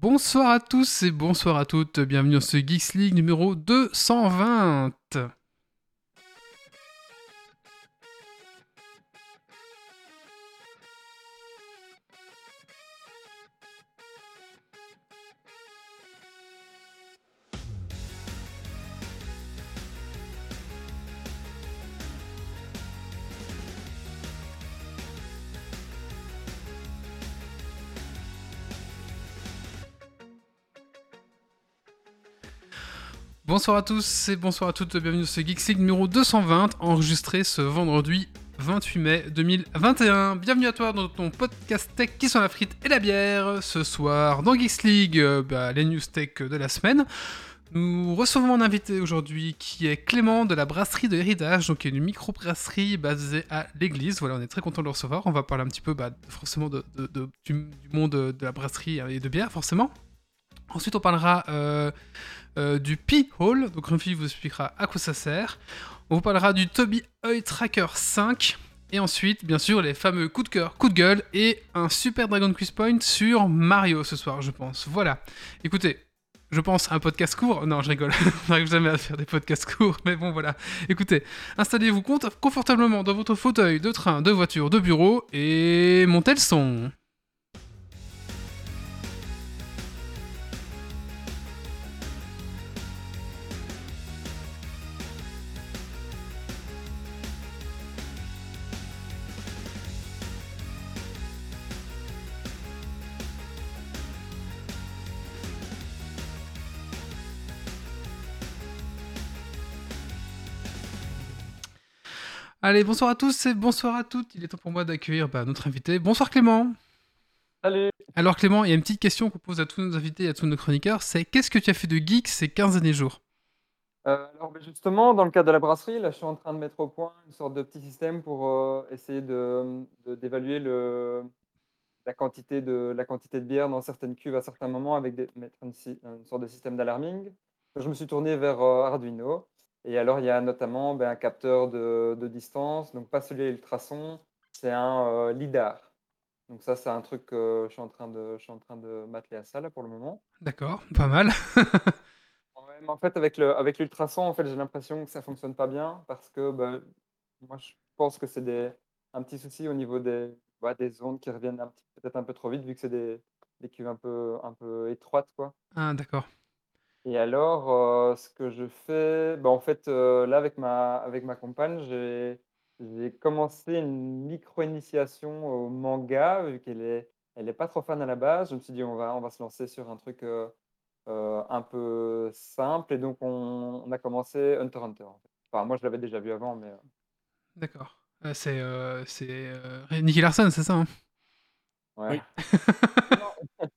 Bonsoir à tous et bonsoir à toutes, bienvenue dans ce Geeks League numéro 220. Bonsoir à tous et bonsoir à toutes, bienvenue dans ce Geeks League numéro 220, enregistré ce vendredi 28 mai 2021. Bienvenue à toi dans ton podcast tech qui sont la frite et la bière. Ce soir, dans Geeks League, les news tech de la semaine. Nous recevons un invité aujourd'hui qui est Clément de la brasserie de Héritage, donc qui est une micro-brasserie basée à l'église. Voilà, on est très content de le recevoir. On va parler un petit peu forcément du monde de la brasserie et de bière, forcément. Ensuite, on parlera du P-Hole, donc Grumpy vous expliquera à quoi ça sert. On vous parlera du Tobii Eye Tracker 5. Et ensuite, bien sûr, les fameux coups de cœur, coups de gueule et un super Dragon Quiz Point sur Mario ce soir, je pense. Voilà. Écoutez, je pense un podcast court. Non, je rigole. On n'arrive jamais à faire des podcasts courts, mais bon, voilà. Écoutez, installez-vous confortablement dans votre fauteuil de train, de voiture, de bureau et montez le son. Allez, bonsoir à tous et bonsoir à toutes. Il est temps pour moi d'accueillir notre invité. Bonsoir Clément. Salut. Alors Clément, il y a une petite question qu'on pose à tous nos invités et à tous nos chroniqueurs, c'est qu'est-ce que tu as fait de geek ces 15 derniers jours ? Justement, dans le cadre de la brasserie, là, je suis en train de mettre au point une sorte de petit système pour essayer d'évaluer la quantité de bière dans certaines cuves à certains moments avec mettre une sorte de système d'alarming. Je me suis tourné vers Arduino. Et alors, il y a notamment un capteur de distance, donc pas celui à ultrasons, c'est un LiDAR. Donc ça, c'est un truc que je suis en train de m'atteler à ça là pour le moment. D'accord, pas mal. Ouais, mais en fait, avec l'ultrason, en fait, j'ai l'impression que ça fonctionne pas bien parce que moi, je pense que c'est un petit souci au niveau des ondes qui reviennent peut-être un peu trop vite vu que c'est des cuves un peu étroites, quoi. Ah, d'accord. Et alors, ce que je fais, en fait, là, avec ma compagne, j'ai commencé une micro-initiation au manga, vu elle est pas trop fan à la base. Je me suis dit, on va se lancer sur un truc un peu simple. Et donc, on a commencé Hunter x Hunter, en fait. Enfin, moi, je l'avais déjà vu avant, mais D'accord. C'est Nicky Larson, c'est ça hein ouais. Oui. Non,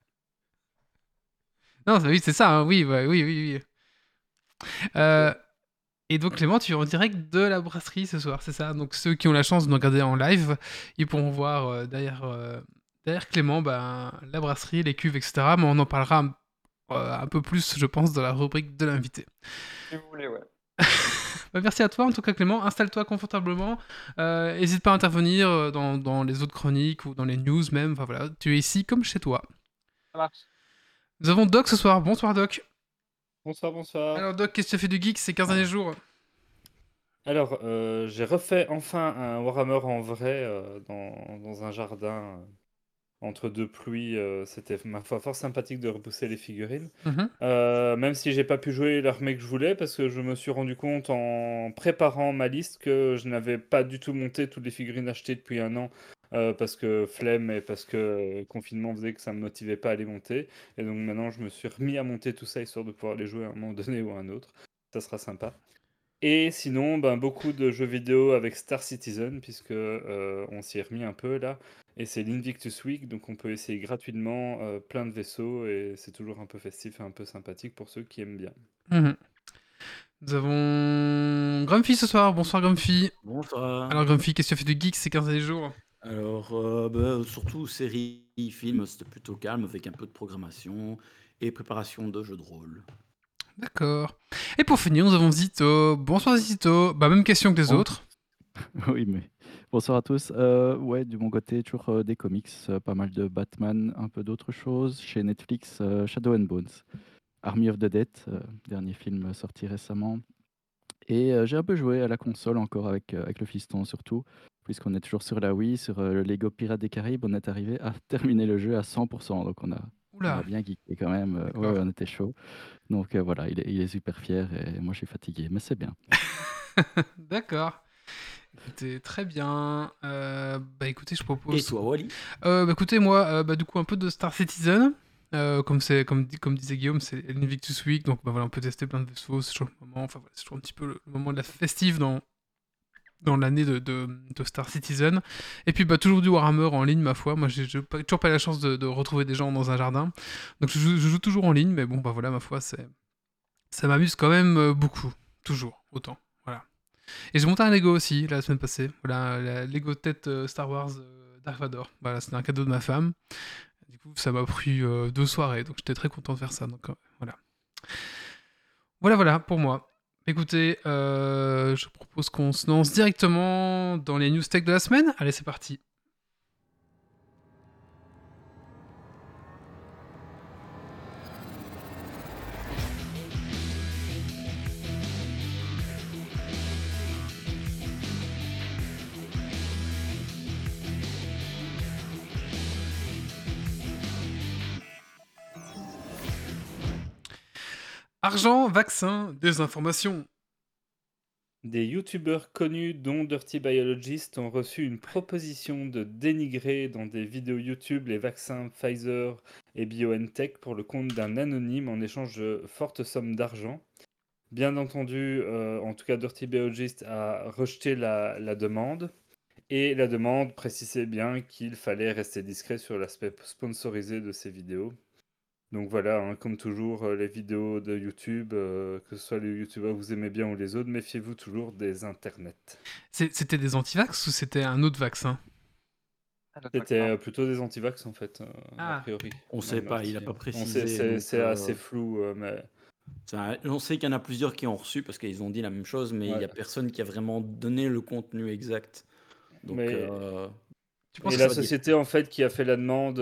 Non, oui, c'est ça, hein, oui, oui. Euh, et donc Clément, tu es en direct de la brasserie ce soir, c'est ça ? Donc ceux qui ont la chance de nous regarder en live, ils pourront voir derrière Clément la brasserie, les cuves, etc. Mais on en parlera un peu plus, je pense, dans la rubrique de l'invité. si vous voulez, ouais. Merci à toi en tout cas Clément, installe-toi confortablement, n'hésite pas à intervenir dans les autres chroniques ou dans les news même, enfin voilà, tu es ici comme chez toi. Ça marche. Nous avons Doc ce soir, bonsoir Doc. Bonsoir, bonsoir. Alors Doc, qu'est-ce que tu as fait de geek ces 15 derniers jours ? Alors, j'ai refait enfin un Warhammer en vrai dans un jardin entre deux pluies. C'était ma foi fort sympathique de repousser les figurines. Même si j'ai pas pu jouer l'armée que je voulais parce que je me suis rendu compte en préparant ma liste que je n'avais pas du tout monté toutes les figurines achetées depuis un an. Parce que flemme et parce que confinement faisait que ça me motivait pas à les monter. Et donc maintenant, je me suis remis à monter tout ça histoire de pouvoir les jouer à un moment donné ou à un autre. Ça sera sympa. Et sinon, beaucoup de jeux vidéo avec Star Citizen, puisque on s'y est remis un peu là. Et c'est l'Invictus Week, donc on peut essayer gratuitement plein de vaisseaux, et c'est toujours un peu festif et un peu sympathique pour ceux qui aiment bien. Nous avons Grumpy ce soir, bonsoir Grumpy. Bonsoir. Alors Grumpy, qu'est-ce que tu as fait de geek ces 15 derniers jours ? Alors, surtout séries, films, c'était plutôt calme avec un peu de programmation et préparation de jeux de rôle. D'accord. Et pour finir, nous avons Zito. Bonsoir Zito. Même question que les autres. Oui, mais bonsoir à tous. Ouais, de mon côté, toujours des comics, pas mal de Batman, un peu d'autres choses. Chez Netflix, Shadow and Bones, Army of the Dead, dernier film sorti récemment. Et j'ai un peu joué à la console encore avec le fiston surtout, puisqu'on est toujours sur la Wii, sur le Lego Pirates des Caraïbes, on est arrivé à terminer le jeu à 100%, donc on a Oula, bien geeké quand même. Ouais, d'accord. ouais, on était chaud. Donc voilà, il est super fier et moi je suis fatigué, mais c'est bien. D'accord. Écoutez, très bien. Bah écoutez, je Et propose. toi, Wally? Bah écoutez, moi, bah du coup, un peu de Star Citizen. Comme disait Guillaume, c'est l'Invictus Week, donc bah voilà, on peut tester plein de vaisseaux, c'est toujours le moment, enfin voilà, c'est toujours un petit peu le moment de la festive dans l'année de Star Citizen. Et puis bah toujours du Warhammer en ligne, ma foi. Moi, j'ai toujours pas la chance de retrouver des gens dans un jardin, donc je joue toujours en ligne, mais bon, bah voilà, ma foi, ça m'amuse quand même beaucoup, toujours, autant. Voilà. Et j'ai monté un Lego aussi la semaine passée. Voilà, la Lego tête Star Wars Dark Vador. Voilà, c'était un cadeau de ma femme. Du coup, ça m'a pris 2 soirées, donc j'étais très content de faire ça. Donc voilà. Voilà pour moi. Écoutez, je propose qu'on se lance directement dans les news tech de la semaine. Allez, c'est parti. Argent, vaccin, désinformation. Des youtubeurs connus, dont Dirty Biologist, ont reçu une proposition de dénigrer dans des vidéos YouTube les vaccins Pfizer et BioNTech pour le compte d'un anonyme en échange de fortes sommes d'argent. Bien entendu, en tout cas, Dirty Biologist a rejeté la demande. Et la demande précisait bien qu'il fallait rester discret sur l'aspect sponsorisé de ces vidéos. Donc voilà, hein, comme toujours, les vidéos de YouTube, que ce soit les youtubeurs que vous aimez bien ou les autres, méfiez-vous toujours des internets. C'était des antivax ou c'était un autre vaccin? C'était plutôt des antivax en fait, a Ah, priori. On sait pas, il a pas On sait, précisé. c'est assez flou, mais On sait qu'il y en a plusieurs qui ont reçu parce qu'ils ont dit la même chose, mais il n'y a ouais. personne qui a vraiment donné le contenu exact. Donc, Mais tu et penses que la ça c'est... va dire. société en fait qui a fait la demande,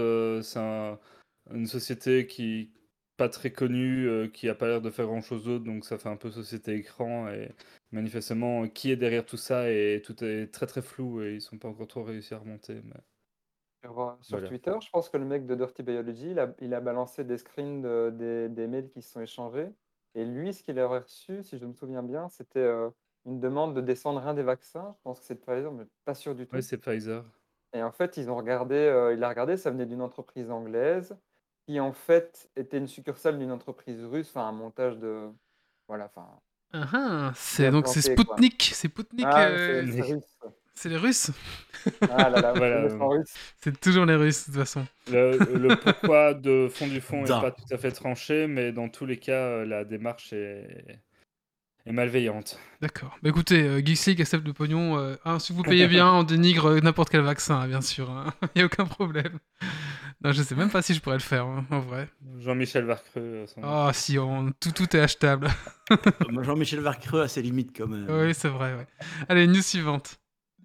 une société qui pas très connue, qui a pas l'air de faire grand-chose d'autre, donc ça fait un peu société écran et manifestement, qui est derrière tout ça et tout est très, très flou et ils sont pas encore trop réussi à remonter, mais Sur voilà. Twitter, je pense que le mec de Dirty Biology, il a balancé des screens des mails qui se sont échangés. Et lui, ce qu'il aurait reçu, si je me souviens bien, c'était une demande de descendre un des vaccins. Je pense que c'est de Pfizer, mais pas sûr du Ouais, tout. c'est Pfizer. Et en fait, il a regardé, ça venait d'une entreprise anglaise qui, en fait, était une succursale d'une entreprise russe, enfin, un montage de. Voilà, enfin, bien Donc c'est planté, quoi. Sputnik. C'est Sputnik. Ah, c'est russe. C'est les Russes. Ah là là, vous Voilà, connaissez en russe. C'est toujours les Russes, de toute façon. le pourquoi de fond du fond est pas Da. tout à fait tranché, mais dans tous les cas, la démarche est malveillante. D'accord. Bah écoutez, Geeks League accepte le pognon. Si vous payez bien, on dénigre n'importe quel vaccin, hein, bien sûr. Il n'y a aucun problème. Non, je sais même pas si je pourrais le faire, hein, en vrai. Jean-Michel Varcreux, sans doute. Oh, si, tout est achetable. Jean-Michel Varcreux a ses limites quand même. Oui, c'est vrai, ouais. Allez, news suivante.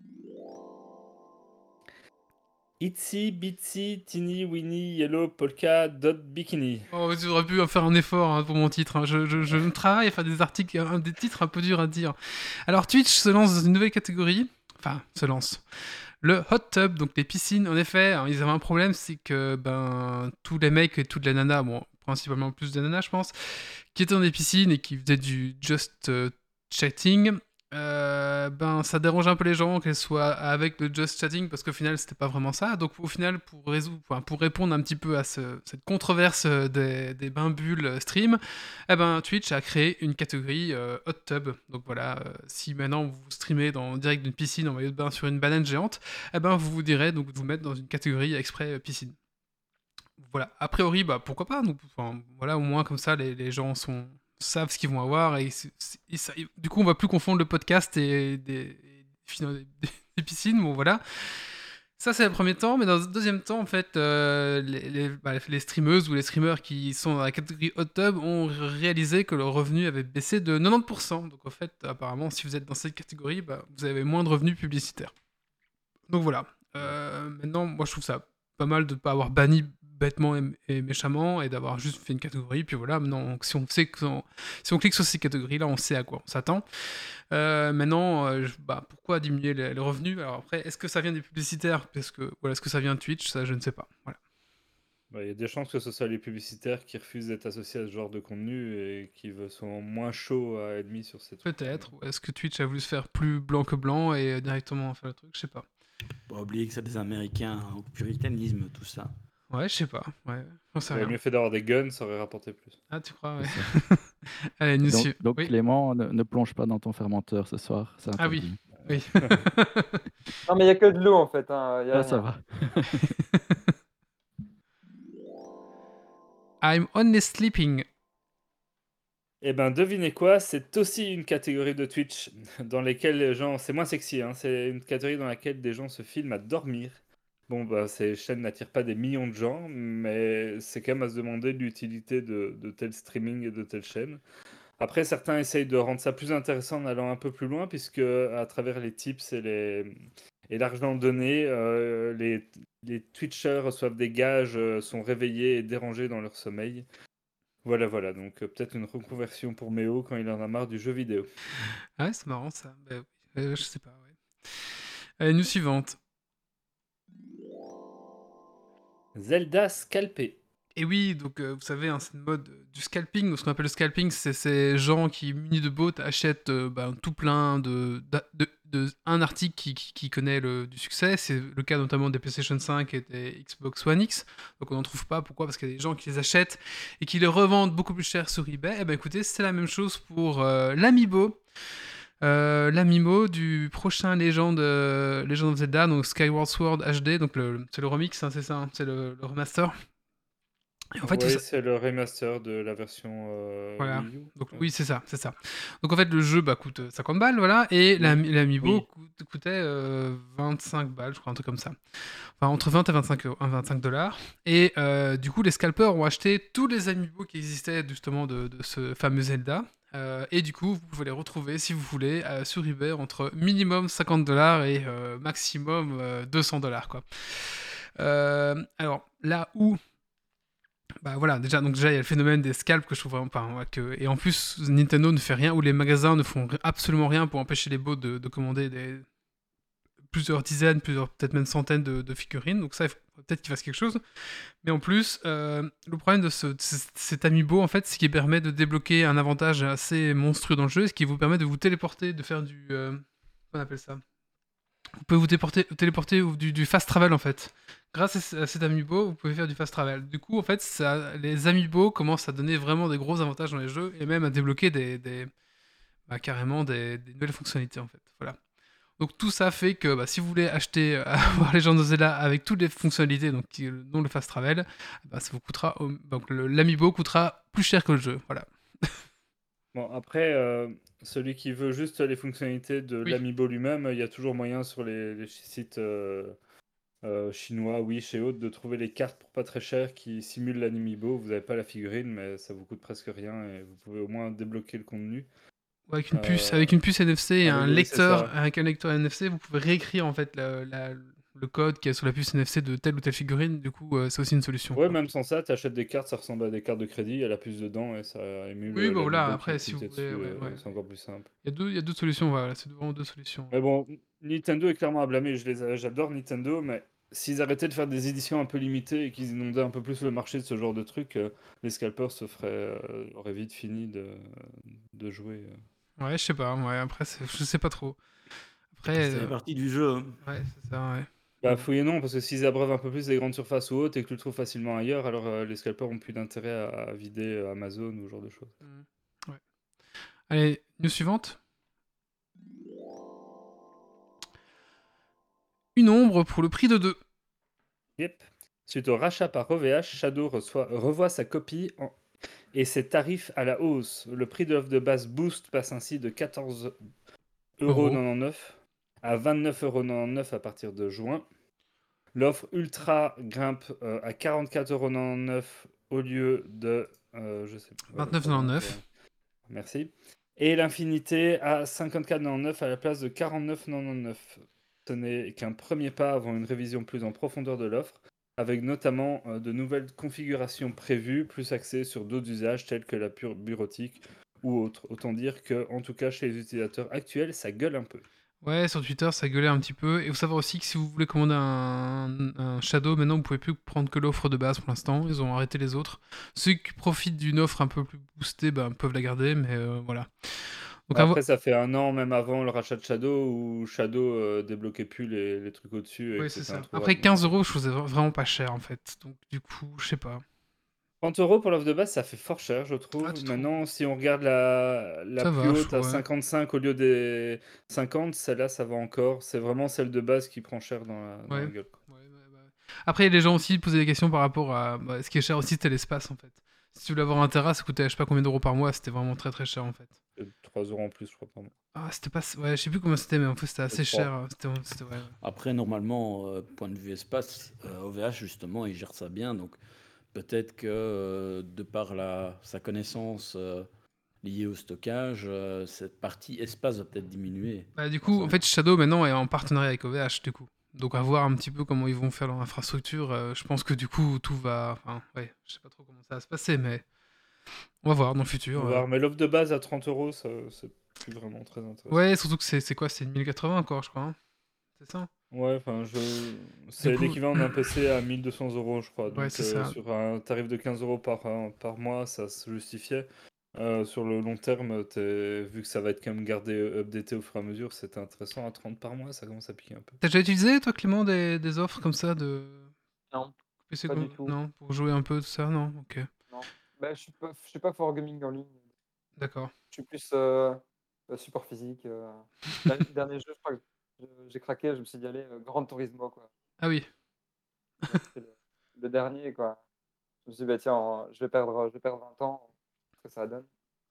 Itsy Bitsy Teeny Weeny Yellow Polka Dot Bikini. Oh, tu aurais pu faire un effort hein, pour mon titre. Hein. Je me travaille à faire des articles, des titres un peu durs à dire. Alors, Twitch se lance dans une nouvelle catégorie. Enfin, se lance. Le hot tub, donc les piscines, en effet, hein, ils avaient un problème, c'est que tous les mecs et toutes les nanas, bon, principalement plus des nanas, je pense, qui étaient dans des piscines et qui faisaient du just chatting, ça dérange un peu les gens qu'elles soient avec le just chatting parce qu'au final c'était pas vraiment ça. Donc au final pour répondre un petit peu à cette controverse des bains bulles stream, Twitch a créé une catégorie hot tub. Donc voilà, si maintenant vous streamez en direct d'une piscine en maillot de bain sur une banane géante, vous vous direz donc vous mettre dans une catégorie exprès piscine. Voilà, a priori, pourquoi pas. Donc, voilà, au moins comme ça, les gens savent ce qu'ils vont avoir et du coup, on va plus confondre le podcast et des piscines. Bon, voilà. Ça, c'est le premier temps, mais dans le deuxième temps, en fait, les streameuses ou les streamers qui sont dans la catégorie hot tub ont réalisé que leur revenu avait baissé de 90%. Donc, en fait, apparemment, si vous êtes dans cette catégorie, vous avez moins de revenus publicitaires. Donc voilà. Maintenant, moi, je trouve ça pas mal de ne pas avoir banni bêtement et méchamment et d'avoir juste fait une catégorie. Puis voilà, maintenant, si on sait que si on clique sur ces catégories-là, on sait à quoi on s'attend. Maintenant, pourquoi diminuer les revenus? Alors après, est-ce que ça vient des publicitaires? Est-ce que ça vient de Twitch? Ça, je ne sais pas. Voilà. Il y a des chances que ce soit les publicitaires qui refusent d'être associés à ce genre de contenu et qui sont moins chauds à être mis sur ces trucs. Peut-être. Ou est-ce que Twitch a voulu se faire plus blanc que blanc et directement faire le truc? Je sais pas. Pas oublier que c'est des Américains au puritanisme, tout ça. Ouais, je sais pas. Ouais, j'en sais Ça aurait rien. mieux fait d'avoir des guns, ça aurait rapporté plus. Ah, tu crois, ouais. C'est ça. Allez, nous Donc oui. Clément, ne plonge pas dans ton fermenteur ce soir, c'est Ah oui. interdit. Oui. Non, mais il n'y a que de l'eau en fait. Hein. Y a Ah, ça rien. va. I'm only sleeping. Eh ben, devinez quoi, c'est aussi une catégorie de Twitch dans lesquelles les gens... C'est moins sexy, hein, c'est une catégorie dans laquelle des gens se filment à dormir. Bon, ces chaînes n'attirent pas des millions de gens, mais c'est quand même à se demander l'utilité de tel streaming et de telle chaîne. Après, certains essayent de rendre ça plus intéressant en allant un peu plus loin, puisque à travers les tips et l'argent donné, les Twitchers reçoivent des gages, sont réveillés et dérangés dans leur sommeil. Voilà, donc peut-être une reconversion pour Méo quand il en a marre du jeu vidéo. Ah ouais, c'est marrant ça. Oui. Je sais pas, ouais. Allez, news suivante. Zelda scalpé. Et oui, donc vous savez, hein, c'est une mode du scalping. Donc, ce qu'on appelle le scalping, c'est ces gens qui, munis de bots, achètent tout plein de un article qui connaît du succès. C'est le cas notamment des PlayStation 5 et des Xbox One X. Donc on n'en trouve pas. Pourquoi? Parce qu'il y a des gens qui les achètent et qui les revendent beaucoup plus cher sur eBay. Et ben écoutez, c'est la même chose pour l'Amiibo. L'Amiibo du prochain Legend of Zelda, donc Skyward Sword HD. Donc c'est le remix, hein, c'est ça, hein, c'est le remaster. Et en fait, Oui, c'est le remaster de la version voilà. Wii U. Donc, oui, c'est ça. Donc en fait, le jeu coûte 50 balles, voilà, et l'Amiibo coûtait 25 balles, je crois, un truc comme ça. Enfin, entre 20 et 25 dollars. Et du coup, les scalpers ont acheté tous les Amiibo qui existaient justement de ce fameux Zelda. Et du coup, vous pouvez les retrouver, si vous voulez, sur eBay entre minimum 50 dollars et maximum 200 dollars, quoi. Alors, là où voilà, déjà, il y a le phénomène des scalps que je trouve vraiment pas. Et en plus, Nintendo ne fait rien, ou les magasins ne font absolument rien pour empêcher les bots de commander plusieurs dizaines, peut-être même centaines de figurines. Donc ça, il faut peut-être qu'ils fassent quelque chose. Mais en plus, le problème de cet Amiibo, en fait, c'est qu'il permet de débloquer un avantage assez monstrueux dans le jeu, ce qui vous permet de vous téléporter, de faire du... comment on appelle ça? Vous pouvez vous téléporter ou du fast travel en fait. Grâce à cet Amiibo, vous pouvez faire du fast travel. Du coup, en fait, les Amiibo commencent à donner vraiment des gros avantages dans les jeux et même à débloquer carrément des nouvelles fonctionnalités en fait. Voilà. Donc tout ça fait que si vous voulez acheter avoir Legend of Zelda avec toutes les fonctionnalités, dont le fast travel, ça vous coûtera. Donc l'Amiibo coûtera plus cher que le jeu. Voilà. Bon, après, celui qui veut juste les fonctionnalités de l'Amiibo lui-même, il y a toujours moyen sur les sites chinois, Wish et autres, de trouver les cartes pour pas très cher qui simulent l'Amiibo. Vous n'avez pas la figurine, mais ça vous coûte presque rien et vous pouvez au moins débloquer le contenu. Avec une puce NFC et avec un lecteur NFC, vous pouvez réécrire en fait le code qui est sur la puce NFC de telle ou telle figurine. Du coup, c'est aussi une solution. Ouais, même sans ça, tu achètes des cartes, ça ressemble à des cartes de crédit, il y a la puce dedans et ça émule. Oui, voilà, l'Amiibo après, qui si vous dessus, voulez, c'est encore plus simple. Il y a deux solutions, voilà, c'est vraiment deux solutions. Mais bon, Nintendo est clairement à blâmer. J'adore Nintendo, mais s'ils arrêtaient de faire des éditions un peu limitées et qu'ils inondaient un peu plus le marché de ce genre de trucs, les scalpers auraient vite fini de jouer. Ouais, je sais pas, après, je sais pas trop. Après, c'est partie du jeu. Hein. Ouais, c'est ça, ouais. Bah, fouillez non, parce que s'ils abreuvent un peu plus les grandes surfaces ou autres et que tu le trouves facilement ailleurs, alors les scalpers ont plus d'intérêt à vider Amazon ou ce genre de choses. Ouais. Allez, news suivante. Une ombre pour le prix de 2. Yep. Suite au rachat par OVH, Shadow revoit sa copie et ses tarifs à la hausse. Le prix de l'offre de base Boost passe ainsi de 14,99€ à 29,99€ à partir de juin. L'offre Ultra grimpe à 44,99 € au lieu de... je sais pas. 29,99. Merci. Et l'Infinité à 54,99 à la place de 49,99. Ce n'est qu'un premier pas avant une révision plus en profondeur de l'offre, avec notamment de nouvelles configurations prévues, plus axées sur d'autres usages tels que la pure bureautique ou autre. Autant dire que, en tout cas, chez les utilisateurs actuels, ça gueule un peu. Ouais, sur Twitter, ça gueulait un petit peu. Et il faut savoir aussi que si vous voulez commander un Shadow, maintenant, vous pouvez plus prendre que l'offre de base pour l'instant. Ils ont arrêté les autres. Ceux qui profitent d'une offre un peu plus boostée peuvent la garder, mais voilà. Donc, Après, ça fait un an, même avant le rachat de Shadow, où Shadow débloquait plus les trucs au-dessus. Oui, c'est ça. Après, 15 €, je trouvais vraiment pas cher, en fait. Donc, du coup, je sais pas. 30 € pour l'offre de base, ça fait fort cher, je trouve. Ah, tu Maintenant, si on regarde la Ça plus va, haute je à trouve, ouais. 55 au lieu des 50, celle-là, ça va encore. C'est vraiment celle de base qui prend cher dans la Ouais. gueule, quoi. Après, les gens aussi posaient des questions par rapport à... ce qui est cher aussi, c'était l'espace, en fait. Si tu voulais avoir un Tera, ça coûtait je sais pas combien d'euros par mois. C'était vraiment très très cher, en fait. 3 € en plus, je crois, par mois. Ah, c'était pas... Ouais, je sais plus comment c'était, mais en fait, c'était assez 3. cher. C'était ouais. Après, normalement, point de vue espace, OVH, justement, il gère ça bien. Donc, peut-être que de par sa connaissance liée au stockage, cette partie espace va peut-être diminuer. Bah, du coup, en fait, Shadow, maintenant, est en partenariat avec OVH, du coup. Donc, à voir un petit peu comment ils vont faire leur infrastructure. Je pense que, du coup, tout va... Enfin, ouais, je sais pas trop comment ça va se passer, mais... On va voir dans le On futur. va voir. Mais l'offre de base à 30 €, ça, c'est plus vraiment très intéressant. Ouais, surtout que c'est quoi? C'est 1080 encore, je crois. Hein, c'est ça? Ouais, enfin, c'est coup- l'équivalent d'un PC à 1200 €, je crois. Ouais, Donc, c'est ça. sur un tarif de 15 € par mois, ça se justifiait. Sur le long terme, vu que ça va être quand même gardé, updaté au fur et à mesure, c'est intéressant. À 30 par mois, ça commence à piquer un peu. T'as déjà utilisé, toi, Clément, des offres comme ça de Non, PC pas du tout. Non, pour jouer un peu, tout ça, non? Ok, non. Bah, je suis pas fort gaming en ligne. d'accord. Je suis plus support physique. Dernier jeu, je crois que j'ai craqué, je me suis dit, allez, Gran Turismo, quoi. Ah oui, C'était le dernier, quoi. Je me suis dit, bah, tiens, je vais perdre 20 ans, ce que ça donne.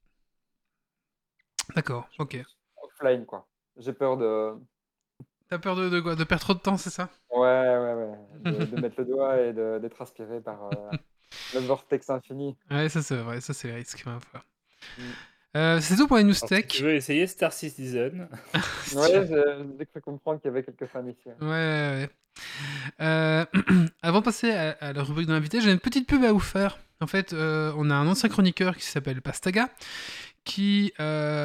d'accord, Je suis ok. plus offline, quoi. J'ai peur de... T'as peur de quoi? De perdre trop de temps, c'est ça? Ouais. De mettre le doigt et d'être aspiré par le vortex infini. Ouais, ça c'est vrai, ça c'est le risque, ma foi. Mm. C'est tout pour les news Alors, si tech. tu veux essayer Star Citizen, Ouais, j'ai cru comprendre qu'il y avait quelques fans ici. Ouais. Avant de passer à la rubrique de l'invité, j'ai une petite pub à vous faire. En fait, on a un ancien chroniqueur qui s'appelle Pastaga qui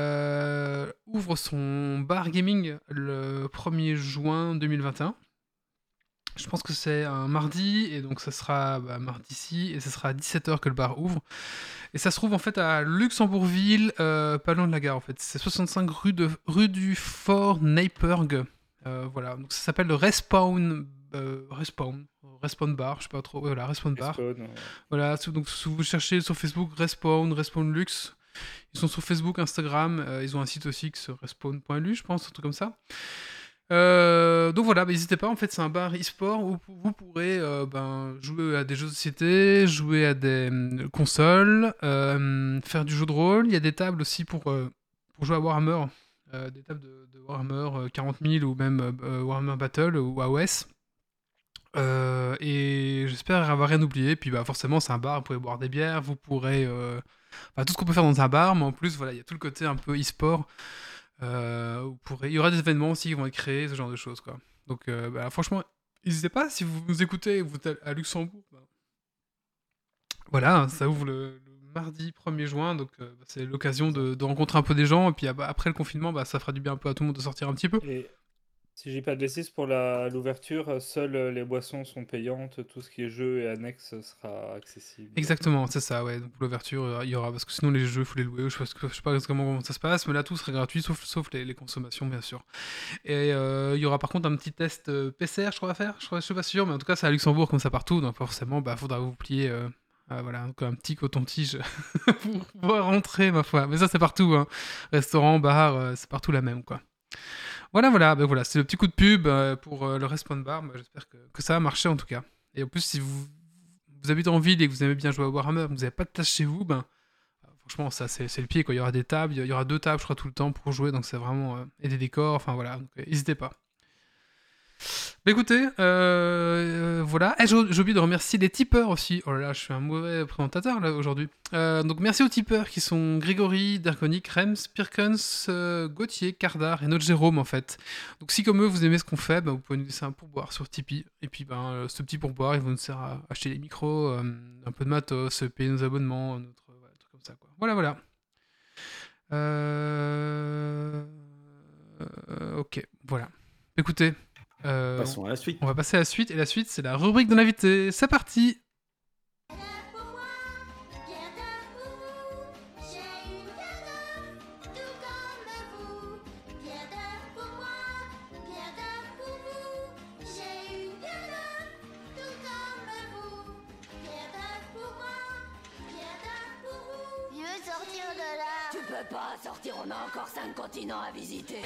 ouvre son bar gaming le 1er juin 2021. Je pense que c'est un mardi, et donc ça sera mardi-ci, et ça sera à 17h que le bar ouvre. Et ça se trouve en fait à Luxembourgville, pas loin de la gare en fait. C'est 65 rue du Fort Nijperg. Voilà, donc ça s'appelle le Respawn Bar, je sais pas trop. Voilà, Respawn Bar. Respawn, Voilà, donc si vous cherchez sur Facebook Respawn Lux, ils sont sur Facebook, Instagram, ils ont un site aussi qui se respawn.lu, je pense, un truc comme ça. Donc voilà, n'hésitez pas, en fait c'est un bar e-sport où vous pourrez jouer à des jeux de société, jouer à des consoles, faire du jeu de rôle. Il y a des tables aussi pour jouer à Warhammer, des tables de Warhammer 40 000 ou même Warhammer Battle ou AOS. Et j'espère avoir rien oublié. Puis forcément c'est un bar, vous pouvez boire des bières, vous pourrez... tout ce qu'on peut faire dans un bar, mais en plus voilà, il y a tout le côté un peu e-sport. Il y aura des événements aussi qui vont être créés, ce genre de choses, quoi. Donc franchement, n'hésitez pas, si vous nous écoutez et vous êtes à Luxembourg, voilà, ça ouvre le mardi 1er juin, donc c'est l'occasion de rencontrer un peu des gens, et puis après le confinement, ça fera du bien un peu à tout le monde de sortir un petit peu. Et si j'ai pas de bêtises, pour l'ouverture, seules les boissons sont payantes, tout ce qui est jeu et annexe sera accessible. Exactement, c'est ça, ouais. Donc pour l'ouverture, il y aura, parce que sinon les jeux, il faut les louer, je sais pas comment ça se passe, mais là tout serait gratuit, sauf les consommations, bien sûr. Et il y aura par contre un petit test PCR, je crois, à faire, je suis pas sûr, mais en tout cas c'est à Luxembourg comme ça partout, donc forcément, faudra vous plier... voilà, donc un petit coton-tige pour pouvoir rentrer, ma foi. Mais ça, c'est partout, hein. Restaurant, bar, c'est partout la même, quoi. Voilà, voilà, c'est le petit coup de pub pour le Respawn Bar. J'espère que ça va marcher, en tout cas. Et en plus, si vous habitez en ville et que vous aimez bien jouer à Warhammer, vous n'avez pas de place chez vous, franchement, ça, c'est le pied, quoi. Il y aura des tables, il y aura 2 tables, je crois, tout le temps pour jouer, donc c'est vraiment... et des décors, enfin, voilà, donc n'hésitez pas. Bah écoutez, voilà. J'ai oublié de remercier les tipeurs aussi. Oh là là, je suis un mauvais présentateur là aujourd'hui. Donc merci aux tipeurs qui sont Grégory, Derconic, Rems, Pirkens, Gauthier, Cardar et notre Jérôme en fait. Donc si comme eux vous aimez ce qu'on fait, bah, vous pouvez nous laisser un pourboire sur Tipeee. Et puis ce petit pourboire il nous sert à acheter les micros, un peu de matos, payer nos abonnements, voilà, trucs comme ça quoi. Voilà. Ok, voilà. Écoutez. Passons à la suite. On va passer à la suite, et la suite, c'est la rubrique de l'invité. C'est parti! Vieux, sortir de là! Tu peux pas sortir, on a encore 5 continents à visiter.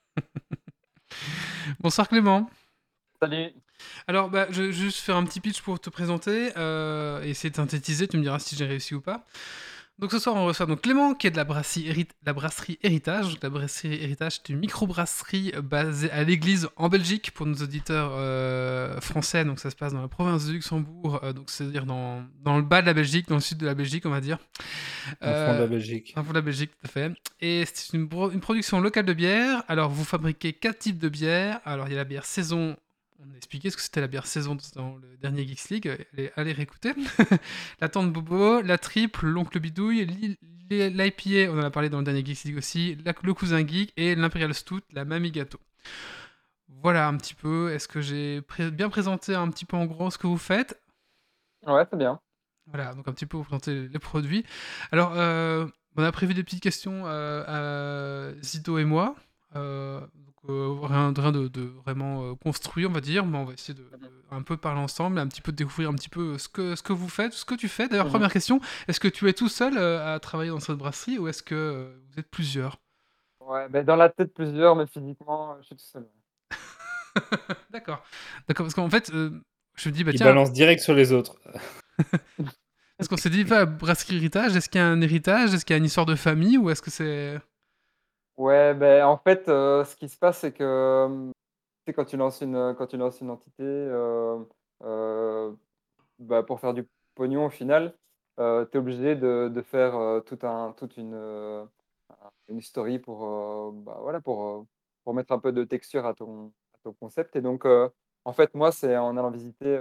Bonsoir Clément. Salut. Alors, je vais juste faire un petit pitch pour te présenter et essayer de synthétiser. Tu me diras si j'ai réussi ou pas. Donc ce soir, on reçoit donc Clément qui est de la brasserie Héritage. Donc, la brasserie Héritage, c'est une microbrasserie basée à l'église en Belgique pour nos auditeurs français. Donc ça se passe dans la province de Luxembourg, donc c'est-à-dire dans le bas de la Belgique, dans le sud de la Belgique, on va dire. Au fond de la Belgique. Au fond de la Belgique, tout à fait. Et c'est une production locale de bière. Alors vous fabriquez 4 types de bières. Alors il y a la bière saison. On a expliqué ce que c'était la bière saison dans le dernier Geeks League. Allez réécouter. La Tante Bobo, la Triple, l'Oncle Bidouille, l'IPA, on en a parlé dans le dernier Geeks League aussi, le Cousin Geek et l'Imperial Stout, la Mamie Gâteau. Voilà un petit peu. Est-ce que j'ai bien présenté un petit peu en gros ce que vous faites? Ouais, c'est bien. Voilà, donc un petit peu vous présenter les produits. Alors, on a prévu des petites questions à Zido et moi. Rien de vraiment construit, on va dire, mais on va essayer de un peu parler ensemble, un petit peu de découvrir un petit peu ce que vous faites, ce que tu fais. D'ailleurs, première question, est-ce que tu es tout seul à travailler dans cette brasserie ou est-ce que vous êtes plusieurs? Ouais, dans la tête plusieurs, mais physiquement, je suis tout seul. D'accord, parce qu'en fait, je me dis, Il tiens, balance direct sur les autres. est-ce qu'on s'est dit, brasserie héritage, est-ce qu'il y a un héritage, est-ce qu'il y a une histoire de famille ou est-ce que c'est... Ouais, en fait, ce qui se passe, c'est que, tu sais, quand tu lances une entité, heu, pour faire du pognon, au final, tu es obligé de faire, toute une story pour, voilà, pour mettre un peu de texture à ton concept et donc, en fait, moi, c'est en allant visiter,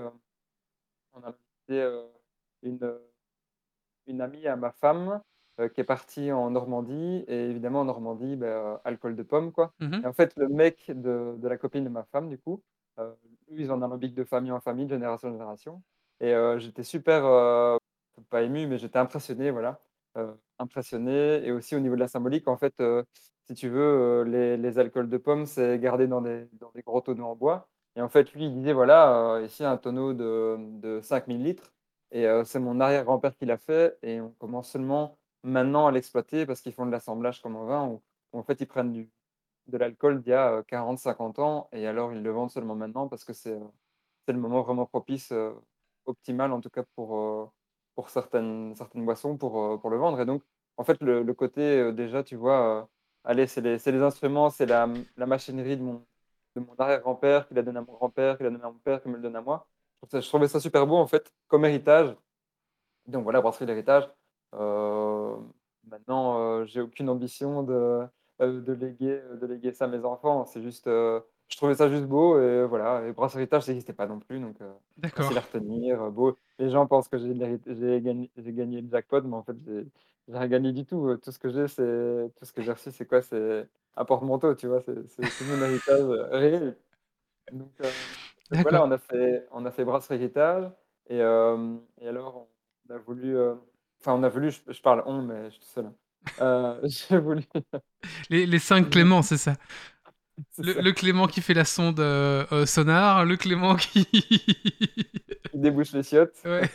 une, une amie à ma femme, qui est partie en Normandie et évidemment en Normandie, alcool de pomme, quoi Mhm. et en fait, le mec de la copine de ma femme, du coup, eux, ils ont un alambic de famille en famille, de génération en génération et j'étais super, pas ému, mais j'étais impressionné, voilà, impressionné et aussi au niveau de la symbolique, en fait, si tu veux, les alcools de pomme, c'est gardé dans des gros tonneaux en bois et en fait, lui, il disait: «Voilà, ici un tonneau de 5 000 litres et c'est mon arrière-grand-père qui l'a fait et on commence seulement maintenant à l'exploiter parce qu'ils font de l'assemblage comme en vin où en fait, ils prennent de l'alcool d'il y a, 40-50 ans et alors ils le vendent seulement maintenant parce que c'est le moment vraiment propice, optimal en tout cas pour certaines boissons pour le vendre et donc en fait, le côté, déjà, tu vois, allez, c'est les instruments, c'est la machinerie de mon arrière-grand-père qui l'a donné à mon grand-père, qui l'a donné à mon père, qui me le donne à moi. Je trouvais ça super beau en fait comme héritage donc voilà, brasserie l'héritage. Heu, Maintenant, j'ai aucune ambition de léguer ça à mes enfants. C'est juste, je trouvais ça juste beau et voilà et brasserie héritage, ça n'existait pas non plus donc facile à D'accord. retenir, beau. Les gens pensent que j'ai gagné le jackpot, mais en fait, j'ai rien gagné du tout, tout ce que j'ai reçu, c'est quoi? C'est un porte-manteau, tu vois? C'est mon héritage, réel. Donc voilà, D'accord. on a fait brasserie héritage et alors on a voulu, on a voulu, je parle «on» mais je suis tout seul, hein. J'ai voulu Les 5 j'ai Clément, c'est ça. c'est ça, Le Clément qui fait la sonde sonar, le Clément qui... qui débouche les chiottes. Ouais.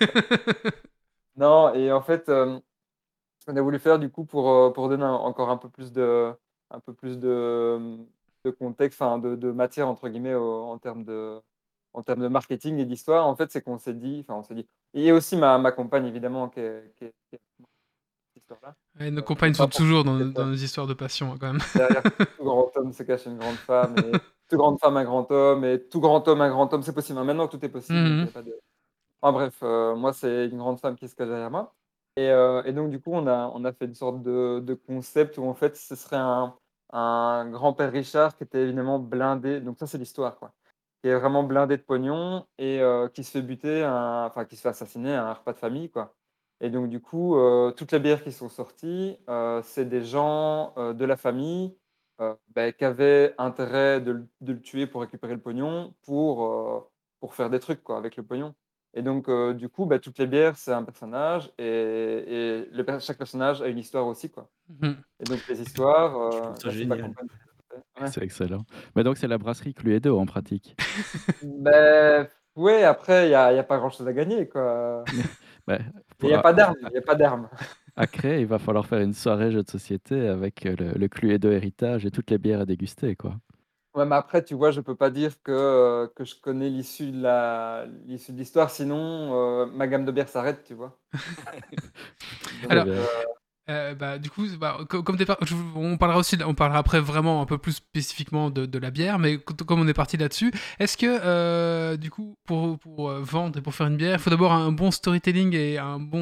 Non et en fait, on a voulu faire du coup pour donner encore un peu plus de contexte, enfin de «matière» entre guillemets en termes de marketing et d'histoire. En fait, c'est qu'on s'est dit on s'est dit et aussi ma compagne évidemment qui est cette histoire-là. Ouais, nos C'est compagnes sont pas pour toujours que dans nos histoires de passion, hein, quand même. derrière tout grand homme se cache une grande femme et plus grande femme, un grand homme, et tout grand homme, un grand homme, c'est possible. Hein. Maintenant, tout est possible. Donc, il Mhm. y a pas de... Enfin bref, moi, c'est une grande femme qui se cache derrière moi. Et donc, du coup, on a fait une sorte de concept où, en fait, ce serait un grand-père Richard qui était évidemment blindé. Donc, ça, c'est l'histoire, quoi. Qui est vraiment blindé de pognon et qui se fait buter, enfin, qui se fait assassiner à un repas de famille, quoi. Et donc, du coup, toutes les bières qui sont sorties, c'est des gens de la famille qui avaient intérêt de le tuer pour récupérer le pognon, pour faire des trucs, quoi, avec le pognon. Et donc, du coup, toutes les bières, c'est un personnage et chaque personnage a une histoire aussi, quoi. Mhm. Et donc les histoires, Je trouve ça là, c'est ma génial. compagne qui l'a fait. Ouais. C'est excellent. Mais donc, c'est la brasserie Cluedo en pratique. Ouais, après, il y a pas grand-chose à gagner, quoi. Bah, Et il pour, y a pas d'armes, il y a pas d'armes. à créer, il va falloir faire une soirée jeu de société avec le Cluedo héritage et toutes les bières à déguster, quoi. Ouais, mais après, tu vois, je peux pas dire que je connais l'issue de l'histoire, sinon, ma gamme de bières s'arrête, tu vois? Donc, Très Alors, bien. du coup, comme t'es on parlera aussi, on parlera après vraiment un peu plus spécifiquement de la bière, mais comme on est parti là-dessus, est-ce que du coup, pour vendre et pour faire une bière, il faut d'abord un bon storytelling et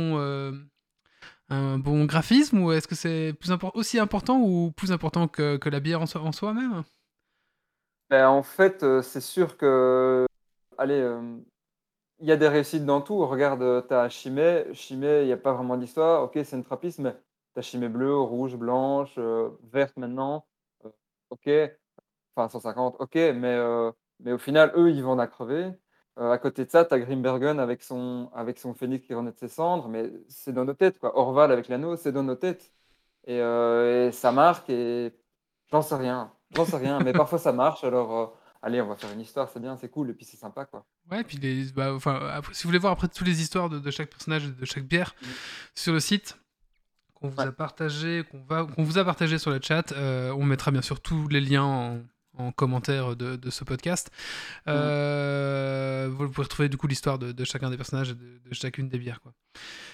un bon graphisme, ou est-ce que c'est aussi important ou plus important que la bière en soi-même? en fait, c'est sûr que, allez, il y a des réussites dans tout. Regarde, tu as Chimay. Chimay, il y a pas vraiment d'histoire. OK, c'est une trappiste, mais tu as Chimay bleue, rouge, blanche, verte maintenant. OK, enfin 150, OK, mais au final, eux, ils vendent à crever. À côté de ça, tu as Grimbergen avec son phénix qui renaît de ses cendres, mais c'est dans nos têtes, quoi. Orval avec l'anneau, c'est dans nos têtes et ça marque et j'en sais rien, mais parfois ça marche alors, allez, on va faire une histoire, c'est bien, c'est cool et puis c'est sympa, quoi. Ouais, puis si vous voulez voir après toutes les histoires de chaque personnage, de chaque bière, Mmh. sur le site qu'on vous Ouais. a partagé, qu'on vous a partagé sur le chat, on mettra bien sûr tous les liens en commentaire de ce podcast. Mmh. Vous pouvez retrouver du coup l'histoire de chacun des personnages et de chacune des bières, quoi.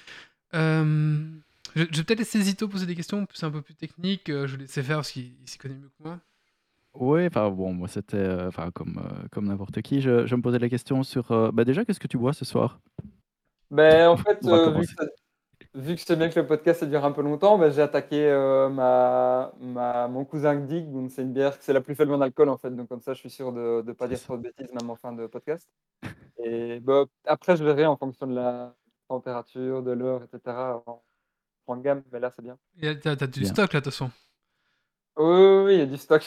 Je vais peut-être laisser Zito poser des questions, c'est un peu plus technique. Je vais laisser faire parce qu'il s'y connaît mieux que moi. Oui, enfin bon, moi c'était enfin comme n'importe qui, je me posais la question sur déjà qu'est-ce que tu bois ce soir? En fait, On va vu commencer. que vu que je sais bien que le podcast ça dure un peu longtemps, j'ai attaqué, mon cousin Gdig, donc c'est une bière c'est la plus faible en alcool, en fait, donc comme ça je suis sûr de pas C'est dire ça. trop de bêtises même en fin de podcast et après je verrai en fonction de la température, de l'heure et cetera, en prendre gamme, mais là c'est bien. T'as du Bien. stock là, de toute façon. Oui, oui, oui, il y a du stock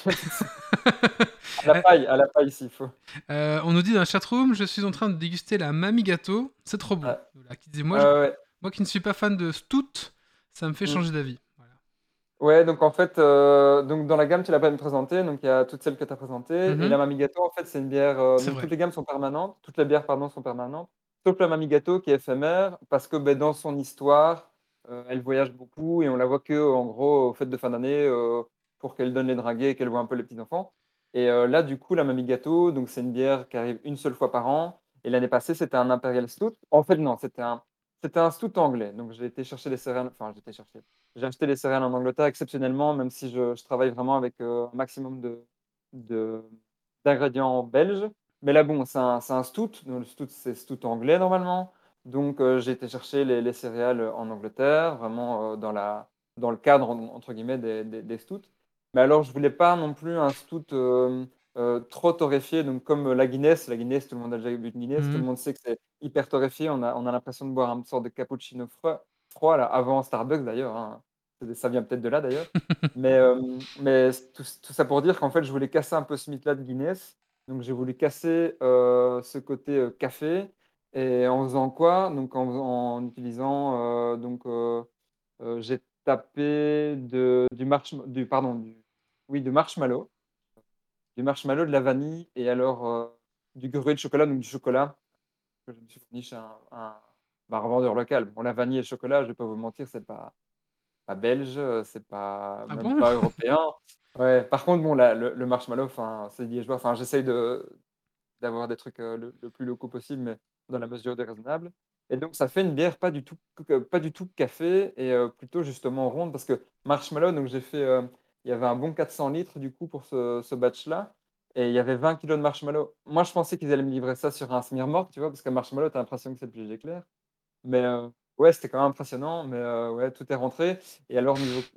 à la paille s'il faut. On nous dit dans la chatroom, je suis en train de déguster la Mamie Gâteau, c'est trop bon. Ouais, Voilà, qui disait, ouais, ouais. moi qui ne suis pas fan de Stout, ça me fait Mmh. changer d'avis. Voilà. Ouais, donc en fait, donc dans la gamme, tu l'as pas me présenter, donc il y a toutes celles que tu as présentées et Mhm, la Mamie Gâteau, en fait, c'est une bière, c'est donc vrai. toutes les gammes sont permanentes, toutes les bières, pardon, sont permanentes, sauf la Mamie Gâteau qui est éphémère parce que, dans son histoire, elle voyage beaucoup et on la voit que en gros, aux fêtes de fin d'année, pour qu'elle donne les draguets et qu'elle voit un peu les petits enfants et là, du coup, la Mamie Gâteau, donc c'est une bière qui arrive une seule fois par an et l'année passée, c'était un Imperial Stout. En fait, non, c'était un stout anglais, donc j'ai été chercher les céréales, enfin, j'ai acheté les céréales en Angleterre exceptionnellement, même si je travaille vraiment avec, un maximum de d'ingrédients belges. Mais là, bon, c'est un stout, donc le stout, c'est stout anglais normalement. Donc, j'ai été chercher les céréales, en Angleterre, vraiment, dans le cadre entre guillemets des stouts. Mais alors je voulais pas non plus un stout, trop torréfié, donc comme, la Guinness. La Guinness, tout le monde a déjà bu une Guinness, tout Mhm. le monde sait que c'est hyper torréfié. On a l'impression de boire une sorte de cappuccino froid là, avant Starbucks d'ailleurs, hein. Ça vient peut-être de là d'ailleurs. Mais tout ça pour dire qu'en fait, je voulais casser un peu ce mythe-là de Guinness. Donc j'ai voulu casser, ce côté, café et en faisant quoi? Donc en utilisant, j'ai tapé du marshmallow, de la vanille et alors, du gruyère de chocolat, donc du chocolat que je me suis fourni chez un revendeur local. Bon, la vanille et le chocolat, je vais pas vous mentir, c'est pas belge, c'est pas Ah même bon? pas européen. Ouais, par contre, bon, le marshmallow, enfin, c'est liégeois. Enfin, j'essaye d'avoir des trucs, le plus locaux possible, mais dans la mesure du raisonnable et donc ça fait une bière pas du tout café et plutôt justement ronde parce que marshmallow, donc il y avait un bon 400 litres du coup pour ce batch-là et il y avait 20 kilos de marshmallows. Moi, je pensais qu'ils allaient me livrer ça sur un smear tu vois? Parce qu'un marshmallow, tu as l'impression que c'est le plus éclair. Mais ouais, c'était quand même impressionnant, mais ouais, tout est rentré et alors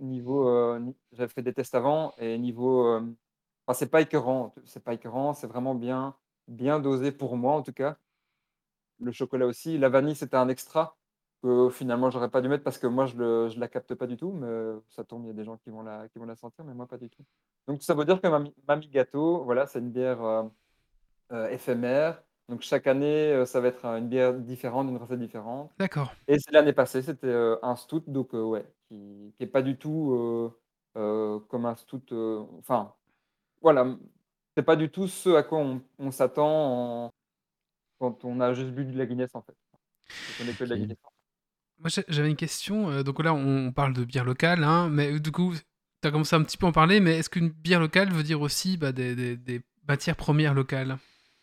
j'avais fait des tests avant et niveau, enfin, c'est pas écœurant, c'est vraiment bien dosé pour moi, en tout cas. Le chocolat aussi. La vanille, c'était un extra que finalement j'aurais pas dû mettre parce que moi je la capte pas du tout, mais ça tombe, il y a des gens qui vont la sentir, mais moi pas du tout. Donc ça veut dire que Mamie Gâteau, voilà, c'est une bière, éphémère. Donc chaque année, ça va être, une bière différente, une recette différente D'accord. et c'est l'année passée, c'était, un stout donc ouais, qui est pas du tout, comme un stout, enfin voilà, c'est pas du tout ce à quoi on s'attend quand on a juste bu de la Guinness, en fait. On connaît que de la Ok. Guinness. Moi, j'avais une question. Donc là, on parle de bière locale, hein, mais du coup, tu as commencé un petit peu à en parler, mais est-ce qu'une bière locale veut dire aussi bah, des matières premières locales?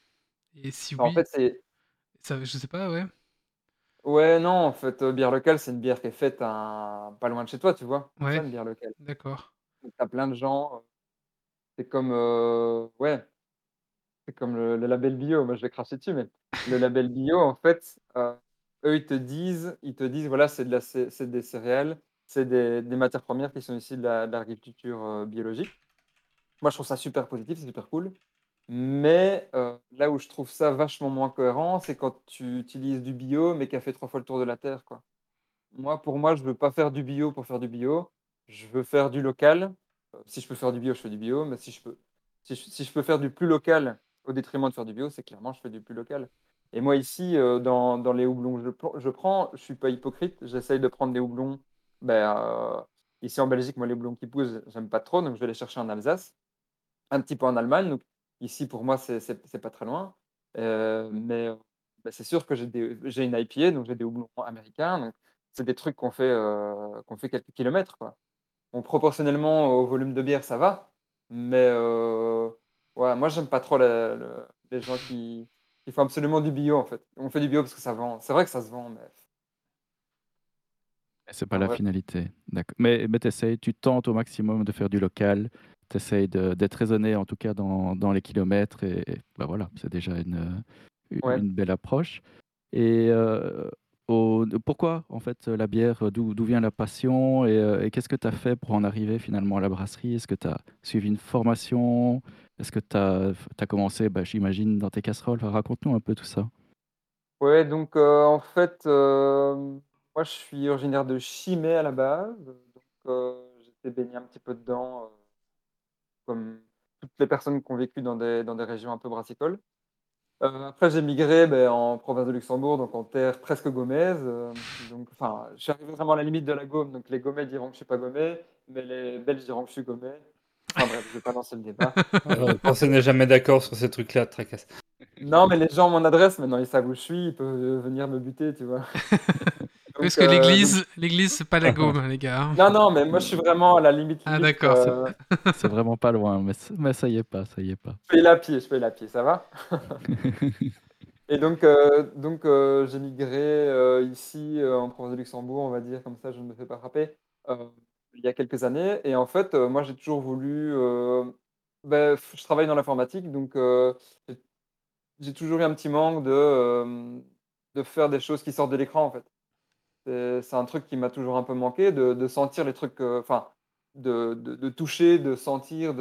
Et si Enfin, en oui, fait, c'est ça, je sais pas, ouais. ouais, non, en fait, bière locale, c'est une bière qui est faite pas loin de chez toi, tu vois? C'est ça Ouais, une bière locale. d'accord. Donc tu plein de gens, c'est comme, ouais, c'est comme le label bio. Moi, je vais cracher dessus, mais le label bio, en fait, eux, ils te disent: «Voilà, c'est des céréales, c'est des matières premières qui sont issues de l'agriculture, biologique». Moi, je trouve ça super positif, c'est super cool. Mais là où je trouve ça vachement moins cohérent, c'est quand tu utilises du bio, mais qui a fait 3 fois le tour de la terre, quoi. Pour moi, je veux pas faire du bio pour faire du bio. Je veux faire du local. Si je peux faire du bio, je fais du bio, mais si je peux faire du plus local au détriment de faire du bio, c'est clairement je fais du plus local. Et moi ici, dans les houblons que je prends, je suis pas hypocrite. J'essaye de prendre des houblons, ben, ici en Belgique, moi les houblons qui poussent, j'aime pas trop, donc je vais les chercher en Alsace. Un petit peu en Allemagne, donc ici pour moi c'est pas très loin. Mais bah, c'est sûr que j'ai une IPA, donc j'ai des houblons américains, donc c'est des trucs qu'on fait quelques kilomètres, quoi. Bon, proportionnellement au volume de bière, ça va, mais ouais, moi j'aime pas trop les gens qui font absolument du bio, en fait. On fait du bio parce que ça vend. C'est vrai que ça se vend, mais Et c'est pas enfin la bref. finalité. D'accord. Mais tu tentes au maximum de faire du local, tu essayes d'être raisonné en tout cas dans les kilomètres et bah voilà, c'est déjà Ouais. une belle approche. Et pourquoi en fait la bière, d'où vient la passion et qu'est-ce que tu as fait pour en arriver finalement à la brasserie? Est-ce que tu as suivi une formation? Est-ce que tu as commencé, bah, j'imagine, dans tes casseroles? Enfin, raconte-nous un peu tout ça. Ouais, donc en fait, moi je suis originaire de Chimay à la base, donc j'étais baigné un petit peu dedans, comme toutes les personnes qui ont vécu dans des régions un peu brassicoles. Après j'ai migré, en province de Luxembourg, donc en terre presque gaumaise, donc enfin, je suis arrivé vraiment à la limite de la Gaume, donc les Gaumais diront que je suis pas Gaumais, mais les Belges diront que je suis Gaumais. Enfin bref, je vais pas lancer le débat. Personne n'est jamais d'accord sur ces trucs-là, tracasse. Non, mais les gens ont mon adresse maintenant, ils savent où je suis, ils peuvent, venir me buter, tu vois? Parce Donc que l'église, c'est pas la Gaume, hein, les gars, hein. non, non, mais moi je suis vraiment à la limite Ah, limite, d'accord. C'est vraiment pas loin, mais ça y est pas, ça y est pas. je fais la pied, ça va? Et donc j'ai migré, ici, en province de Luxembourg, on va dire comme ça, je ne me fais pas frapper, il y a quelques années et en fait, moi j'ai toujours voulu, je travaille dans l'informatique donc j'ai j'ai toujours eu un petit manque de faire des choses qui sortent de l'écran, en fait. C'est un truc qui m'a toujours un peu manqué de sentir les trucs, enfin de toucher, de sentir,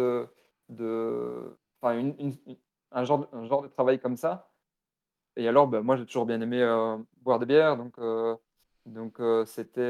enfin un genre de travail comme ça. Et alors, moi, j'ai toujours bien aimé, boire des bières, donc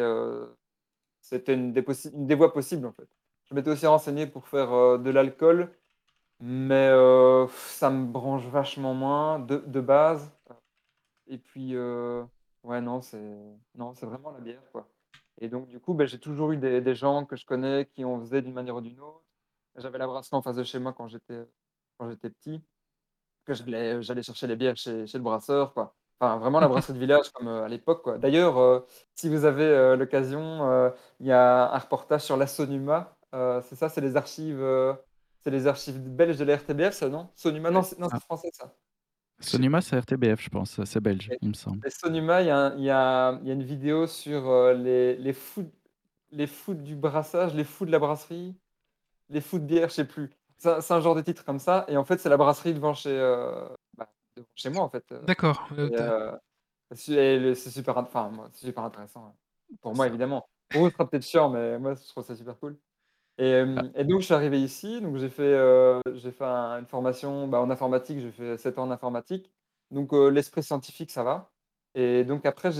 c'était une des voies possibles, en fait. Je m'étais aussi renseigné pour faire, de l'alcool, mais ça me branche vachement moins de base, et puis, ouais, non, c'est vraiment la bière, quoi. Et donc du coup, j'ai toujours eu des gens que je connais qui en faisaient d'une manière ou d'une autre. J'avais la brasserie en face de chez moi quand j'étais petit. Que j'allais chercher les bières chez le brasseur, quoi. Enfin, vraiment la brasserie de village comme, à l'époque, quoi. D'ailleurs, si vous avez, l'occasion, il y a un reportage sur la Sonuma, c'est ça, c'est les archives belges de la RTBF ça, non? Sonuma, non, Ah, c'est français ça. Sonuma, c'est RTBF, je pense, c'est belge, Et il me semble. et Sonuma, il y a une vidéo sur, les fous du brassage, les fous de la brasserie, les fous de bière, je sais plus. c'est un genre de titre comme ça. Et en fait, c'est la brasserie devant chez moi, en fait. D'accord. Et, c'est super, enfin, moi, c'est super intéressant, hein. Pour moi, Ça. évidemment. Pour vous, ce sera peut-être chiant, mais moi, je trouve ça super cool. Ah, Et donc, je suis arrivé ici. Donc, j'ai fait une formation en informatique. J'ai fait 7 ans en informatique. Donc, l'esprit scientifique, ça va. Et donc, après,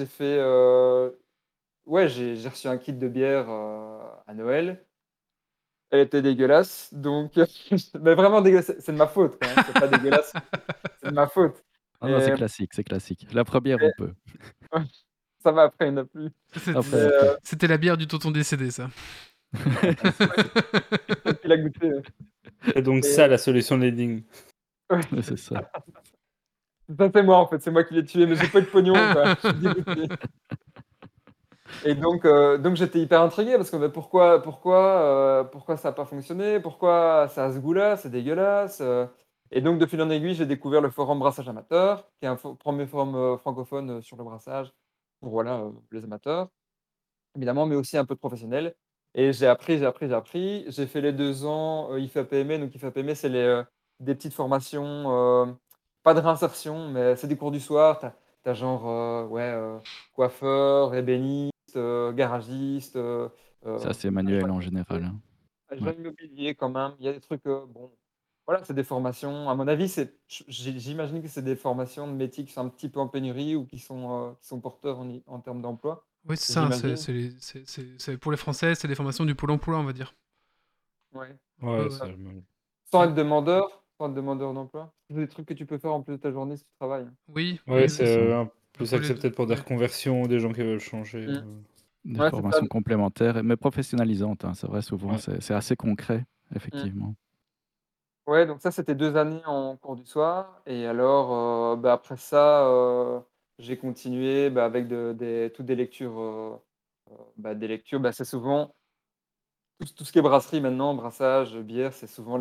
j'ai reçu un kit de bière à Noël. Elle était dégueulasse. Donc, mais vraiment dégueulasse. C'est de ma faute, quoi, hein. C'est pas dégueulasse, c'est de ma faute. ah non, Et, c'est classique. La première, on et- peut. ça va après, il n'y en a plus. C'était Après, Mais, il y a plus. c'était la bière du tonton décédé, ça. peut-être qu'il a goûté. C'est donc Et, ça la solution de l'énigme. ouais, Ouais, c'est ça. ça, c'est moi, en fait. C'est moi qui l'ai tué, mais j'ai pas eu de pognon, quoi. Je suis dégoûté. Et donc j'étais hyper intrigué parce que pourquoi ça n'a pas fonctionné? Pourquoi ça a ce goût-là? C'est dégueulasse. Et donc de fil en aiguille, j'ai découvert le forum Brassage Amateur, qui est un premier forum francophone sur le brassage pour les amateurs, évidemment, mais aussi un peu de professionnels. Et j'ai appris, j'ai appris, j'ai appris. J'ai fait les 2 ans IFAPME. Donc IFAPME, c'est des petites formations, pas de réinsertion, mais c'est des cours du soir. Tu as genre coiffeur, ébéniste, garagiste, C'est assez agent manuel en immobilier, général, hein. agent Ouais. immobilier quand même. Il y a des trucs, bon, voilà, c'est des formations. À mon avis, j'imagine que c'est des formations de métiers qui sont un petit peu en pénurie ou qui sont porteurs en termes d'emploi. Oui, c'est ça. J'imagine. Pour les Français, c'est des formations du Pôle emploi, on va dire. Ouais. Ouais, Ouais, ouais. Sans être demandeur d'emploi. C'est des trucs que tu peux faire en plus de ta journée si tu travailles. Oui, Ouais, oui, C'est oui. ça. un Un plus peu les axé deux. peut-être pour des Ouais. reconversions ou des gens qui veulent changer. Mm. Des Ouais, c'est ça. formations complémentaires, mais professionnalisantes, hein. C'est vrai, souvent, Ouais. c'est assez concret, Mm. effectivement. Ouais, donc ça, c'était 2 années en cours du soir. Et alors, après ça, j'ai continué avec toutes des lectures. Des lectures, c'est souvent tout ce qui est brasserie maintenant, brassage, bière, c'est souvent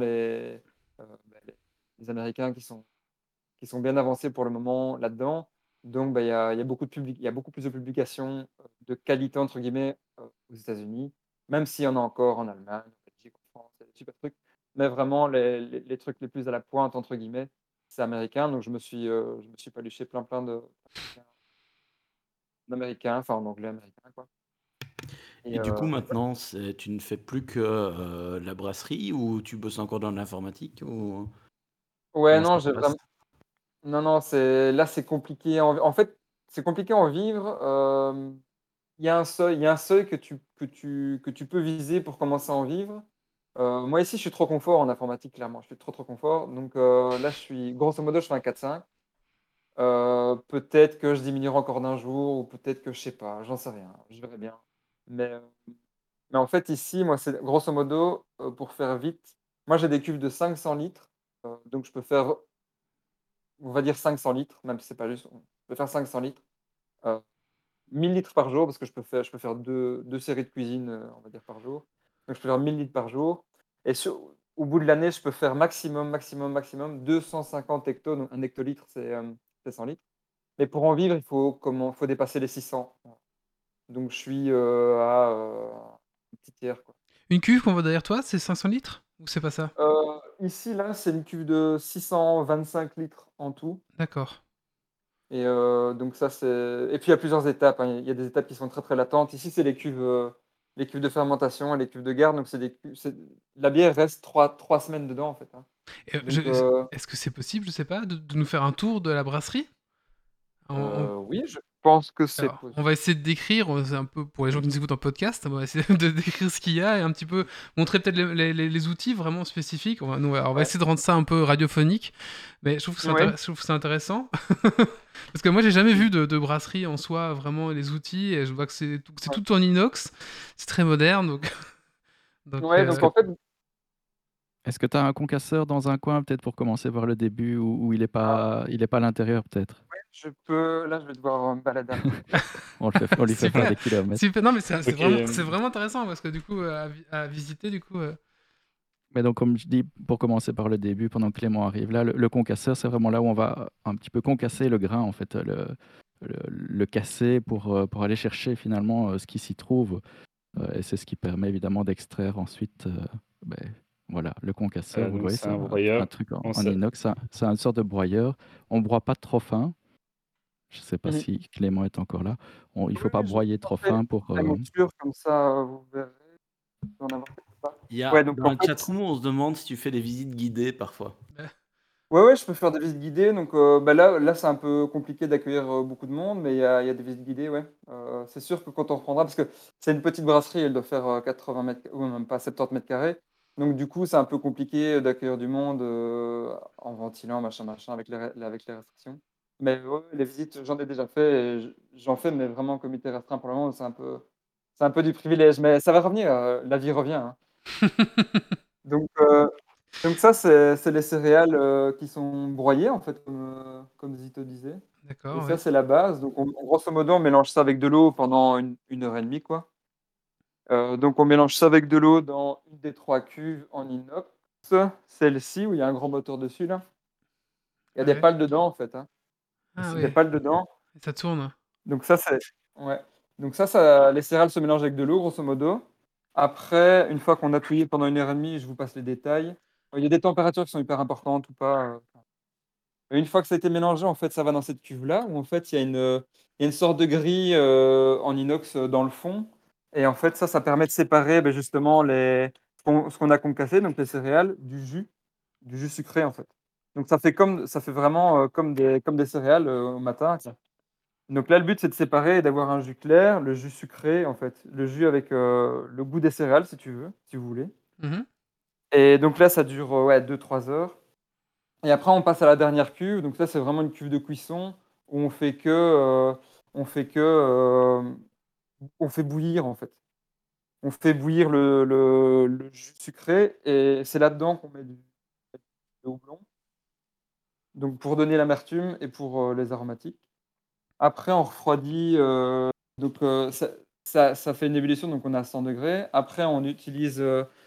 les Américains qui sont bien avancés pour le moment là-dedans. Donc, il y a il y a beaucoup plus de publications de qualité, entre guillemets, aux États-Unis, même s'il y en a encore en Allemagne, en Belgique, en France, il y a des super trucs. Mais vraiment, les trucs les plus à la pointe, entre guillemets, c'est américain. Donc, je me suis paluché plein d'américains, enfin en anglais américain, quoi. Et du coup, Et voilà. maintenant, tu ne fais plus que la brasserie ou tu bosses encore dans l'informatique ou Ouais, comment ça non, se passe? non, non, c'est compliqué. En fait, c'est compliqué à en vivre. Il y a un seuil que tu peux viser pour commencer à en vivre. Moi, ici, je suis trop confort en informatique, clairement. Je suis trop confort. Donc là, grosso modo, je fais un 4-5. Peut-être que je diminuerai encore d'un jour, ou peut-être que je sais pas, j'en sais rien. Je verrai bien. Mais, euh, mais en fait, ici, moi, c'est grosso modo, pour faire vite, moi, j'ai des cuves de 500 litres. Donc, je peux faire, on va dire 500 litres, même si c'est pas juste. Je peux faire 500 litres. euh, 1000 litres par jour, parce que je peux faire deux séries de cuisine, on va dire, par jour. Donc, je peux faire 1000 litres par jour. Et au bout de l'année, je peux faire maximum 250 hectos. Donc, un hectolitre, c'est 100 litres. Mais pour en vivre, faut dépasser les 600. Donc, je suis à un petit tiers, quoi. Une cuve qu'on voit derrière toi, c'est 500 litres? Ou c'est pas ça? Ici, là, c'est une cuve de 625 litres en tout. D'accord. Et donc ça, et puis il y a plusieurs étapes, hein. Il y a des étapes qui sont très très latentes. Ici, c'est les cuves de fermentation et les cuves de garde. Donc la bière reste trois semaines dedans, en fait, hein. Et, Donc est-ce que c'est possible, je sais pas, de nous faire un tour de la brasserie? oui, je pense que c'est Alors, on possible. va essayer de décrire, c'est un peu pour les gens qui nous écoutent en podcast, on va essayer de décrire ce qu'il y a et un petit peu montrer peut-être les outils vraiment spécifiques. On va Ouais. essayer de rendre ça un peu radiophonique, mais je trouve que Ouais. je trouve que c'est intéressant. Parce que moi, j'ai jamais vu de brasserie en soi, vraiment les outils, et je vois que c'est Ouais. tout en inox, c'est très moderne, donc. donc Ouais, Est-ce donc que en fait, est-ce que tu as un concasseur dans un coin, peut-être pour commencer par le début, où ah, il est pas à l'intérieur, peut-être? là, je vais devoir me balader un petit peu. On lui fait faire Super, des kilomètres. super. Non, mais c'est Ok, vraiment, c'est vraiment intéressant parce que du coup, à visiter, du coup. Mais donc, comme je dis, pour commencer par le début, pendant que Clément arrive là, le concasseur, c'est vraiment là où on va un petit peu concasser le grain, en fait, le casser pour aller chercher finalement ce qui s'y trouve. Et c'est ce qui permet évidemment d'extraire ensuite ben, Voilà, le concasseur, vous le Donc voyez, c'est c'est un un broyeur. truc en On en sait. inox, c'est une sorte de broyeur. On broie pas trop fin. Je sais pas Mhm. si Clément est encore là. Il Oui, faut pas oui, je vais broyer vous trop montrer fin pour, la mouture, comme ça, vous verrez. Je vais en avoir quelque part. Il y a Ouais, donc dans en le fait, chatroom, on se demande si tu fais des visites guidées parfois. ouais, je peux faire des visites guidées. Donc là, c'est un peu compliqué d'accueillir beaucoup de monde, mais il y a des visites guidées, ouais. C'est sûr que quand on reprendra, parce que c'est une petite brasserie, elle doit faire 80 mètres, ou même pas 70 mètres carrés. Donc du coup, c'est un peu compliqué d'accueillir du monde en ventilant, machin, avec avec les restrictions. Mais ouais, les visites, j'en ai déjà fait, et j'en fais, mais vraiment en comité restreint pour le moment, c'est un peu du privilège. Mais ça va revenir, la vie revient, hein. Donc, donc ça, c'est les céréales qui sont broyées, en fait, comme Zito disait. Et D'accord, ça, ouais. c'est la base. Donc, grosso modo, on mélange ça avec de l'eau pendant une heure et demie, quoi. Donc, on mélange ça avec de l'eau dans une des 3 cuves en inox. Celle-ci, où il y a un grand moteur dessus, là. Il y a des Ouais. pales dedans, en fait, hein. Ah Des ouais, pales dedans. et ça tourne. Donc ça, c'est ouais. Donc ça, les céréales se mélangent avec de l'eau, grosso modo. Après, une fois qu'on a touillé pendant une heure et demie, je vous passe les détails. Il y a des températures qui sont hyper importantes ou pas. Et une fois que ça a été mélangé, en fait, ça va dans cette cuve-là, où en fait, il y a une sorte de grille en inox dans le fond. Et en fait, ça permet de séparer justement ce qu'on a concassé, donc les céréales, du jus sucré, en fait. Donc ça fait vraiment comme des céréales au matin. Donc là, le but, c'est de séparer et d'avoir un jus clair, le jus sucré, en fait, le jus avec le goût des céréales, si tu veux, si vous voulez. Mhm. Et donc là, ça dure ouais, 2-3 heures. Et après, on passe à la dernière cuve. Donc ça, c'est vraiment une cuve de cuisson où on fait que, on fait bouillir, en fait. On fait bouillir le jus sucré et c'est là-dedans qu'on met du houblon. Donc pour donner l'amertume et pour les aromatiques. Après, on refroidit, donc ça fait une ébullition, donc on est à 100 degrés. Après, on utilise,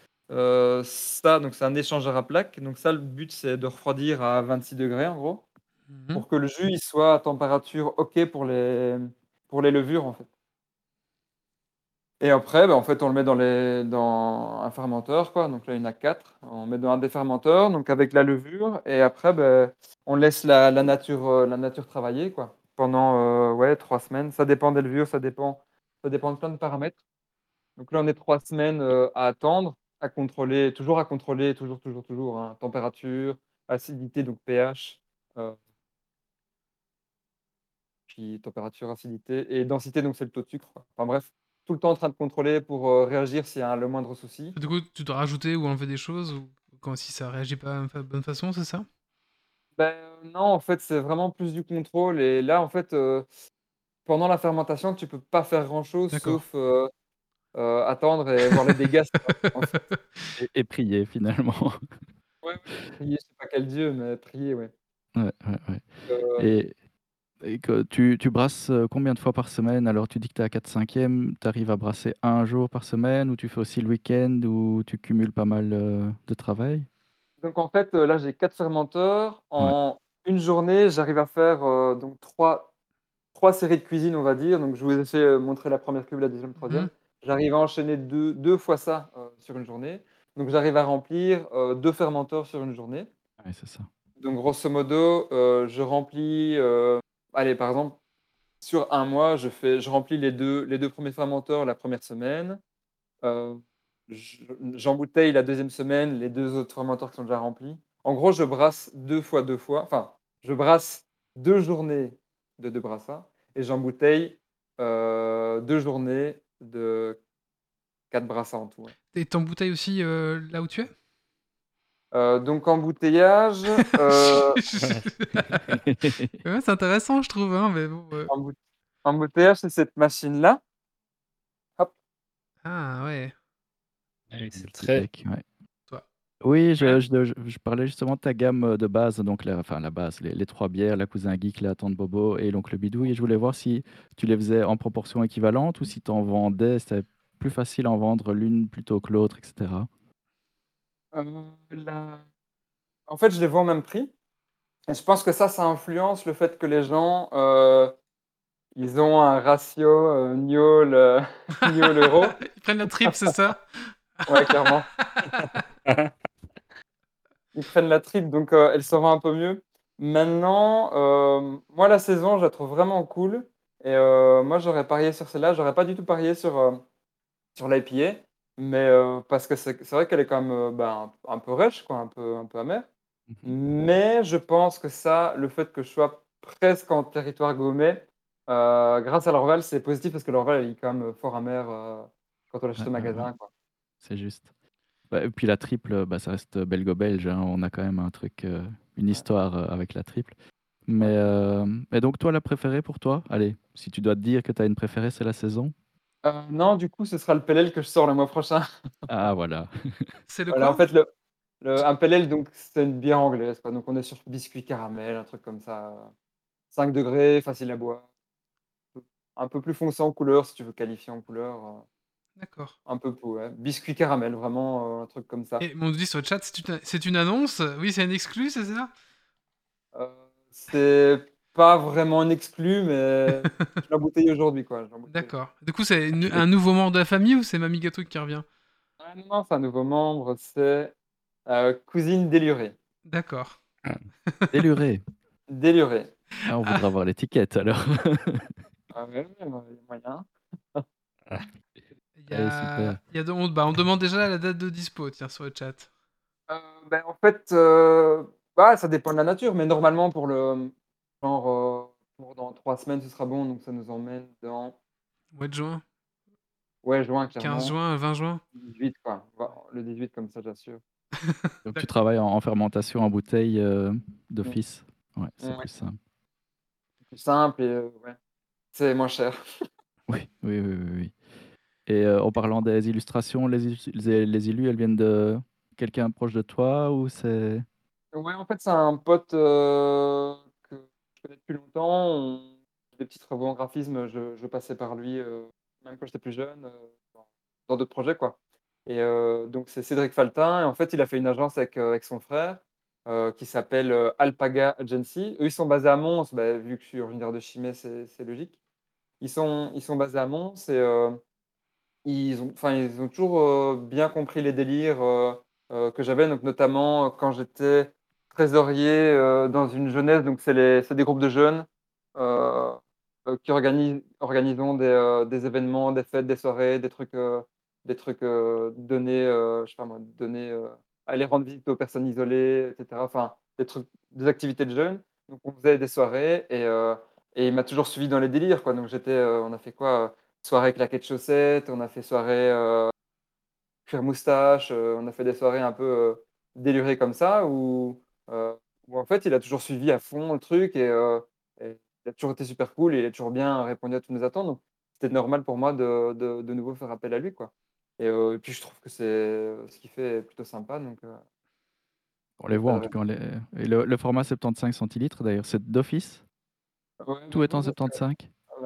ça, donc c'est un échangeur à plaques. Donc ça, le but, c'est de refroidir à 26 degrés, en gros, Mhm. pour que le jus, il soit à température OK pour les levures, en fait. Et après, en fait, on le met dans un fermenteur, quoi. Donc là, il y en a 4. On met dans un des fermenteurs, donc avec la levure. Et après, on laisse la nature travailler, quoi, pendant ouais, 3 semaines. Ça dépend des levures, ça dépend de plein de paramètres. Donc là, on est 3 semaines à attendre, à contrôler, toujours, hein, température, acidité, donc pH, euh, puis température, acidité et densité, donc c'est le taux de sucre, quoi. Enfin bref, tout le temps en train de contrôler pour réagir s'il y a le moindre souci. Du coup, tu dois rajouter ou enlever des choses ou quand si ça réagit pas de la bonne façon, c'est ça? Non, en fait, c'est vraiment plus du contrôle. Et là, en fait, pendant la fermentation, tu peux pas faire grand-chose D'accord. sauf attendre et voir les dégâts. En fait, Et prier finalement. ouais, ouais, prier, je sais pas quel dieu, mais prier, ouais. Ouais, ouais, ouais. Euh, Et et que tu brasses, combien de fois par semaine? Alors tu dis que tu es à 4/5, tu arrives à brasser un jour par semaine ou tu fais aussi le week-end ou tu cumules pas mal, de travail? donc en fait, là, j'ai 4 fermenteurs. Ouais, En une journée, j'arrive à faire donc 3 séries de cuisine, on va dire. Donc je vous ai fait montrer la première cuve, la deuxième, la Mhm. troisième. J'arrive à enchaîner deux fois ça sur une journée. Donc j'arrive à remplir 2 fermenteurs sur une journée. ouais, c'est ça. Donc grosso modo, je remplis, allez, par exemple, sur un mois, je remplis les 2 premiers fermenteurs la première semaine, heu, j'embouteille la deuxième semaine, les 2 autres fermenteurs qui sont déjà remplis. En gros, je brasse 2 fois, enfin, je brasse 2 journées de 2 brassards et j'embouteille 2 journées de 4 brassards en tout, ouais. Et t'embouteilles aussi là où tu es? Donc embouteillage, Ouais, c'est intéressant, je trouve, hein, mais bon. embout embouteillage, c'est cette machine-là. Hop. Ah ouais, Ah oui, c'est Petit très. bec, ouais. toi. Oui, Ouais. je parlais justement de ta gamme, de base, donc la base, les 3 bières, la Cousin Geek, la Tante Bobo et l'Oncle Bidouille et je voulais voir si tu les faisais en proportion équivalente ou si tu en vendais, c'était plus facile à en vendre l'une plutôt que l'autre et cetera? La En fait, je les vends au même prix et je pense que ça influence le fait que les gens, ils ont un ratio, gnôle, gnôle euro. Ils prennent la trip, c'est ça? Ouais, clairement. ils prennent la triple, donc elle se vend un peu mieux. Maintenant, moi, la saison, je la trouve vraiment cool. Et moi, j'aurais parié sur celle-là. J'aurais pas du tout parié sur l'IPA, mais parce que c'est vrai qu'elle est quand même un peu rêche, quoi, un peu amère. Mhm. Mais je pense que ça, le fait que je sois presque en territoire gourmet, grâce à l'Orval, c'est positif parce que l'Orval, elle est quand même fort amer quand on l'achète Ouais, au ouais, ouais, magasin, quoi. c'est juste. Bah, et puis la triple, bah, ça reste belgo-belge, hein. On a quand même un truc, une Ouais, histoire avec la triple. ouais. Mais donc toi, la préférée pour toi? Allez, si tu dois te dire que tu as une préférée, c'est la saison? Non, du coup, ce sera le PLL que je sors le mois prochain. Ah voilà. C'est le Voilà, en quoi? fait, un PLL, donc c'est une bière anglaise, quoi. Donc on est sur biscuit caramel, un truc comme ça, 5 degrés, facile à boire, un peu plus foncé en couleur, si tu veux qualifier en couleur, D'accord. un peu ouais, biscuit caramel, vraiment, un truc comme ça. Et on nous dit sur le chat, c'est une annonce? Oui, c'est un exclu, c'est ça? C'est pas vraiment un exclu, mais je l'ai embouteillé aujourd'hui, quoi, je l'ai embouteillé aujourd'hui. D'accord. Du coup, c'est Ah, tu un l'es nouveau membre de la famille ou c'est Mamie Gâteau qui revient? Ah non, c'est un nouveau membre, c'est, Cousine Délurée. D'accord. déluré. Délurée. Ah, on Ah, voudra voir l'étiquette alors. Ah ouais, ouais, il y a moyen. Ah, Allez, super. on demande déjà la date de dispo, tiens, sur le chat. En fait, ça dépend de la nature, mais normalement genre, pour dans 3 semaines, ce sera bon, donc ça nous emmène dans, Mois de juin, ouais, juin 15 clairement, juin, 20 juin. 18 quoi. Le 18 comme ça, j'assure. Donc tu D'accord. travailles en fermentation en bouteille Mmh. d'office. Ouais, c'est Ouais, plus simple. c'est plus simple et ouais, c'est moins cher. Oui, oui, oui, oui, oui. Et en parlant des illustrations, les illus, elles viennent de quelqu'un proche de toi ou c'est... Ouais, en fait, c'est un pote, que je connais depuis longtemps. Des petits travaux en graphisme, je passais par lui, même quand j'étais plus jeune, dans d'autres projets, quoi. Et donc c'est Cédric Faltin et en fait, il a fait une agence avec son frère, qui s'appelle, Alpaga Agency. Eux, ils sont basés à Mons, vu que je suis originaire de Chimay, c'est logique. Ils sont basés à Mons et ils ont toujours, bien compris les délires, que j'avais, donc notamment, quand j'étais trésorier, dans une jeunesse, donc c'est des groupes de jeunes, heu qui organisons des événements, des fêtes, des soirées, des trucs, donnés, je sais pas moi, donnés, aller rendre visite aux personnes isolées et cetera, enfin des trucs, des activités de jeunes. Donc on faisait des soirées et il m'a toujours suivi dans les délires, quoi. Donc on a fait quoi? Soirée claquettes chaussettes, on a fait soirée, cuir moustache, on a fait des soirées un peu, délurées comme ça où en fait, il a toujours suivi à fond le truc et il a toujours été super cool et il a toujours bien répondu à toutes mes attentes, donc c'était normal pour moi de nouveau faire appel à lui, quoi. Et puis je trouve que ce qu'il fait est plutôt sympa, donc On il y les a pas voit de en tout raison. cas. Et le format 75 centilitres d'ailleurs, c'est d'office? Ouais, Tout est en non, parce que 75?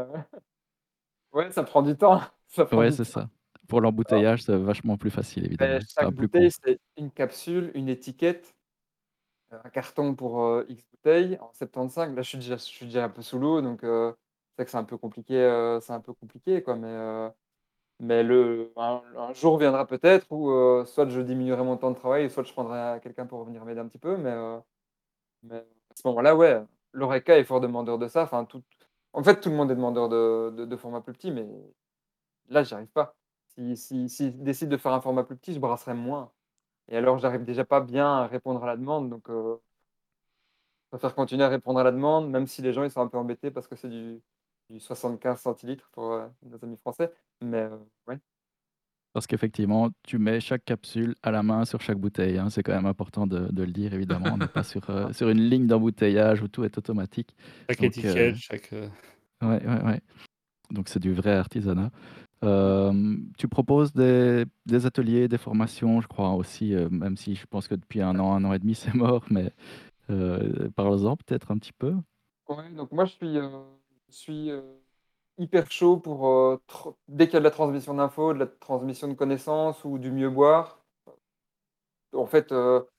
ouais, ça prend du temps, ça prend Ouais, du c'est temps. ça. Pour l'embouteillage, c'est vachement plus facile évidemment. Chaque Enfin, plus bouteille, con. c'est une capsule, une étiquette. Un carton pour, X bouteilles en 75. Là, je suis déjà un peu sous l'eau, donc c'est vrai que c'est un peu compliqué, quoi, mais un jour viendra peut-être où, soit je diminuerai mon temps de travail, soit je prendrai quelqu'un pour venir m'aider un petit peu, mais à ce moment-là, ouais, l'ORECA est fort demandeur de ça. Enfin, en fait, tout le monde est demandeur de formats plus petits, mais là, j'y arrive pas. S'ils décident de faire un format plus petit, je brasserai moins et alors j'arrive déjà pas bien à répondre à la demande, donc je préfère continuer à répondre à la demande, même si les gens ils sont un peu embêtés parce que c'est du 75 centilitres pour, nos amis français. Mais, ouais. Parce qu'effectivement, tu mets chaque capsule à la main sur chaque bouteille, hein. C'est quand même important de le dire évidemment. On n'est pas sur, Ah, sur une ligne d'embouteillage où tout est automatique. chaque Donc étiquette, chaque. ouais, ouais, ouais. Donc c'est du vrai artisanat. mmh. Tu proposes des ateliers, des formations, je crois aussi, même si je pense que depuis un an et demi, c'est mort, mais parle-en peut-être un petit peu? Ouais, donc moi je suis hyper chaud pour, dès qu'il y a de la transmission d'infos, de la transmission de connaissances ou du mieux boire, en fait,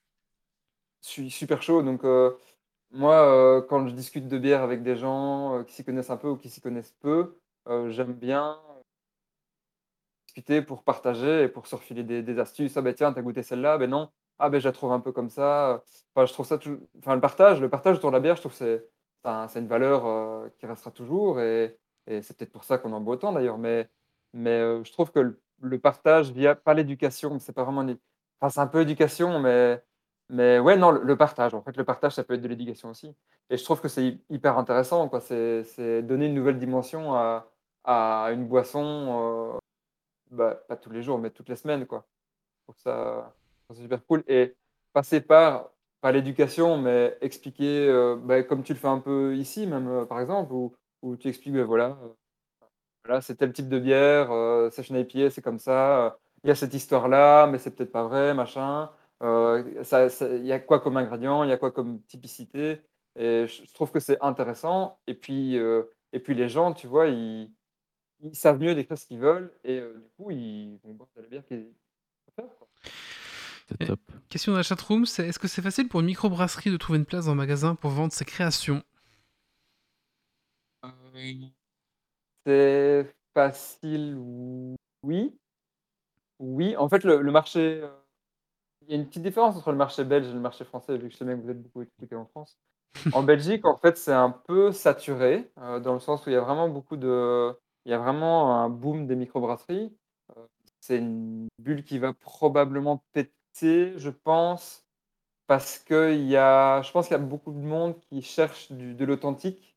je suis super chaud donc, moi, quand je discute de bière avec des gens, qui s'y connaissent un peu ou qui s'y connaissent peu, j'aime bien discuter pour partager et pour se refiler des astuces. «Ah ben tiens, tu as goûté celle-là? Ben non». ah ben je la trouve un peu comme ça. Enfin, je trouve ça enfin, le partage autour de la bière, je trouve que c'est une valeur qui restera toujours et c'est peut-être pour ça qu'on en boit autant d'ailleurs. Mais je trouve que le partage via, pas l'éducation, c'est pas vraiment enfin, c'est un peu éducation, mais ouais, non, le partage. En fait, le partage, ça peut être de l'éducation aussi. Et je trouve que c'est hyper intéressant, quoi. C'est donner une nouvelle dimension à une boisson, bah, pas tous les jours, mais toutes les semaines, quoi. Je trouve ça c'est super cool et passer par pas l'éducation, mais expliquer, bah, comme tu le fais un peu ici même, par exemple, où tu expliques, beh, voilà, c'est tel type de bière, session IPA, c'est comme ça, il y a cette histoire-là, mais c'est peut-être pas vrai, machin. Il y a quoi comme ingrédient? Il y a quoi comme typicité? Et je trouve que c'est intéressant et puis les gens, tu vois, ils savent mieux décrire ce qu'ils veulent et du coup, ils vont boire de la bière qu'ils préfèrent, quoi. C'est Et top. question dans la chatroom, c'est est-ce que c'est facile pour une microbrasserie de trouver une place dans le magasin pour vendre ses créations? Heu, c'est facile, oui. Oui, en fait, le marché, il y a une petite différence entre le marché belge et le marché français, vu que je sais bien que vous êtes beaucoup écoutés en France. En Belgique, en fait, c'est un peu saturé, dans le sens où il y a vraiment un boom des microbrasseries. Heu, c'est une bulle qui va probablement péter, je pense, parce je pense qu'il y a beaucoup de monde qui cherche de l'authentique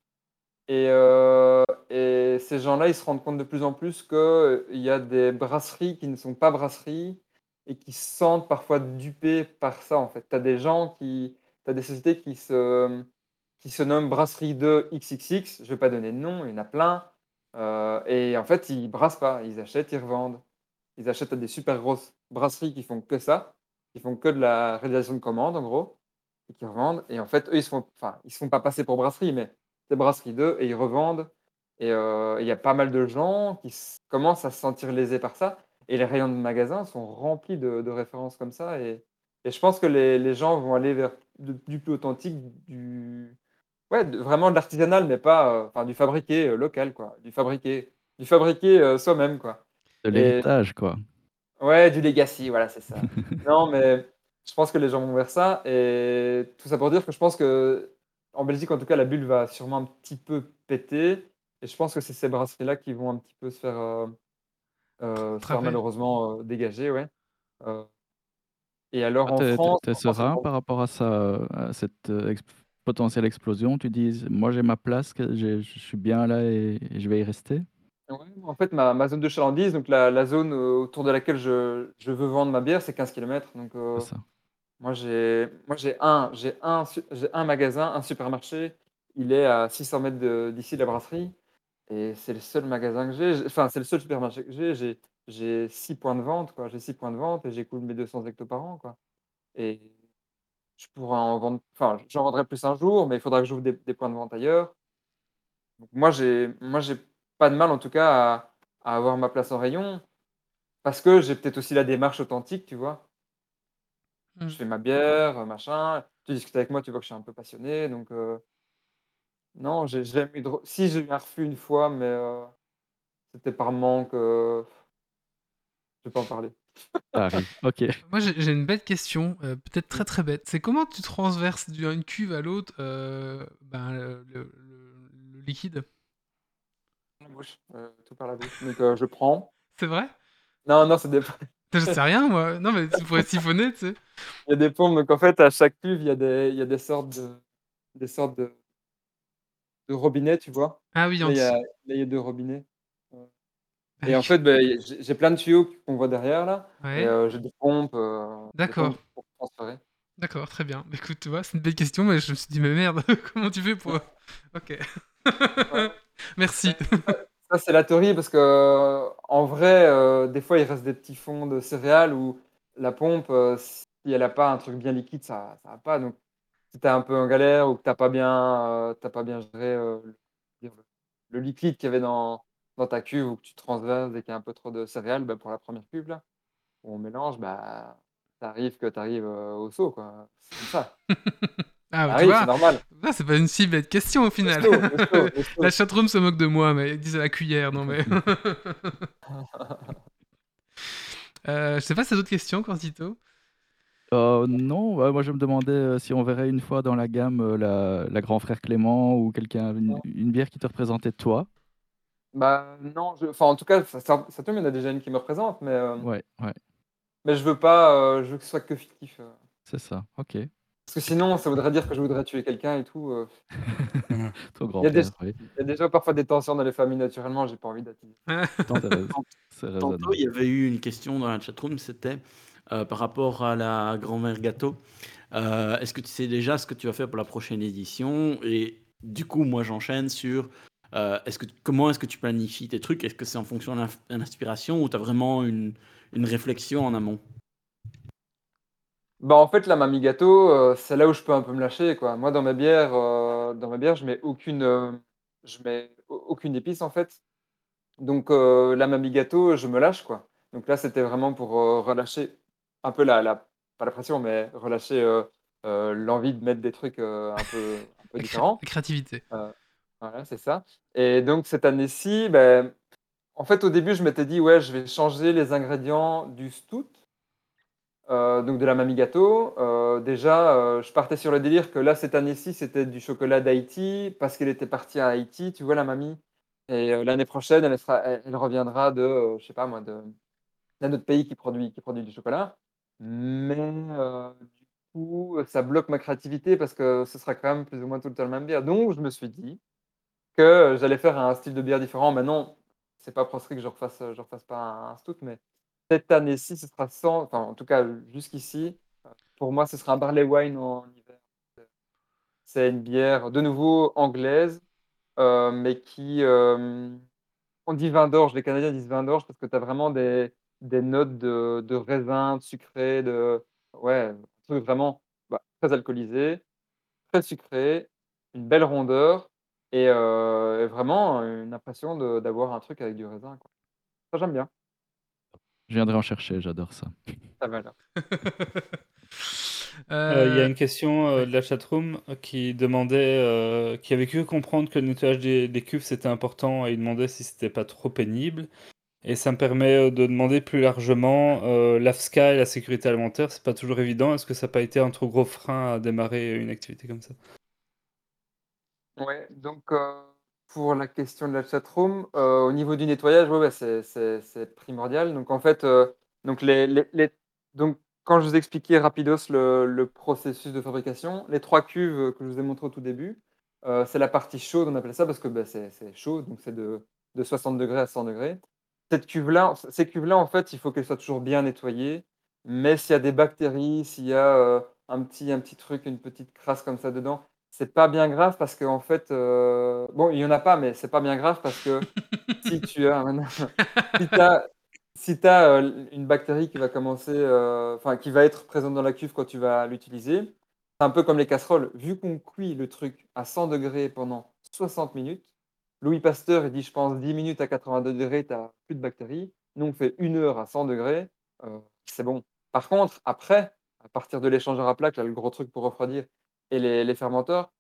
et ces gens-là, ils se rendent compte de plus en plus qu'il y a des brasseries qui ne sont pas brasseries et qui se sentent parfois dupées par ça, en fait. Tu as des sociétés qui se nomment Brasserie de XXX, je ne vais pas donner de nom, il y en a plein, et en fait, ils brassent pas, ils achètent, ils revendent. Ils achètent à des super grosses brasseries qui font que ça, qui font que de la réalisation de commandes, en gros, et qui revendent et en fait, eux, ils se font pas passer pour brasserie, mais c'est brasserie d'eux et ils revendent et il y a pas mal de gens qui commencent à se sentir lésés par ça et les rayons de magasins sont remplis de références comme ça et je pense que les gens vont aller vers du plus authentique, ouais, vraiment de l'artisanal, mais pas, enfin du fabriqué, local, quoi, du fabriqué, soi-même, quoi De et l'héritage, quoi. ouais, du legacy, voilà, c'est ça. Non, mais je pense que les gens vont vers ça et tout ça pour dire que je pense qu'en Belgique, en tout cas, la bulle va sûrement un petit peu péter et je pense que c'est ces brasseries-là qui vont un petit peu se faire Travers. malheureusement, dégager, ouais. Heu et alors Toi, en France tu es en France, c'est serein trop par rapport à ça, à cette, potentielle explosion? Tu dis: «Moi, j'ai ma place, que je suis bien là et je vais y rester»? ouais, en fait, ma zone de chalandise, donc la zone, autour de laquelle je veux vendre ma bière, c'est 15 kilomètres donc C'est ça. j'ai un magasin, un supermarché, il est à 600 mètres d'ici la brasserie et c'est le seul magasin que enfin, c'est le seul supermarché que j'ai 6 points de vente, quoi. J'ai 6 points de vente et j'écoule mes 200 hectos par an, quoi et je pourrais en vendre enfin, j'en vendrai plus un jour, mais il faudra que j'ouvre des points de vente ailleurs. Donc moi j'ai pas de mal en tout cas à avoir ma place en rayon parce que j'ai peut-être aussi la démarche authentique, tu vois? Je Mmh. fais ma bière, machin. Tu discutes avec moi, tu vois que je suis un peu passionné, donc non, j'ai jamais eu de re si j'ai eu un refus une fois, mais c'était par manque, je vais pas en parler. Ça arrive. OK. Moi, j'ai une bête question, peut-être Mmh. très très bête. C'est comment tu transverses d'une cuve à l'autre ben, le liquide? La bouche, tout par la bouche, donc je prends. C'est vrai? Non, non, c'est des Je sais rien, moi. Non, mais tu pourrais siphonner, tu sais. il y a des pompes, donc en fait, à chaque cuve, il y a des sortes de robinets, tu vois? Ah oui, Là, en dessous. il y a 2 robinets, heu Ah et en oui. fait, beh, j'ai plein de tuyaux qu'on voit derrière là et Ouais. j'ai des D'accord. pompes pour transférer. D'accord, très bien. Bah, écoute, tu vois, c'est une belle question, mais je me suis dit: «Mais merde, comment tu fais pour, OK. Ouais. Merci. Ouais, ça c'est la théorie parce qu'en vrai, des fois, il reste des petits fonds de céréales où la pompe, si elle a pas un truc bien liquide, ça va pas donc si tu es un peu en galère ou que tu pas bien géré, le liquide qu'il y avait dans ta cuve ou que tu transvases et qu'il y a un peu trop de céréales, bah, pour la première cuve là, où on mélange, bah, ça arrive que tu arrives, au seau quoi. C'est comme ça. Ah Ça bah, tu arrive, c'est vois? normal. Ah, c'est pas une si bête question au Le final. seau, le seau, le La seau. chatroom se moque de moi, mais ils disent à la cuillère, non mais je sais pas si tu as d'autres questions, Corsito? Non, bah, moi je me demandais, si on verrait une fois dans la gamme, la Grand Frère Clément ou quelqu'un une bière qui te représentait toi. Bah, non, enfin, en tout cas, ça tombe, il y en a déjà une qui me représente, Ouais, ouais, mais je veux pas, je veux que ce soit que fictif. c'est ça, OK. Parce que sinon, ça voudrait dire que je voudrais tuer quelqu'un et tout. Ton Il y a des grand-père, oui, il y a déjà parfois des tensions dans les familles naturellement, j'ai pas envie d'attiser. Tant- c'est rais tant- c'est Tantôt, raisonnable. il y avait eu une question dans la chatroom, c'était par rapport à la grand-mère gâteau. Est-ce que tu sais déjà ce que tu vas faire pour la prochaine édition? Et du coup, moi, j'enchaîne sur comment est-ce que tu planifies tes trucs? Est-ce que c'est en fonction de l'inspiration ou tu as vraiment une réflexion en amont? Bah, en fait, la Mamie Gâteau, c'est là où je peux un peu me lâcher, quoi. Moi, dans ma bière, je mets aucune épice, en fait. Donc la Mamie Gâteau, je me lâche, quoi. Donc là, c'était vraiment pour, relâcher un peu la pas la pression, mais relâcher, l'envie de mettre des trucs, un peu différents. La créativité. Heu, voilà, c'est ça. Et donc cette année-ci, beh, en fait, au début, je m'étais dit: «Ouais, je vais changer les ingrédients du stout». Donc de la Mamie Gâteau, déjà, je partais sur le délire que là, cette année-ci, c'était du chocolat d'Haïti parce qu'elle était partie à Haïti, tu vois, la mamie? Et l'année prochaine, elle reviendra de, je sais pas moi, d'un autre pays qui produit du chocolat. Mais du coup, ça bloque ma créativité parce que ce sera quand même plus ou moins tout le temps la même bière. Donc je me suis dit que j'allais faire un style de bière différent. Maintenant, c'est pas proscrit que je refasse pas un stout, mais cette année-ci, ce sera sans, enfin, en tout cas, jusqu'ici, pour moi, ce sera un barley wine en hiver. C'est une bière, de nouveau anglaise, mais on dit vin d'orge, les Canadiens disent vin d'orge parce que tu as vraiment des notes de raisin, de sucré, ouais, un truc vraiment, bah, très alcoolisé, très sucré, une belle rondeur et vraiment une impression d'avoir un truc avec du raisin, quoi. Ça, j'aime bien. Je viendrai en chercher, j'adore ça. Ça va là. Il y a Euh, une question oui. de la chatroom qui demandait, qui avait cru comprendre que le nettoyage des cuves c'était important et il demandait si c'était pas trop pénible. Et ça me permet de demander plus largement, l'AFSCA et la sécurité alimentaire, c'est pas toujours évident. Est-ce que ça n'a pas été un trop gros frein à démarrer une activité comme ça? Ouais, donc pour la question de la chatroom, au niveau du nettoyage, ouais, ouais, c'est primordial. Donc en fait, donc donc quand je vous expliquais rapidos le processus de fabrication, les 3 cuves, que je vous ai montré au tout début, c'est la partie chaude, on appelle ça parce que, bah, c'est chaud, donc c'est de 60 à 100 degrés. Ces cuves-là, en fait, il faut qu'elles soient toujours bien nettoyées, mais s'il y a des bactéries, s'il y a, un petit truc, une petite crasse comme ça dedans, c'est pas bien grave parce qu'en fait, bon, il y en a pas, mais c'est pas bien grave parce que si tu as si tu as si tu as, une bactérie qui va commencer, enfin qui va être présente dans la cuve quand tu vas l'utiliser, c'est un peu comme les casseroles. Vu qu'on cuit le truc à 100 degrés pendant 60 minutes, Louis Pasteur, il dit: «Je pense 10 minutes à 82 degrés, tu as plus de bactéries». Nous, on fait 1 heure à 100 degrés, c'est bon. Par contre, après, à partir de l'échangeur à plaques, là, le gros truc pour refroidir et les fermenteurs,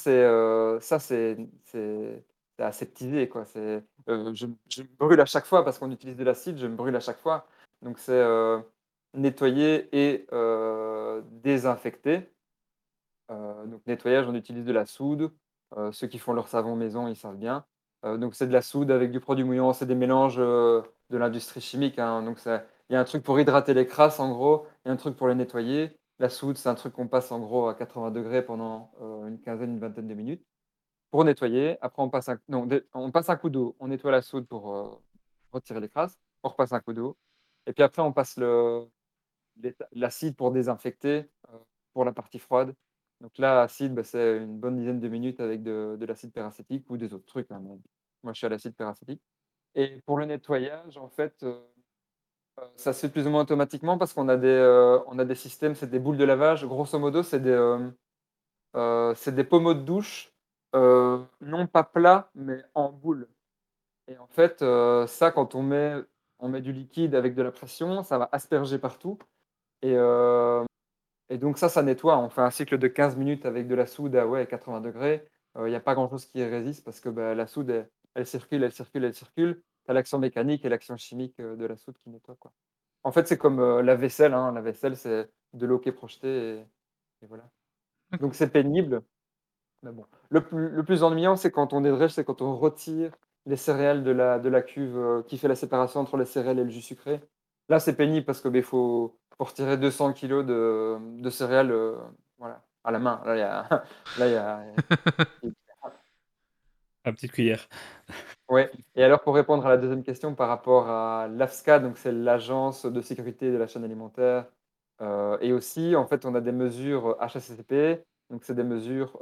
c'est aseptisé, quoi. Je me brûle à chaque fois parce qu'on utilise de l'acide, je me brûle à chaque fois. Donc c'est, nettoyer et désinfecter. Donc nettoyage, on utilise de la soude. Ceux qui font leur savon maison, ils savent bien. Donc c'est de la soude avec du produit mouillant, c'est des mélanges, de l'industrie chimique, hein. Donc il y a un truc pour hydrater les crasses en gros, et un truc pour les nettoyer. La soude, c'est un truc qu'on passe en gros à 80 degrés pendant, une quinzaine, une vingtaine de minutes pour nettoyer. Après on passe un non, dé on passe un coup d'eau, on nettoie la soude pour, retirer les crasses, on repasse un coup d'eau et puis après on passe l'acide pour désinfecter, pour la partie froide. Donc là, acide, bah, c'est une bonne dizaine de minutes avec de l'acide peracétique ou des autres trucs, hein, mais moi je suis à l'acide peracétique et pour le nettoyage, en fait, ça se fait plus ou moins automatiquement parce qu'on a des systèmes, c'est des boules de lavage. Grosso modo, c'est des pommeaux de douche, non pas plats, mais en boule et en fait, ça quand on met du liquide avec de la pression, ça va asperger partout et et donc ça nettoie. On fait un cycle de 15 minutes avec de la soude à ouais 80 degrés. Il y a pas grand chose qui y résiste parce que, bah, la soude elle circule, elle circule, elle circule. Tu as l'action mécanique et l'action chimique, de la soude qui nettoie, quoi. En fait, c'est comme, la vaisselle, hein. La vaisselle, c'est de l'eau qui est projetée et voilà. D'accord. Donc c'est pénible, mais bon. Le plus ennuyant, c'est quand on dédrèche, c'est quand on retire les céréales de la cuve, qui fait la séparation entre les céréales et le jus sucré. Là, c'est pénible parce que, beh, faut retirer 200 kilogrammes de céréales, voilà, à la main. Là, il y a là, il À petite cuillère. ouais et alors pour répondre à la deuxième question par rapport à l'AFSCA, donc c'est l'Agence de sécurité de la chaîne alimentaire, et aussi en fait on a des mesures, HACCP, donc c'est des mesures,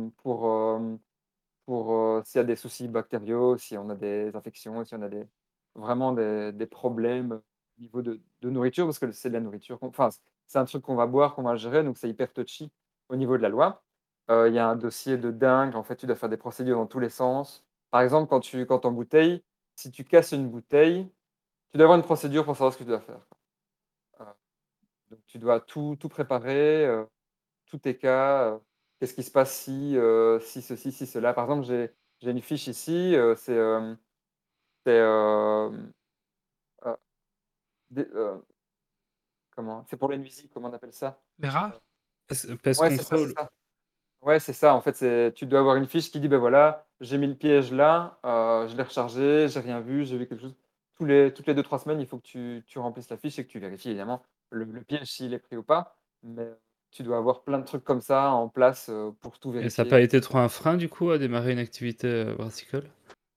pour, s'il y a des soucis bactériaux, si on a des infections, si on a vraiment des problèmes au niveau de nourriture, parce que c'est de la nourriture enfin, c'est un truc qu'on va boire, qu'on va gérer, donc c'est hyper touchy au niveau de la loi. Il y a un dossier de dingue, en fait, tu dois faire des procédures dans tous les sens. Par exemple, quand tu embouteilles, si tu casses une bouteille, tu dois avoir une procédure pour savoir ce que tu dois faire. Heu, donc tu dois tout préparer, tous tes cas, qu'est-ce qui se passe si ceci, si cela. Par exemple, j'ai une fiche ici, c'est, heu, des comment? C'est pour les nuisibles, comment on appelle ça? Les rats? Heu, Pest ouais, c'est ça, c'est control. ça. Ouais, c'est ça, en fait, c'est tu dois avoir une fiche qui dit: «Ben voilà, j'ai mis le piège là, je l'ai rechargé, j'ai rien vu, j'ai vu quelque chose». Toutes les 2-3 semaines, il faut que tu remplisses la fiche et que tu vérifies évidemment le piège s'il est pris ou pas. Mais, tu dois avoir plein de trucs comme ça en place, pour tout Et ça a vérifier, pas quoi. été trop un frein, du coup, à démarrer une activité, brassicole?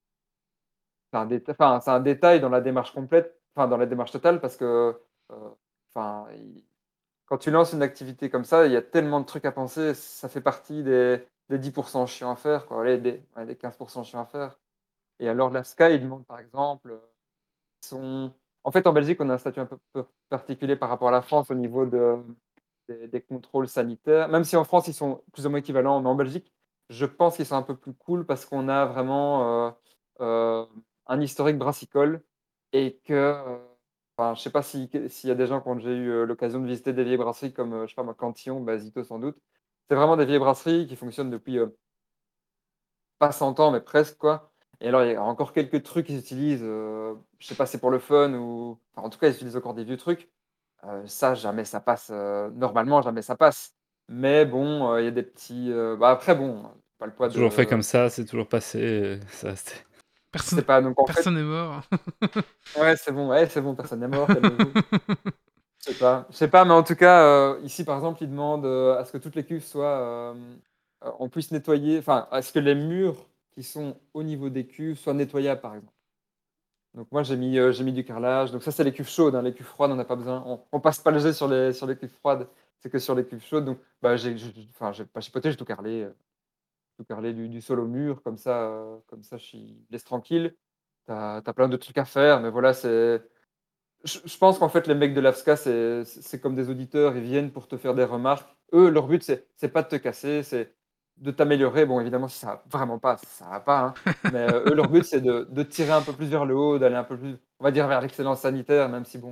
C'est un détail dans la démarche complète, enfin dans la démarche totale parce que, enfin, i quand tu lances une activité comme ça, il y a tellement de trucs à penser, ça fait partie des 10 chiants à faire, quoi, allez, des 15 chiants à faire. Et alors la SCA, ils demandent par exemple, sont en fait, en Belgique, on a un statut un peu particulier par rapport à la France au niveau des contrôles sanitaires. Même si en France, ils sont plus ou moins équivalents, mais en Belgique, je pense qu'ils sont un peu plus cool parce qu'on a vraiment, un historique brassicole et que, enfin, je sais pas s'il y a des gens qui ont déjà eu, l'occasion de visiter des vieilles brasseries comme, je sais pas moi, Cantillon, Zito sans doute. C'est vraiment des vieilles brasseries qui fonctionnent depuis, pas 100 ans, mais presque quoi. Et alors il y a encore quelques trucs qu'ils utilisent, je sais pas si c'est pour le fun ou enfin, en tout cas, ils utilisent encore des vieux trucs. Ça, jamais ça passe, normalement, jamais ça passe. Mais bon, il y a des petits, bah, après bon, pas le poids C'est toujours fait de comme ça, c'est toujours passé, ça c'est c'est Personne pas donc en fait personne n'est mort. ouais, c'est bon, personne n'est mort, calmez-vous. Je sais pas, mais en tout cas, ici, par exemple, ils demandent, à ce que toutes les cuves soient, on puisse nettoyer enfin, à ce que les murs qui sont au niveau des cuves soient nettoyables, par exemple. Donc moi, j'ai mis du carrelage. Donc ça, c'est les cuves chaudes, hein. Les cuves froides, on n'a pas besoin. On passe pas le jet sur les cuves froides. C'est que sur les cuves chaudes. Donc, bah, enfin, j'ai pas chipoté, j'ai tout carrelé du sol au mur. Comme ça, je laisse tranquille. T'as as plein de trucs à faire, mais voilà, c'est. Je pense qu'en fait, les mecs de l'AFSCA, c'est comme des auditeurs. Ils viennent pour te faire des remarques. Eux, leur but, c'est pas de te casser, c'est de t'améliorer. Bon, évidemment, si ça va vraiment pas, ça va pas, hein. Mais, eux, leur but, c'est de te tirer un peu plus vers le haut, d'aller un peu plus, on va dire, vers l'excellence sanitaire, même si bon,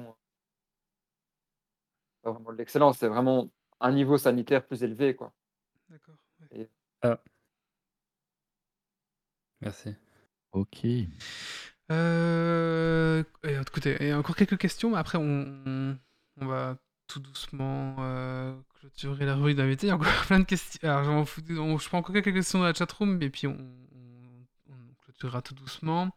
pas vraiment de l'excellence, c'est vraiment un niveau sanitaire plus élevé, quoi. D'accord, ouais. Et ah, merci. OK. Et écoutez, il y a encore quelques questions, mais après on va tout doucement, clôturer la rubrique d'invités. Il y a encore plein de questions. Alors je prends encore quelques questions dans la chatroom et puis on clôturera tout doucement.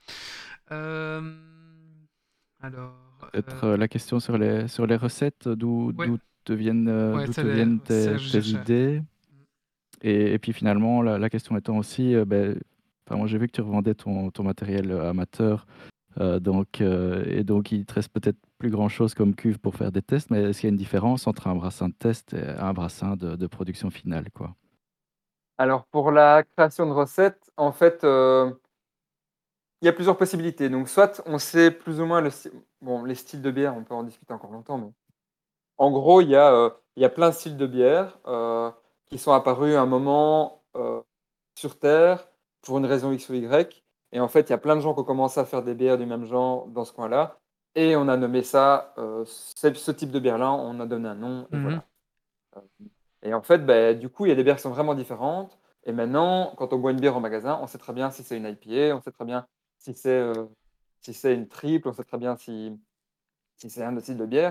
Alors, Peut-être la question sur les recettes, ouais, ouais, d'où ça te l'est, viennent c'est ça que je tes cherchais. idées? Et puis finalement, la question étant aussi, enfin, moi j'ai vu que tu revendais ton matériel amateur, et donc il te reste peut-être plus grand-chose comme cuve pour faire des tests, mais est-ce qu'il y a une différence entre un brassin de test et un brassin de production finale, quoi? alors pour la création de recettes, en fait, il y a plusieurs possibilités. Donc soit on sait plus ou moins les styles de bière, on peut en discuter encore longtemps, mais en gros, il y a plein de styles de bière, qui sont apparus à un moment, sur terre pour une raison X ou Y. Et en fait, il y a plein de gens qui ont commencé à faire des bières du même genre dans ce coin-là et on a nommé ça, ce type de bière-là, on a donné un nom et Mmh. voilà. Heu et en fait, beh, du coup, il y a des bières qui sont vraiment différentes et maintenant, quand on boit une bière au magasin, on sait très bien si c'est une IPA, on sait très bien si c'est, si c'est une triple, on sait très bien si c'est un autre style de bière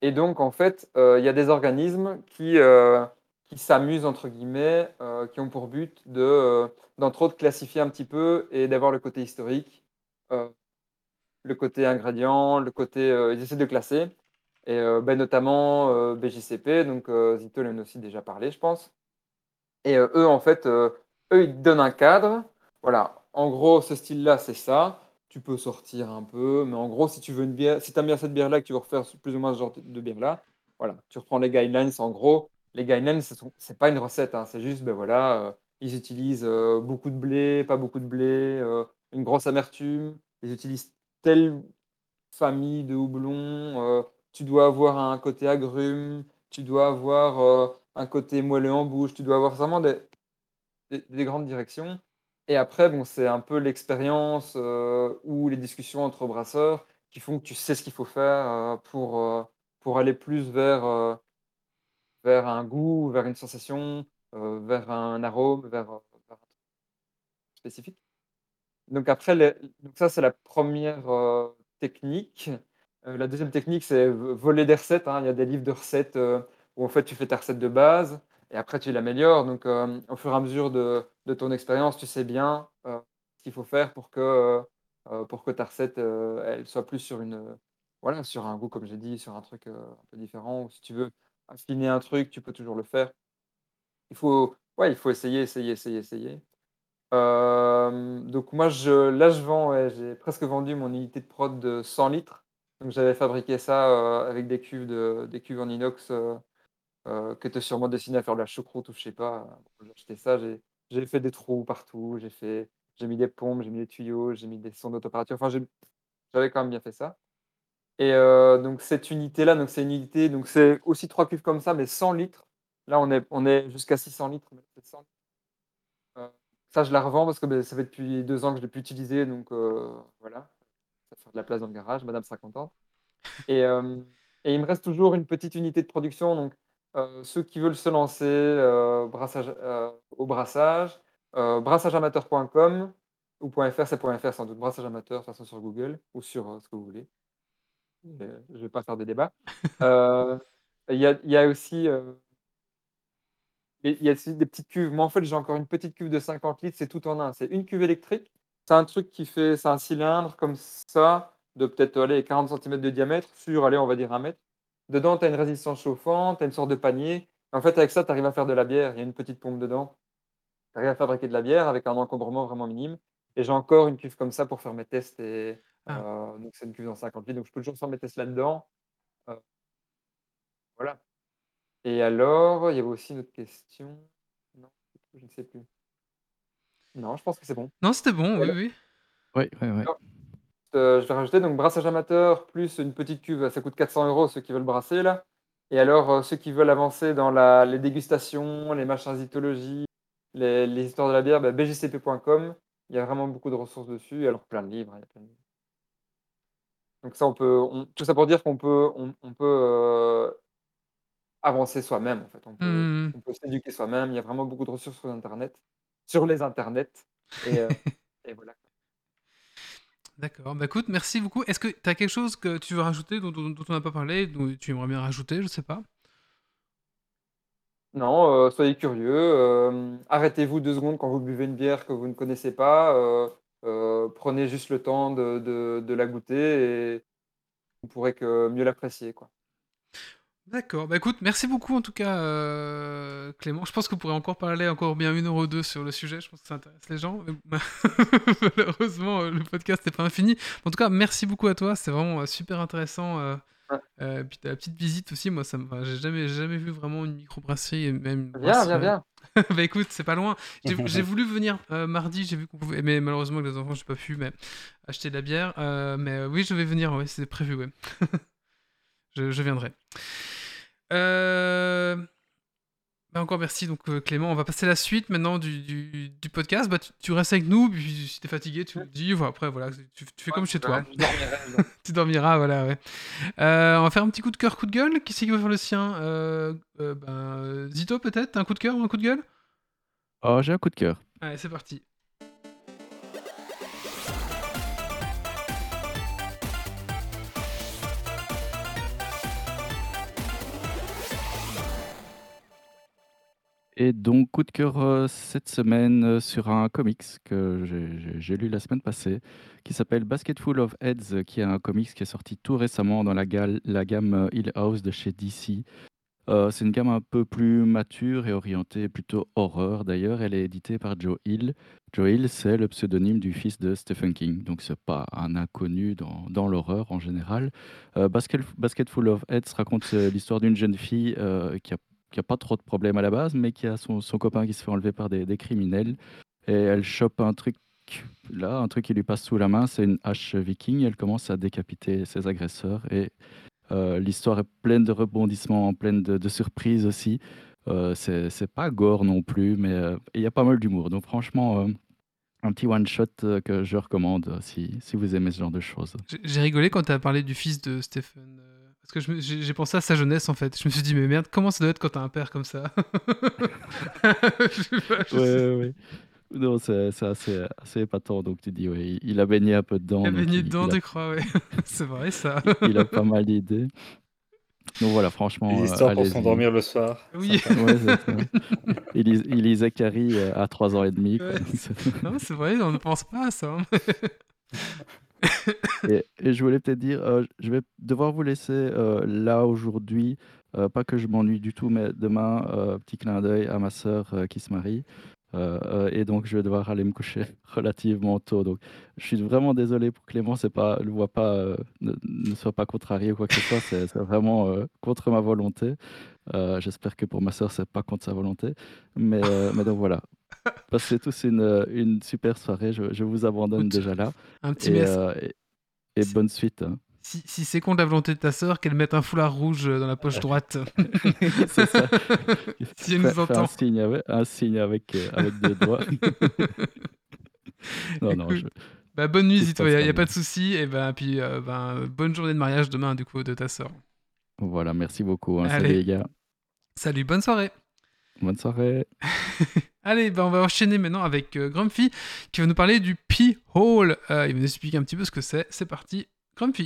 Et donc, en fait, il y a des organismes qui s'amusent, entre guillemets, qui ont pour but d'entre autres, classifier un petit peu et d'avoir le côté historique, le côté ingrédient, le côté, ils essaient de classer et notamment, BJCP, donc Zito en a aussi déjà parlé, je pense. Et eux, en fait, eux, ils te donnent un cadre. Voilà, en gros, ce style-là, c'est ça. Tu peux sortir un peu, mais en gros, si tu veux une bière, si tu aimes bien cette bière-là, que tu veux refaire plus ou moins ce genre de bière-là, voilà, tu reprends les guidelines. En gros, les guidelines, c'est pas une recette, hein, c'est juste, ben voilà, ils utilisent beaucoup de blé, pas beaucoup de blé, une grosse amertume. Ils utilisent telle famille de houblon. Tu dois avoir un côté agrume, tu dois avoir un côté moelleux en bouche, tu dois avoir vraiment des grandes directions. Et après, bon, c'est un peu l'expérience ou les discussions entre brasseurs qui font que tu sais ce qu'il faut faire pour aller plus vers un goût, vers une sensation, vers un arôme, vers un truc spécifique. Donc après, donc ça, c'est la première technique. La deuxième technique, c'est voler des recettes, hein. Il y a des livres de recettes où en fait, tu fais ta recette de base et après, tu l'améliores. Donc, au fur et à mesure de ton expérience, tu sais bien ce qu'il faut faire pour que ta recette, elle soit plus voilà, sur un goût, comme j'ai dit, sur un truc un peu différent. Ou si tu veux affiner un truc, tu peux toujours le faire. Ouais, il faut essayer, essayer, essayer, essayer. Donc moi, là, je vends, ouais, j'ai presque vendu mon unité de prod de 100 litres. Donc j'avais fabriqué ça avec des cuves en inox qui étaient sûrement destinées à faire de la choucroute ou je sais pas. J'ai acheté ça, j'ai fait des trous partout, j'ai mis des pompes, j'ai mis des tuyaux, j'ai mis des sondes de température. Enfin, j'avais quand même bien fait ça. Et donc cette unité-là, donc c'est une unité, donc c'est aussi 3 cuves comme ça, mais 100 litres. Là, on est jusqu'à 600 litres, mais c'est 100. Heu, Ça, je la revends parce que, ça fait depuis 2 ans que je ne l'ai plus utilisée, donc voilà, ça va faire de la place dans le garage, madame sera contente. Et il me reste toujours une petite unité de production, donc ceux qui veulent se lancer, au brassage, brassageamateur.com ou .fr, c'est .fr sans doute, brassage amateur, de toute façon sur Google ou sur, ce que vous voulez. Je vais pas faire de débat. Heu, il y a aussi, et il y a aussi des petites cuves. Moi, en fait, j'ai encore une petite cuve de 50 litres, c'est tout en un. C'est une cuve électrique. C'est un truc c'est un cylindre comme ça, de peut-être, allez, 40 centimètres de diamètre sur, allez, on va dire 1 mètre. Dedans, tu as une résistance chauffante, tu as une sorte de panier. En fait, avec ça, tu arrives à faire de la bière. Il y a une petite pompe dedans. Tu arrives à fabriquer de la bière avec un encombrement vraiment minime. Et j'ai encore une cuve comme ça pour faire mes tests. Ah. Donc, c'est une cuve dans 50 litres. Donc, je peux toujours faire mes tests là-dedans. Euh, voilà. Et alors, il y avait aussi une autre question. Non, je ne sais plus. Non, je pense que c'est bon. Non, c'était bon, oui, Alors, oui. Ouais, ouais, ouais. je vais rajouter donc brassage amateur plus une petite cuve, ça coûte 400 € ceux qui veulent brasser là. Et alors, ceux qui veulent avancer dans les dégustations, les machins zytologie, les histoires de la bière, bjcp.com. Il y a vraiment beaucoup de ressources dessus, et alors plein de livres, hein, il y a plein de livres. Donc ça, tout ça pour dire qu'on peut avancer soi-même en fait. Mmh. On peut s'éduquer soi-même. Il y a vraiment beaucoup de ressources sur les internets et et voilà. D'accord. Bah écoute, merci beaucoup. Est-ce que tu as quelque chose que tu veux rajouter dont on n'a pas parlé, dont tu aimerais bien rajouter, je sais pas? Non, soyez curieux, arrêtez-vous 2 secondes quand vous buvez une bière que vous ne connaissez pas, prenez juste le temps de la goûter et vous pourrez que mieux l'apprécier, quoi. D'accord. Bah écoute, merci beaucoup en tout cas, Clément. Je pense qu'on pourrait encore parler encore bien 1 heure ou 2 sur le sujet. Je pense que ça intéresse les gens. Mais malheureusement, le podcast n'est pas infini. En tout cas, merci beaucoup à toi. C'est vraiment super intéressant. Ouais. Puis la petite visite aussi, moi, enfin, j'ai jamais vu vraiment une microbrasserie et même une Viens, viens, brasserie. viens! Bah écoute, c'est pas loin. J'ai voulu venir mardi, j'ai vu qu'on pouvait, mais malheureusement avec les enfants, j'ai pas pu acheter de la bière. Mais oui, je vais venir, ouais, c'est prévu, ouais. Je viendrai. Bah encore merci donc Clément, on va passer à la suite maintenant du podcast. Bah tu restes avec nous, puis si t'es fatigué, tu le dis. Enfin, après voilà, tu fais comme chez toi. Je dormirai. Tu dormiras, voilà, ouais. On va faire un petit coup de cœur, coup de gueule. Qui c'est qui va faire le sien? Zito peut-être? Un coup de cœur ou un coup de gueule? Oh, j'ai un coup de cœur. Allez, c'est parti. Et donc, coup de cœur cette semaine sur un comics que j'ai lu la semaine passée, qui s'appelle Basketful of Heads, qui est un comics qui est sorti tout récemment dans la gamme Hill House de chez DC. C'est une gamme un peu plus mature et orientée plutôt horreur d'ailleurs. Elle est éditée par Joe Hill. Joe Hill, c'est le pseudonyme du fils de Stephen King, donc c'est pas un inconnu dans l'horreur en général. Basketful of Heads raconte l'histoire d'une jeune fille qui a pas trop de problèmes à la base, mais qui a son copain qui se fait enlever par des criminels. Et elle chope un truc là, un truc qui lui passe sous la main, c'est une hache viking. Elle commence à décapiter ses agresseurs et l'histoire est pleine de rebondissements, pleine de surprises aussi. C'est pas gore non plus, mais il y a pas mal d'humour. Donc franchement, un petit one-shot que je recommande si vous aimez ce genre de choses. J'ai rigolé quand t'as parlé du fils de Stephen. Parce que j'ai pensé à sa jeunesse en fait. Je me suis dit, mais merde, comment ça doit être quand t'as un père comme ça? Je sais pas, je Ouais, sais. ouais, ouais. Non, c'est assez épatant. Donc tu dis, ouais, il a baigné un peu Il dedans, a donc baigné dedans, tu crois, ouais. C'est vrai ça. il a pas mal d'idées. Donc voilà, franchement, Une histoire pour allez-y. s'endormir le soir. Oui. Sympa. Ouais, c'est ça. Il lisait Carrie à 3 ans et demi, quoi. Ouais, Donc non, c'est vrai, on ne pense pas à ça. Hein. Et je voulais peut-être dire, je vais devoir vous laisser là aujourd'hui. Pas que je m'ennuie du tout, mais demain, petit clin d'œil à ma sœur qui se marie. Et donc, je vais devoir aller me coucher relativement tôt. Donc, je suis vraiment désolé pour Clément. C'est pas, ne voit pas, ne soit pas contrarié ou quoi que ce soit. C'est vraiment contre ma volonté. J'espère que pour ma sœur, c'est pas contre sa volonté. Mais donc voilà. Passez tous une super soirée. Je vous abandonne Écoute, déjà là. un petit Et, mess. et bonne suite, hein. Si c'est contre la volonté de ta sœur, qu'elle mette un foulard rouge dans la poche droite. C'est ça. Si elle nous Fais entend. un signe avec des doigts. Non, non, Écoute, bah, bonne nuit, tout se Zito, y a passera pas bien. de souci. Et ben, puis, bonne journée de mariage demain, du coup, de ta sœur. Voilà, merci beaucoup, hein. Salut Allez, les gars. salut, bonne soirée. Bonne soirée. Allez, bah on va enchaîner maintenant avec Grumpy qui va nous parler du P-Hole. Il va nous expliquer un petit peu ce que c'est. C'est parti, Grumpy.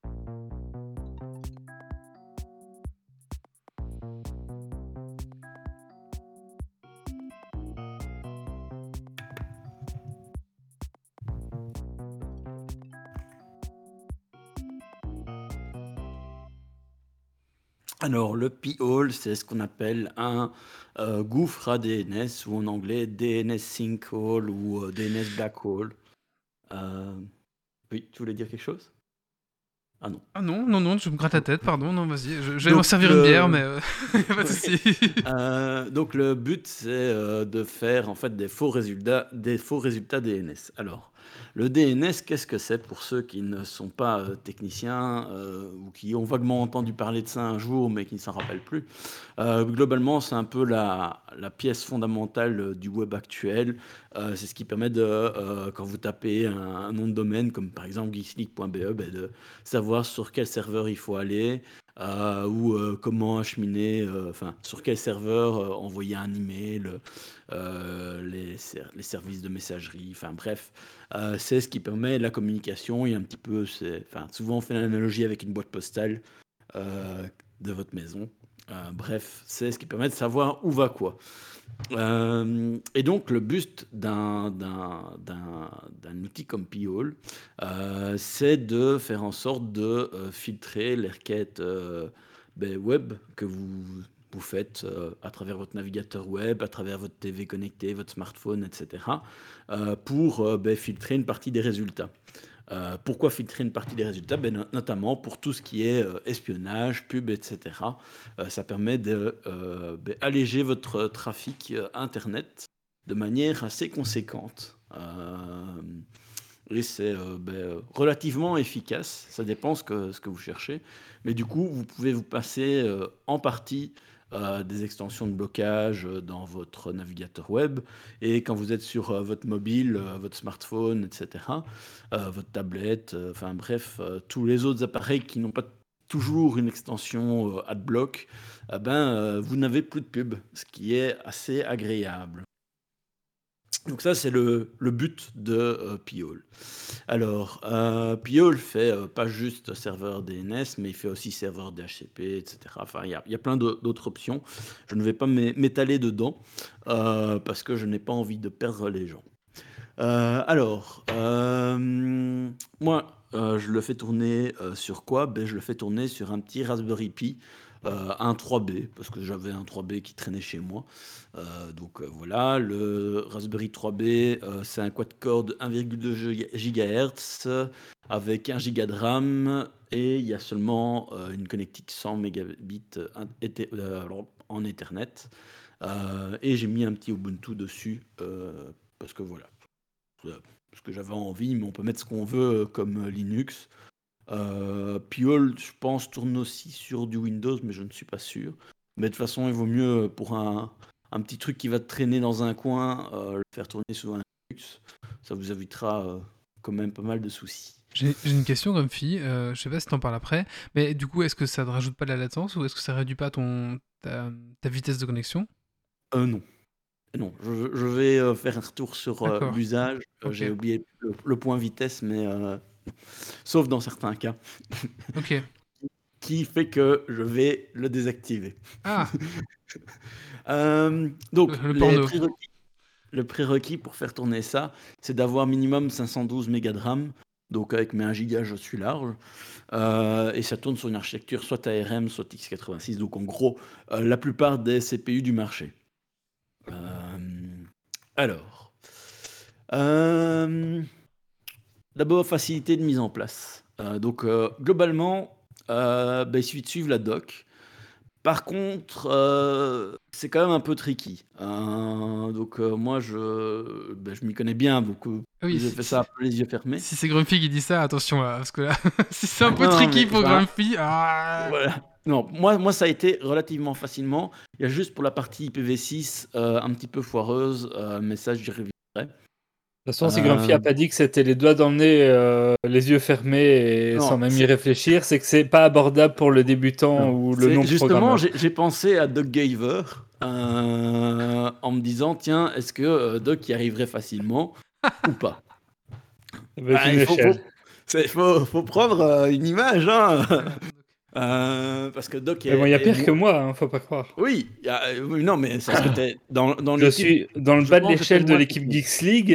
Alors, le P-hole, c'est ce qu'on appelle un gouffre à DNS, ou en anglais DNS sinkhole ou DNS black hole. Oui, tu voulais dire quelque chose? Ah non. Ah non, non, non, je me gratte la tête, pardon. Non, vas-y, j'allais m'en Donc, servir une bière, mais y a pas de Ok. souci. Donc le but, c'est de faire en fait des faux résultats DNS. Alors, le DNS, qu'est-ce que c'est pour ceux qui ne sont pas techniciens ou qui ont vaguement entendu parler de ça un jour mais qui ne s'en rappellent plus? Globalement, c'est un peu la pièce fondamentale du web actuel. C'est ce qui permet de, quand vous tapez un nom de domaine comme par exemple geeksleague.be, de savoir sur quel serveur il faut aller. Ou comment acheminer, enfin sur quel serveur envoyer un email, les services de messagerie, enfin bref, c'est ce qui permet la communication et un petit peu, enfin souvent on fait l'analogie avec une boîte postale de votre maison. Bref, c'est ce qui permet de savoir où va quoi. Et donc, le but d'un outil comme P-hole, c'est de faire en sorte de filtrer les requêtes web que vous faites à travers votre navigateur web, à travers votre TV connectée, votre smartphone, etc., pour filtrer une partie des résultats. Pourquoi filtrer une partie des résultats? Notamment pour tout ce qui est espionnage, pub, etc. Ça permet d'alléger votre trafic Internet de manière assez conséquente. Et c'est relativement efficace. Ça dépend ce que vous cherchez. Mais du coup, vous pouvez vous passer en partie des extensions de blocage dans votre navigateur web. Et quand vous êtes sur votre mobile, votre smartphone, etc., votre tablette, enfin bref, tous les autres appareils qui n'ont pas toujours une extension AdBlock, vous n'avez plus de pub, ce qui est assez agréable. Donc ça, c'est le but de P-Hole. Alors, P-Hole fait pas juste serveur DNS, mais il fait aussi serveur DHCP, etc. Enfin, il y a plein d'autres options. Je ne vais pas m'étaler dedans parce que je n'ai pas envie de perdre les gens. Alors, moi, je le fais tourner sur quoi? Ben, je le fais tourner sur un petit Raspberry Pi, un 3B, parce que j'avais un 3B qui traînait chez moi. Donc voilà, le Raspberry 3B, c'est un quad-core de 1,2 GHz avec 1 Go de RAM et il y a seulement une connectique 100 mégabits en Ethernet. Et j'ai mis un petit Ubuntu dessus parce que voilà. Parce que j'avais envie, mais on peut mettre ce qu'on veut comme Linux. P-Hole, je pense, tourne aussi sur du Windows, mais je ne suis pas sûr. Mais de toute façon, il vaut mieux pour un petit truc qui va traîner dans un coin, le faire tourner sur un Linux. Ça vous évitera quand même pas mal de soucis. J'ai une question, Grumpy. Je sais pas si t'en parles après, mais du coup, est-ce que ça ne rajoute pas de la latence ou est-ce que ça réduit pas ta vitesse de connexion? Non. Non, je vais faire un retour sur D'accord. l'usage. Ok. J'ai oublié le point vitesse, mais sauf dans certains cas, Ok. qui fait que je vais le désactiver. Ah, Donc, le porno. le prérequis pour faire tourner ça, c'est d'avoir minimum 512 mégas de RAM. Donc, avec mes 1 giga, je suis large. Et ça tourne sur une architecture soit ARM, soit x86. Donc, en gros, la plupart des CPU du marché. Alors, d'abord, facilité de mise en place. Donc, globalement, il suffit de suivre la doc. Par contre, c'est quand même un peu tricky. Donc, moi, je m'y connais bien, donc Oui, j'ai fait ça un peu les yeux fermés. si c'est Grumpy qui dit ça, attention là, parce que là, si c'est un peu Non, tricky mais pour enfin, Grumpy, voilà. Non, moi, ça a été relativement facilement. Il y a juste pour la partie IPv6 un petit peu foireuse, mais ça, j'y reviendrai. De toute façon, si Grumpy a pas dit que c'était les doigts dans le nez, les yeux fermés et sans Non, même y réfléchir, c'est que c'est pas abordable pour le débutant non. ou le Justement, non-programmeur. j'ai pensé à Doc Gaver en me disant, tiens, est-ce que Doc y arriverait facilement ou pas? Avec Ah, une échelle. faut prendre une image, hein. Parce que Doc Mais bon, il y a pire que bon. moi, hein, faut pas croire. Oui, oui, non, mais c'est parce que t'es dans Je l'équipe. suis dans le Je bas de pense que t'es l'échelle le de moins l'équipe technique. Geeks League,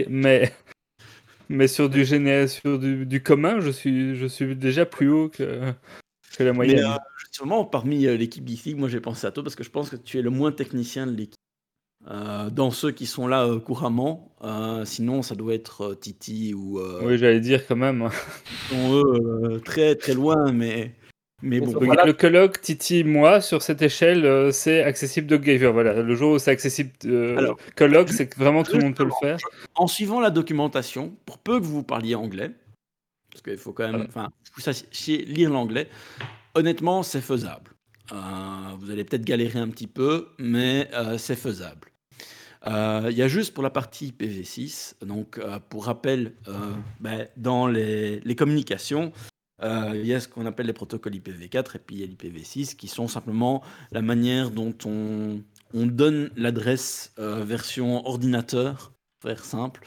mais sur du commun, je suis déjà plus haut que la Mais moyenne. justement, parmi l'équipe Geeks League, moi j'ai pensé à toi parce que je pense que tu es le moins technicien de l'équipe. Dans ceux qui sont là couramment, sinon ça doit être Titi ou Oui, j'allais dire quand même, hein. sont eux très très loin, mais Ils bon. sont Donc pas là. le colloque, Titi, moi, sur cette échelle, c'est accessible DocGaver. Voilà, le jour où c'est accessible Alors, colloque, c'est que vraiment tout le monde peut le justement, faire. en suivant la documentation, pour peu que vous parliez anglais, parce qu'il faut quand même, enfin, vous sachiez lire l'anglais, honnêtement, c'est faisable. Vous allez peut-être galérer un petit peu, mais c'est faisable. Il y a juste pour la partie IPv6, donc pour rappel, dans les communications, il y a ce qu'on appelle les protocoles IPv4 et puis il y a l'IPv6 qui sont simplement la manière dont on donne l'adresse version ordinateur, pour faire simple,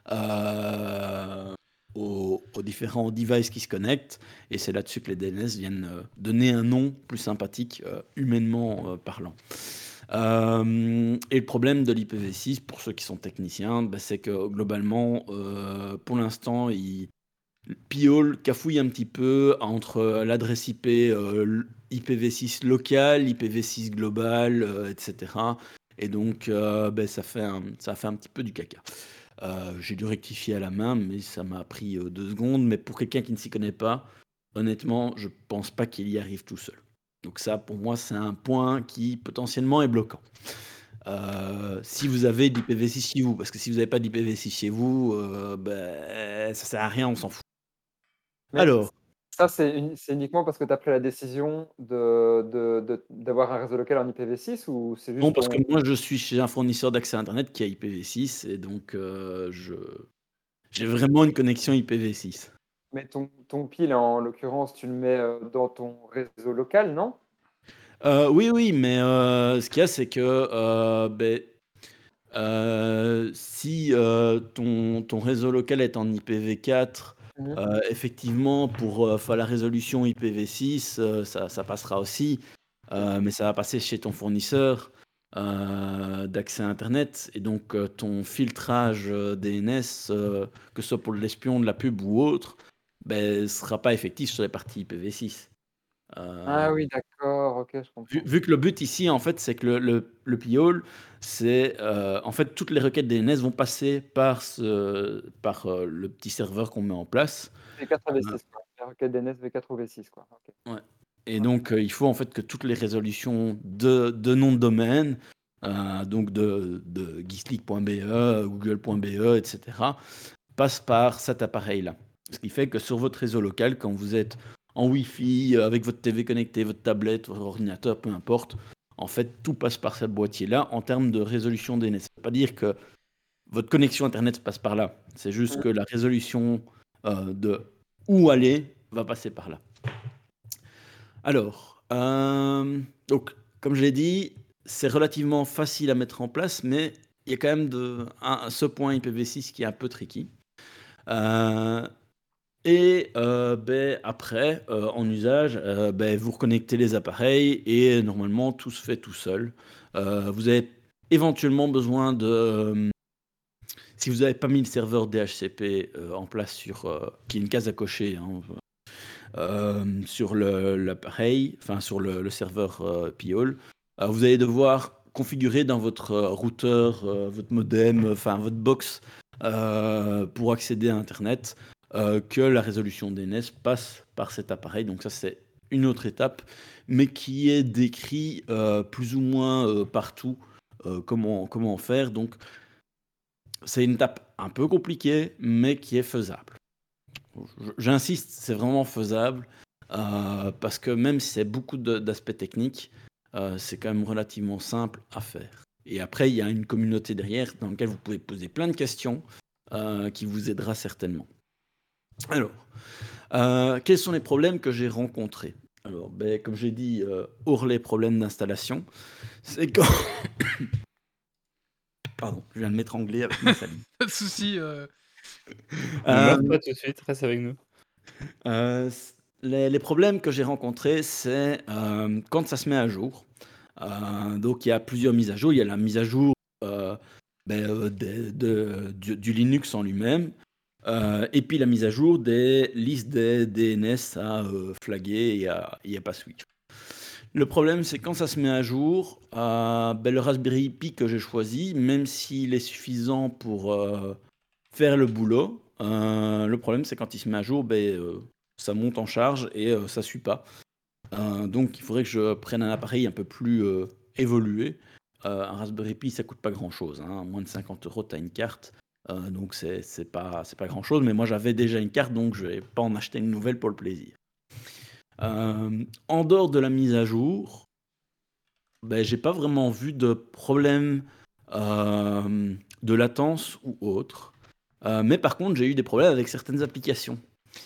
aux différents devices qui se connectent. Et c'est là-dessus que les DNS viennent donner un nom plus sympathique, humainement parlant. Et le problème de l'IPv6, pour ceux qui sont techniciens, c'est que globalement, pour l'instant, P-Hole cafouille un petit peu entre l'adresse IP IPv6 local, IPv6 global, etc. Et donc, ça fait un petit peu du caca. J'ai dû rectifier à la main, mais ça m'a pris 2 secondes. Mais pour quelqu'un qui ne s'y connaît pas, honnêtement, je pense pas qu'il y arrive tout seul. Donc ça, pour moi, c'est un point qui potentiellement est bloquant. Si vous avez de l'IPv6 chez vous, parce que si vous n'avez pas d'IPv6 chez vous, ça sert à rien, on s'en fout. Mais Alors, ça, c'est uniquement parce que tu as pris la décision d'avoir un réseau local en IPv6 ou c'est non, juste parce que ton... moi, je suis chez un fournisseur d'accès Internet qui a IPv6 et donc j'ai vraiment une connexion IPv6. Mais ton pile, en l'occurrence, tu le mets dans ton réseau local, non? Oui, mais ce qu'il y a, c'est que si ton réseau local est en IPv4, Mmh. effectivement, pour la résolution IPv6, ça passera aussi, mais ça va passer chez ton fournisseur d'accès à Internet. Et donc, ton filtrage DNS, que ce soit pour l'espion, de la pub ou autre, ne sera pas effectif sur les parties IPv6. Ah oui, d'accord, OK, je Vu, comprends. vu que le but ici, en fait, c'est que le PIOL, c'est en fait toutes les requêtes DNS vont passer par le petit serveur qu'on met en place. V4 ou Euh, V6, quoi. La requête DNS V4 ou V6, quoi. OK. ouais. Et Ouais. donc, il faut en fait que toutes les résolutions de nom de domaine, donc de geeksleague.be, google.be, etc., passent par cet appareil-là. Ce qui fait que sur votre réseau local, quand vous êtes en Wi-Fi, avec votre TV connectée, votre tablette, votre ordinateur, peu importe, en fait, tout passe par ce boîtier-là en termes de résolution DNS. Ça ne veut pas dire que votre connexion Internet passe par là. C'est juste Mmh. que la résolution de où aller va passer par là. Alors, donc, comme je l'ai dit, c'est relativement facile à mettre en place, mais il y a quand même ce point IPv6 qui est un peu tricky. Après, en usage, vous reconnectez les appareils et normalement tout se fait tout seul. Vous avez éventuellement besoin de, si vous n'avez pas mis le serveur DHCP en place qui est une case à cocher, hein, sur l'appareil, enfin sur le serveur PIOL, vous allez devoir configurer dans votre routeur, votre modem, enfin votre box pour accéder à Internet, que la résolution DNS passe par cet appareil. Donc ça, c'est une autre étape, mais qui est décrit plus ou moins partout comment faire. Donc c'est une étape un peu compliquée, mais qui est faisable. J'insiste, c'est vraiment faisable, parce que même si c'est beaucoup d'aspects techniques, c'est quand même relativement simple à faire. Et après, il y a une communauté derrière dans laquelle vous pouvez poser plein de questions qui vous aidera certainement. Alors, quels sont les problèmes que j'ai rencontrés? Alors, comme j'ai dit, hors les problèmes d'installation, c'est quand... Pardon, je viens de m'étrangler avec ma salive. Pas de souci. Ne meurs pas tout de suite, reste avec nous. Les problèmes que j'ai rencontrés, c'est quand ça se met à jour. Donc, il y a plusieurs mises à jour. Il y a la mise à jour du Linux en lui-même. Et puis la mise à jour des listes des DNS à flaguer et à pas switch. Le problème, c'est quand ça se met à jour, le Raspberry Pi que j'ai choisi, même s'il est suffisant pour faire le boulot, le problème, c'est quand il se met à jour, ça monte en charge et ça suit pas. Donc, il faudrait que je prenne un appareil un peu plus évolué. Un Raspberry Pi, ça coûte pas grand-chose, hein. Moins de 50 €, tu as une carte. Donc, c'est pas grand-chose. Mais moi, j'avais déjà une carte, donc je vais pas en acheter une nouvelle pour le plaisir. En dehors de la mise à jour, j'ai pas vraiment vu de problème de latence ou autre. Mais par contre, j'ai eu des problèmes avec certaines applications.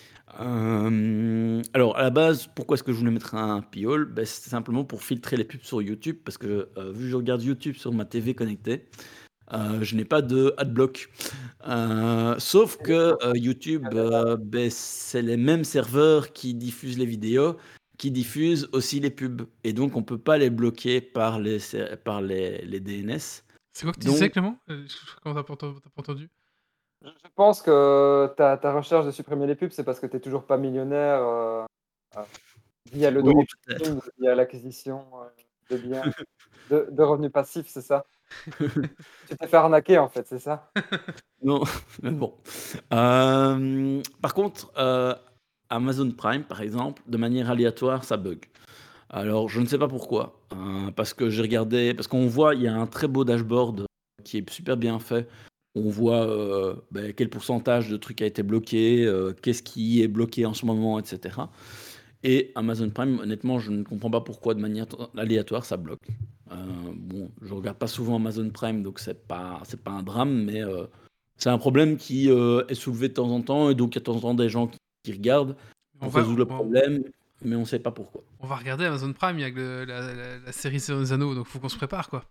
Alors, à la base, pourquoi est-ce que je voulais mettre un PIOL? C'est simplement pour filtrer les pubs sur YouTube, parce que vu que je regarde YouTube sur ma TV connectée, je n'ai pas de adblock. Sauf que YouTube, c'est les mêmes serveurs qui diffusent les vidéos, qui diffusent aussi les pubs. Et donc, on peut pas les bloquer par les DNS. C'est quoi que tu Donc, disais, Clément? Comment t'as pas entendu? Je pense que ta recherche de supprimer les pubs, c'est parce que tu es toujours pas millionnaire, via le oui, dropshipping peut-être. ou via l'acquisition, de biens, de revenus passifs, c'est ça? Tu t'es fait arnaquer, en fait, c'est ça? Non, mais bon. Par contre, Amazon Prime, par exemple, de manière aléatoire, ça bug. Alors, je ne sais pas pourquoi, parce que j'ai regardé, parce qu'on voit, il y a un très beau dashboard qui est super bien fait. On voit quel pourcentage de trucs a été bloqué, qu'est-ce qui est bloqué en ce moment, etc. Et Amazon Prime, honnêtement, je ne comprends pas pourquoi de manière aléatoire ça bloque. Bon, je regarde pas souvent Amazon Prime, donc c'est pas un drame, mais c'est un problème qui est soulevé de temps en temps, et donc il y a de temps en temps des gens qui regardent On pour va, résoudre le on, problème, mais on sait pas pourquoi. on va regarder Amazon Prime, il y a la série Seigneur des Anneaux, donc faut qu'on se prépare, quoi.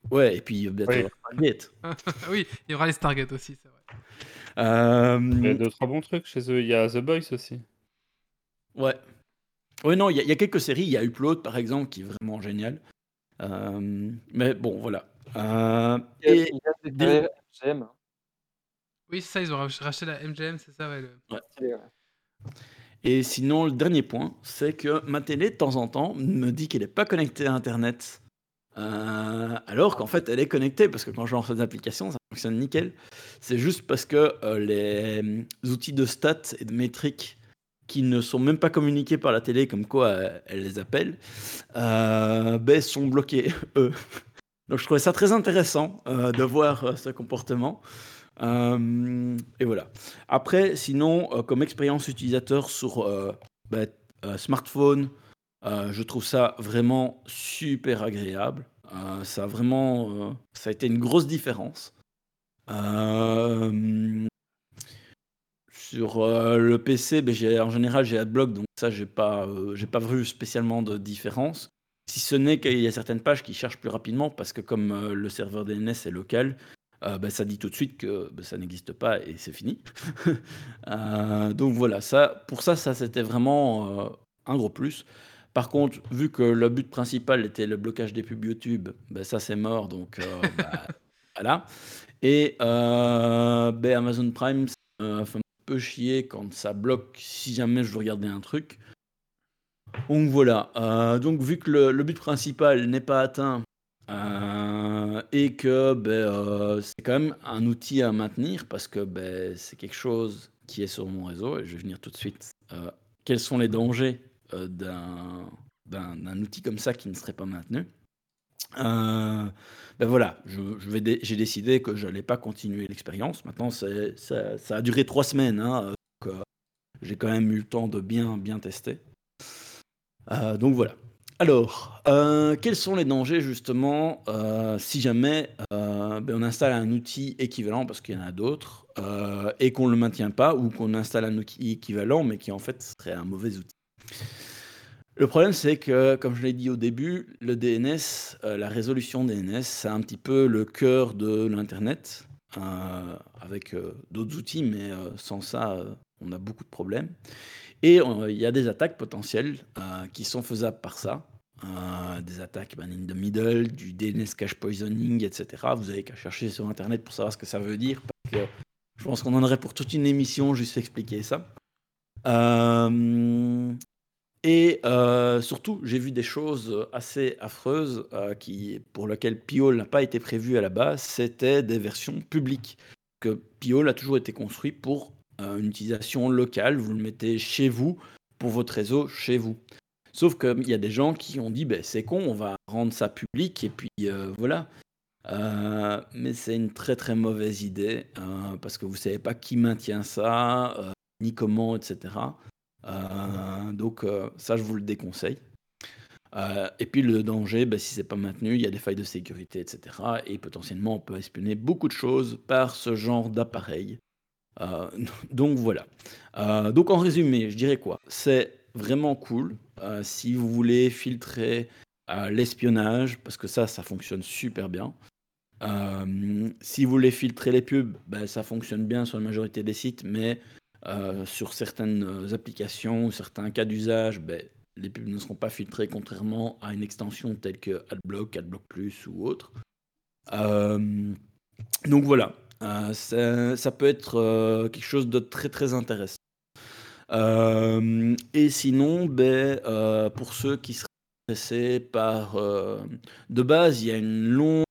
Ouais, et puis bientôt Oui. Stargate. Oui, il y aura les Stargate aussi, c'est vrai. Il y a 2-3 bons trucs chez eux. Il y a The Boys aussi. Ouais. Ouais, non, il y a quelques séries. Il y a Upload, par exemple, qui est vraiment génial. Mais bon, voilà. Et Il y a des des- séries MGM. Oui, c'est ça, ils ont racheté la MGM, c'est ça, ouais. Stylé, ouais. Et sinon, le dernier point, c'est que ma télé, de temps en temps, me dit qu'elle n'est pas connectée à Internet. Alors qu'en fait, elle est connectée, parce que quand je lance des applications, ça fonctionne nickel. C'est juste parce que les outils de stats et de métriques qui ne sont même pas communiqués par la télé, comme quoi elle les appelle, sont bloqués, eux. Donc je trouvais ça très intéressant de voir ce comportement. Et voilà. Après, sinon, comme expérience utilisateur sur smartphone, je trouve ça vraiment super agréable. Ça a été une grosse différence. Euh, Sur le PC, en général, j'ai Adblock, donc ça, j'ai pas vu spécialement de différence. Si ce n'est qu'il y a certaines pages qui cherchent plus rapidement, parce que comme le serveur DNS est local, ça dit tout de suite que ça n'existe pas et c'est fini. Donc voilà, pour ça c'était vraiment un gros plus. Par contre, vu que le but principal était le blocage des pubs YouTube, ça c'est mort, donc voilà. Et Amazon Prime, ça fait un peu chier quand ça bloque si jamais je veux regarder un truc. Donc voilà, donc vu que le but principal n'est pas atteint et que c'est quand même un outil à maintenir parce que c'est quelque chose qui est sur mon réseau et je vais venir tout de suite. Quels sont les dangers d'un outil comme ça qui ne serait pas maintenu? Voilà, j'ai décidé que je n'allais pas continuer l'expérience. Maintenant, ça a duré 3 semaines, hein, donc j'ai quand même eu le temps de bien tester. Donc voilà. Alors, quels sont les dangers justement si jamais on installe un outil équivalent, parce qu'il y en a d'autres, et qu'on ne le maintient pas, ou qu'on installe un outil équivalent, mais qui en fait serait un mauvais outil? Le problème, c'est que, comme je l'ai dit au début, le DNS, la résolution DNS, c'est un petit peu le cœur de l'internet, avec d'autres outils, mais sans ça, on a beaucoup de problèmes. Et il y a des attaques potentielles qui sont faisables par ça. Des attaques in the middle, du DNS cache poisoning, etc. Vous avez qu'à chercher sur internet pour savoir ce que ça veut dire, parce que je pense qu'on en aurait pour toute une émission juste expliquer ça. Et surtout, j'ai vu des choses assez affreuses pour lesquelles Piol n'a pas été prévu à la base. C'était des versions publiques. Que Piol a toujours été construit pour une utilisation locale. Vous le mettez chez vous, pour votre réseau, chez vous. Sauf qu'il y a des gens qui ont dit c'est con, on va rendre ça public et puis voilà. Mais c'est une très très mauvaise idée parce que vous ne savez pas qui maintient ça, ni comment, etc. Donc ça, je vous le déconseille. Et puis le danger, si c'est pas maintenu, il y a des failles de sécurité, etc. Et potentiellement, on peut espionner beaucoup de choses par ce genre d'appareil. Donc voilà. Donc en résumé, je dirais quoi? C'est vraiment cool si vous voulez filtrer l'espionnage, parce que ça fonctionne super bien. Si vous voulez filtrer les pubs, ça fonctionne bien sur la majorité des sites, mais sur certaines applications ou certains cas d'usage, les pubs ne seront pas filtrées, contrairement à une extension telle que AdBlock, AdBlock Plus ou autre. Donc voilà, ça peut être quelque chose de très très intéressant. Et sinon, pour ceux qui seraient intéressés par... de base, il y a une longue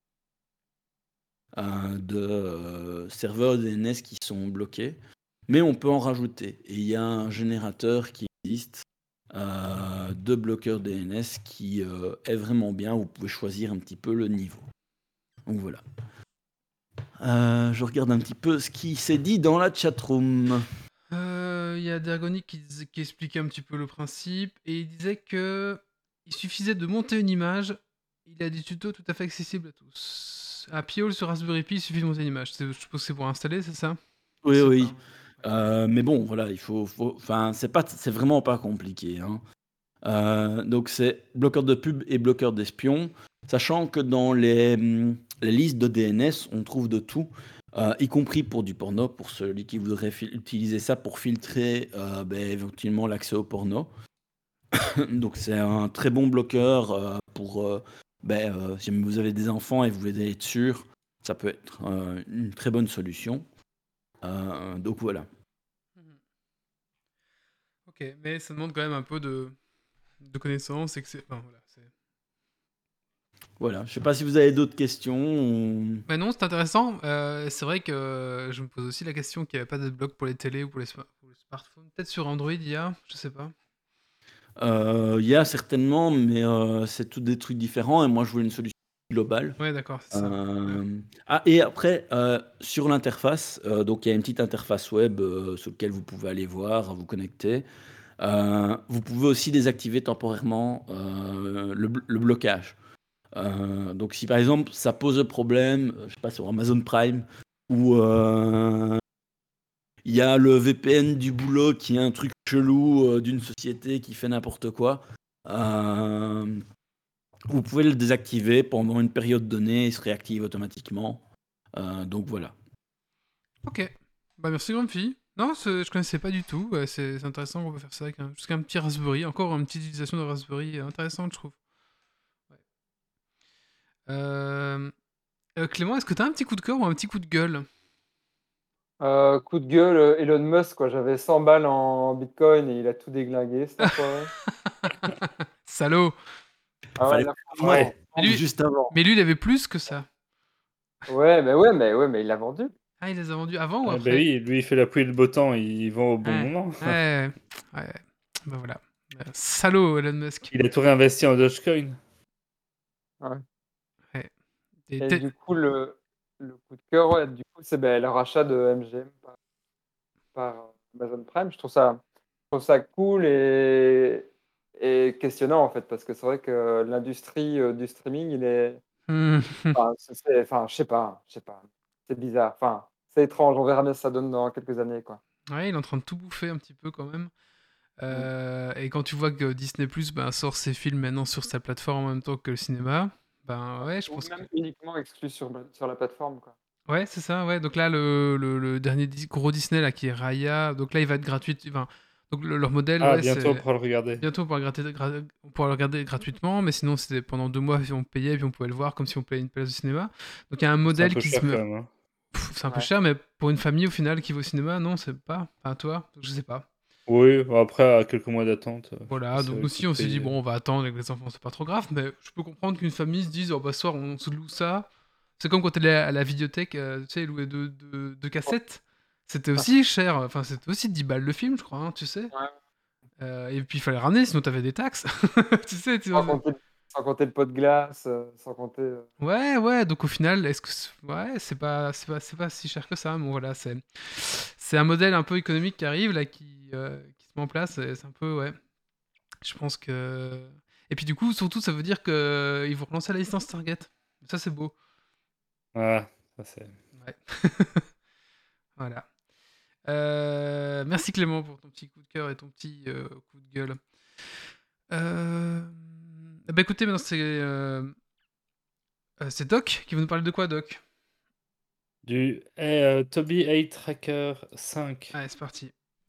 de serveurs DNS qui sont bloqués, mais on peut en rajouter. Et il y a un générateur qui existe de bloqueurs DNS qui est vraiment bien. Vous pouvez choisir un petit peu le niveau. Donc voilà. Je regarde un petit peu ce qui s'est dit dans la chatroom. Il y a Dergonic qui expliquait un petit peu le principe et il disait que il suffisait de monter une image. Il a des tutos tout à fait accessibles à tous. À Piol sur Raspberry Pi, il suffit de monter une image. Je suppose que c'est pour installer, c'est ça? Oui, Je sais oui. pas. Mais bon, voilà, c'est vraiment pas compliqué, hein. Donc c'est bloqueur de pub et bloqueur d'espions. Sachant que dans les listes de DNS, on trouve de tout, y compris pour du porno, pour celui qui voudrait utiliser ça pour filtrer éventuellement l'accès au porno. Donc c'est un très bon bloqueur pour si jamais vous avez des enfants et vous voulez être sûr, ça peut être une très bonne solution. Donc voilà. Ok, mais ça demande quand même un peu de connaissances et que c'est. Enfin, voilà, Voilà, je sais pas si vous avez d'autres questions. bah non, c'est intéressant. C'est vrai que je me pose aussi la question qu'il n'y avait pas d'adblock pour les télés ou pour les smartphones. Peut-être sur Android, il y a, je sais pas. Il y a certainement, mais c'est tout des trucs différents et moi je voulais une solution globale. Ouais, d'accord, c'est ça. Et après, sur l'interface, donc il y a une petite interface web sur laquelle vous pouvez aller voir, vous connecter. Vous pouvez aussi désactiver temporairement le blocage. Donc si par exemple ça pose problème, je sais pas, sur Amazon Prime, ou il y a le VPN du boulot qui est un truc chelou d'une société qui fait n'importe quoi, vous pouvez le désactiver pendant une période donnée, il se réactive automatiquement. Donc voilà. Ok. Bah merci grande fille. Non, je connaissais pas du tout. Ouais, c'est intéressant qu'on peut faire ça avec jusqu'à un petit Raspberry. Encore une petite utilisation de Raspberry intéressante, je trouve. Ouais. Clément, est-ce que t'as un petit coup de cœur ou un petit coup de gueule? Coup de gueule, Elon Musk, quoi. J'avais 100 balles en bitcoin et il a tout déglingué, cet enfoiré. Salaud. Ah ouais, Fallait là, prendre franchement, lui- juste avant. Mais lui, il avait plus que ça. mais il l'a vendu. Ah, il les a vendus avant ou Ah, bah après? oui, lui, il fait la pluie et le beau temps, il vend au bon Ouais, moment. ouais. Bah voilà. Salaud, Elon Musk. Il a tout réinvesti en Dogecoin. Ouais. Ouais. Et du coup, le coup de cœur, ouais, du coup, c'est le rachat de MGM par Amazon Prime. Je trouve ça cool et questionnant, en fait, parce que c'est vrai que l'industrie du streaming, il est. Enfin, je sais pas. C'est bizarre. Enfin, c'est étrange. On verra bien ce que ça donne dans quelques années, quoi. Ouais, il est en train de tout bouffer un petit peu quand même. Mm. Et quand tu vois que Disney Plus sort ses films maintenant sur sa plateforme en même temps que le cinéma, ben ouais, je Ou pense que. même uniquement exclu sur la plateforme, quoi. Ouais, c'est ça, ouais. Donc là, le dernier gros Disney là, qui est Raya, donc là, il va être gratuit. Enfin, donc leur modèle, Ah, ouais, bientôt, on c'est. pourra le regarder. Bientôt, on pourra le regarder gratuitement, mais sinon, c'était pendant 2 mois, on payait, puis on pouvait le voir comme si on payait une place de cinéma. Donc il y a un C'est un modèle peu qui cher se quand met. même. Hein. C'est un peu Ouais. cher, mais pour une famille, au final, qui va au cinéma, non, c'est pas. Enfin, toi, je sais pas. Oui, bon, après, à quelques mois d'attente, je Voilà, pense que donc ça nous coûte aussi, on s'est dit, payer. bon, on va attendre avec les enfants, c'est pas trop grave, mais je peux comprendre qu'une famille se dise, oh bah, soir, on se loue ça. C'est comme quand t'allais à la vidéothèque, tu sais, louer deux cassettes. C'était aussi cher, enfin, c'était aussi 10 balles le film, je crois, hein, tu sais. Ouais. Et puis, il fallait ramener, sinon t'avais des taxes. Tu sais, Sans compter le pot de glace, sans compter. Ouais, donc au final, est-ce que. Ouais, c'est pas si cher que ça, mais bon, voilà, c'est un modèle un peu économique qui arrive, là, qui se met en place, et c'est un peu, ouais. Je pense que. Et puis du coup, surtout, ça veut dire qu'ils vont relancer la licence Target. Ça, c'est beau. Ah, ça c'est. Ouais. Voilà. Merci Clément pour ton petit coup de cœur et ton petit coup de gueule. Bah écoutez, maintenant c'est Doc qui va nous parler de quoi, Doc? Du Toby Eye Tracker 5. Allez, c'est parti.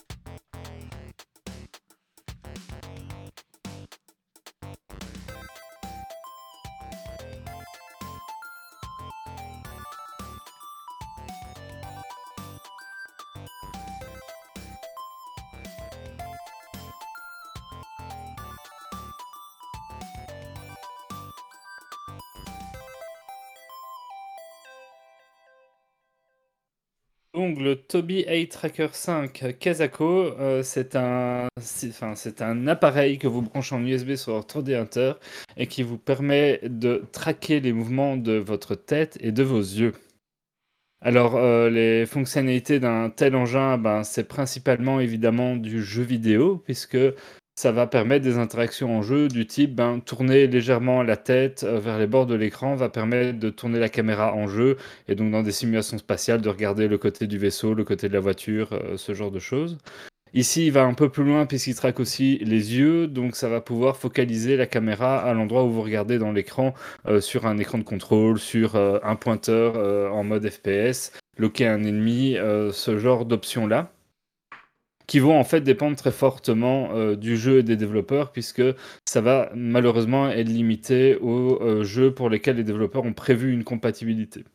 Donc le Tobii Eye Tracker 5 Kazako, c'est un appareil que vous branchez en USB sur votre ordinateur et qui vous permet de traquer les mouvements de votre tête et de vos yeux. Alors, les fonctionnalités d'un tel engin, c'est principalement évidemment du jeu vidéo, puisque ça va permettre des interactions en jeu du type, tourner légèrement la tête vers les bords de l'écran va permettre de tourner la caméra en jeu, et donc dans des simulations spatiales, de regarder le côté du vaisseau, le côté de la voiture, ce genre de choses. Ici, il va un peu plus loin puisqu'il traque aussi les yeux, donc ça va pouvoir focaliser la caméra à l'endroit où vous regardez dans l'écran, sur un écran de contrôle, sur un pointeur en mode FPS, loquer un ennemi, ce genre d'options-là, qui vont en fait dépendre très fortement du jeu et des développeurs, puisque ça va malheureusement être limité aux jeux pour lesquels les développeurs ont prévu une compatibilité.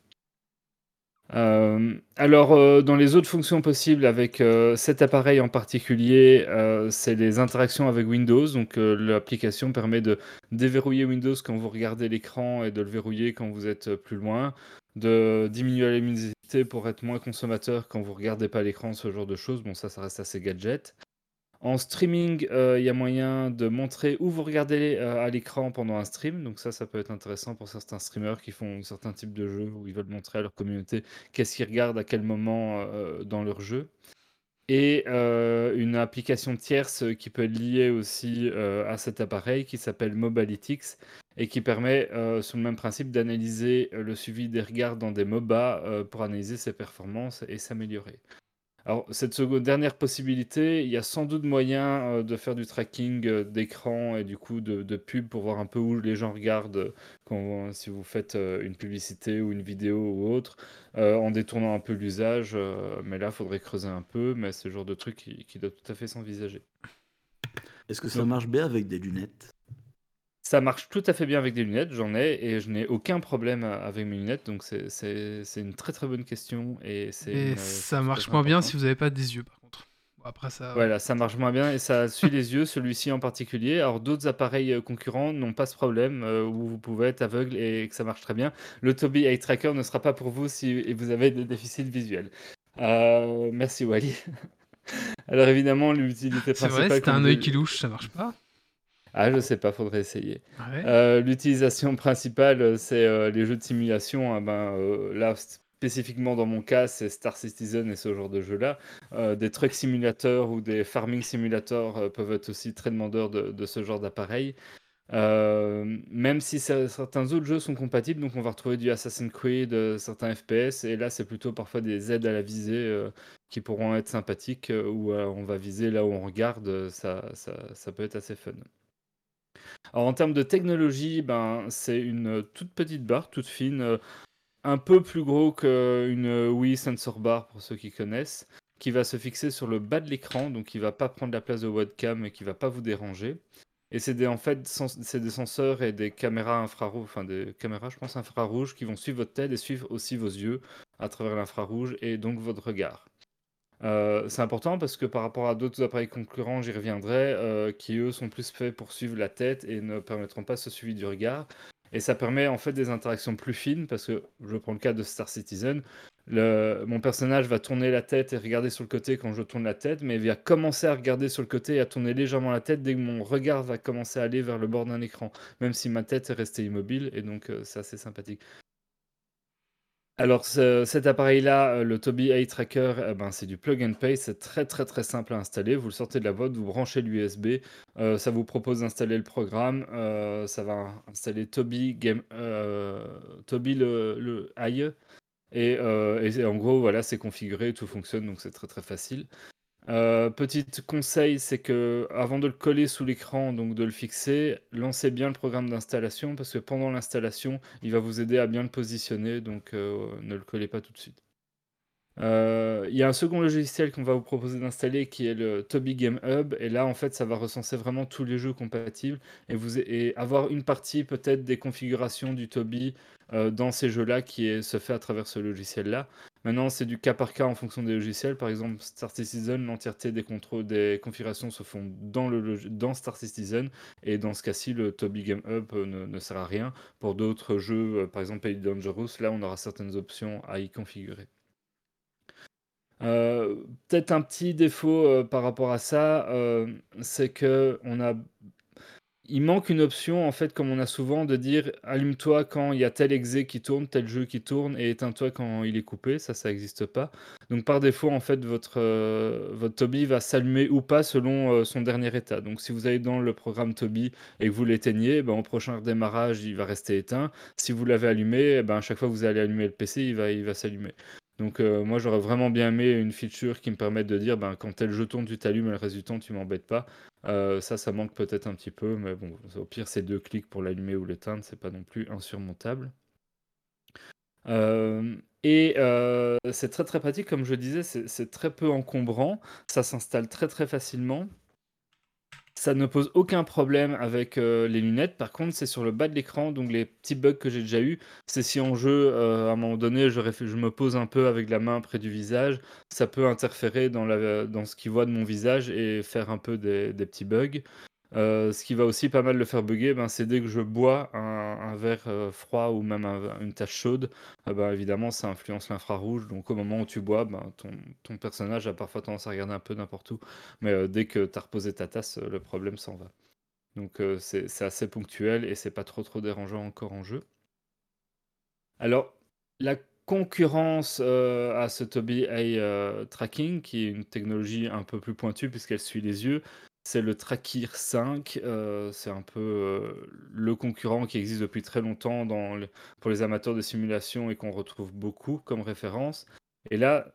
Alors, dans les autres fonctions possibles avec cet appareil en particulier, c'est les interactions avec Windows. Donc, l'application permet de déverrouiller Windows quand vous regardez l'écran et de le verrouiller quand vous êtes plus loin, de diminuer la luminosité pour être moins consommateur quand vous regardez pas l'écran, ce genre de choses. Bon, ça reste assez gadget. En streaming, il y a moyen de montrer où vous regardez à l'écran pendant un stream. Donc ça peut être intéressant pour certains streamers qui font certains types de jeux où ils veulent montrer à leur communauté qu'est-ce qu'ils regardent à quel moment dans leur jeu. Et une application tierce qui peut être liée aussi à cet appareil qui s'appelle Mobalytics et qui permet, sur le même principe, d'analyser le suivi des regards dans des MOBA pour analyser ses performances et s'améliorer. Alors, cette dernière possibilité, il y a sans doute moyen de faire du tracking d'écran et du coup de pub pour voir un peu où les gens regardent si vous faites une publicité ou une vidéo ou autre, en détournant un peu l'usage. Mais là, il faudrait creuser un peu, mais c'est le genre de truc qui doit tout à fait s'envisager. Est-ce que ça marche bien avec des lunettes? Ça marche tout à fait bien avec des lunettes, j'en ai, et je n'ai aucun problème avec mes lunettes, donc c'est une très très bonne question, et c'est Et une ça chose marche très moins bien importante. si vous n'avez pas des yeux, par contre. Bon, après ça. Voilà, ça marche moins bien et ça suit les yeux, celui-ci en particulier. Alors d'autres appareils concurrents n'ont pas ce problème où vous pouvez être aveugle et que ça marche très bien. Le Tobii Eye Tracker ne sera pas pour vous si vous avez des déficits visuels. Merci Wally. Alors évidemment, l'utilité C'est vrai, principale, si t'as comme un de- œil qui louche, ça marche pas. Ah, je sais pas, faudrait essayer. Ouais. L'utilisation principale, c'est les jeux de simulation. Ah ben, là, spécifiquement dans mon cas, c'est Star Citizen et ce genre de jeux-là. Des truck simulateurs ou des farming simulators peuvent être aussi très demandeurs de ce genre d'appareil. Même si certains autres jeux sont compatibles, donc on va retrouver du Assassin's Creed, certains FPS, et là c'est plutôt parfois des aides à la visée qui pourront être sympathiques, où on va viser là où on regarde, ça peut être assez fun. Alors en termes de technologie, ben, c'est une toute petite barre, toute fine, un peu plus gros qu'une Wii Sensor Bar pour ceux qui connaissent, qui va se fixer sur le bas de l'écran, donc qui va pas prendre la place de webcam et qui va pas vous déranger. Et en fait, c'est des senseurs et des caméras infrarouges, enfin des caméras, je pense, infrarouges qui vont suivre votre tête et suivre aussi vos yeux à travers l'infrarouge et donc votre regard. C'est important parce que par rapport à d'autres appareils concurrents, j'y reviendrai, qui eux sont plus faits pour suivre la tête et ne permettront pas ce suivi du regard. Et ça permet en fait des interactions plus fines parce que je prends le cas de Star Citizen. Mon personnage va tourner la tête et regarder sur le côté quand je tourne la tête, mais il va commencer à regarder sur le côté et à tourner légèrement la tête dès que mon regard va commencer à aller vers le bord d'un écran, même si ma tête est restée immobile, et donc c'est assez sympathique. Alors cet appareil-là, le Tobii Eye Tracker, ben, c'est du plug and play, c'est très, très, très simple à installer. Vous le sortez de la boîte, vous branchez l'USB, ça vous propose d'installer le programme, ça va installer Tobii Tobii le Eye et en gros, voilà, c'est configuré, tout fonctionne, donc c'est très, très facile. Petit conseil, c'est que avant de le coller sous l'écran, donc de le fixer, lancez bien le programme d'installation parce que pendant l'installation, il va vous aider à bien le positionner, donc ne le collez pas tout de suite. Il y a un second logiciel qu'on va vous proposer d'installer qui est le Tobii Game Hub, et là en fait ça va recenser vraiment tous les jeux compatibles et avoir une partie peut-être des configurations du Tobii dans ces jeux-là se fait à travers ce logiciel-là. Maintenant c'est du cas par cas en fonction des logiciels. Par exemple Star Citizen, l'entièreté des contrôles des configurations se font dans Star Citizen, et dans ce cas-ci le Tobii Game Hub ne sert à rien. Pour d'autres jeux, par exemple Elite Dangerous, là on aura certaines options à y configurer. Peut-être un petit défaut par rapport à ça, c'est que il manque une option, en fait, comme on a souvent, de dire allume-toi quand il y a tel exe qui tourne, tel jeu qui tourne, et éteins-toi quand il est coupé. Ça n'existe pas. Donc par défaut, en fait, votre Tobii va s'allumer ou pas selon son dernier état. Donc si vous allez dans le programme Tobii et que vous l'éteignez, ben, au prochain redémarrage, il va rester éteint. Si vous l'avez allumé, ben, à chaque fois que vous allez allumer le PC, il va s'allumer. Donc moi, j'aurais vraiment bien aimé une feature qui me permette de dire, quand tel jeton, tu t'allumes et le reste du temps, tu m'embêtes pas. Ça manque peut-être un petit peu, mais bon, au pire, c'est 2 clics pour l'allumer ou l'éteindre, c'est pas non plus insurmontable. C'est très, très pratique, comme je disais, c'est très peu encombrant, ça s'installe très, très facilement. Ça ne pose aucun problème avec, les lunettes. Par contre, c'est sur le bas de l'écran, donc les petits bugs que j'ai déjà eu, c'est si en jeu, à un moment donné, je me pose un peu avec la main près du visage, ça peut interférer dans ce qu'il voit de mon visage et faire un peu des petits bugs. Ce qui va aussi pas mal le faire bugger, c'est dès que je bois un verre, froid ou même une tasse chaude, évidemment ça influence l'infrarouge, donc au moment où tu bois, ton personnage a parfois tendance à regarder un peu n'importe où, mais dès que tu as reposé ta tasse, le problème s'en va. Donc c'est assez ponctuel et c'est pas trop dérangeant encore en jeu. Alors, la concurrence, à ce Tobii Eye Tracking, qui est une technologie un peu plus pointue puisqu'elle suit les yeux, c'est le Trackir 5. C'est un peu, le concurrent qui existe depuis très longtemps pour les amateurs de simulation et qu'on retrouve beaucoup comme référence. Et là,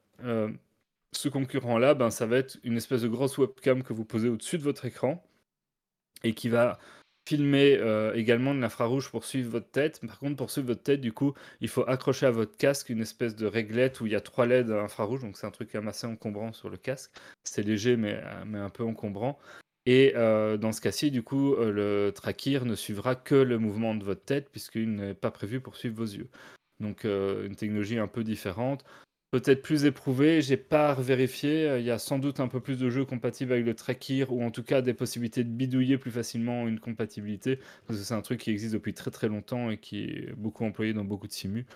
ce concurrent-là, ça va être une espèce de grosse webcam que vous posez au-dessus de votre écran et qui va filmer également de l'infrarouge pour suivre votre tête. Par contre, pour suivre votre tête, du coup, il faut accrocher à votre casque une espèce de réglette où il y a 3 LED infrarouges, donc c'est un truc quand même assez encombrant sur le casque. C'est léger, mais un peu encombrant. Et dans ce cas-ci, du coup, le tracker ne suivra que le mouvement de votre tête, puisqu'il n'est pas prévu pour suivre vos yeux. Donc une technologie un peu différente. Peut-être plus éprouvé, j'ai pas vérifié. Il y a sans doute un peu plus de jeux compatibles avec le Trackir ou en tout cas des possibilités de bidouiller plus facilement une compatibilité parce que c'est un truc qui existe depuis très très longtemps et qui est beaucoup employé dans beaucoup de simus.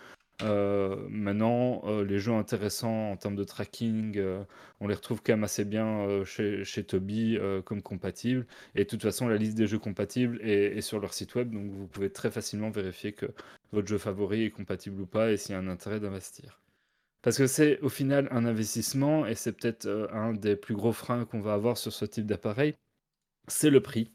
Maintenant, les jeux intéressants en termes de tracking, on les retrouve quand même assez bien chez Tobii comme compatibles. Et de toute façon, la liste des jeux compatibles est sur leur site web, donc vous pouvez très facilement vérifier que votre jeu favori est compatible ou pas et s'il y a un intérêt d'investir. Parce que c'est au final un investissement et c'est peut-être un des plus gros freins qu'on va avoir sur ce type d'appareil, c'est le prix.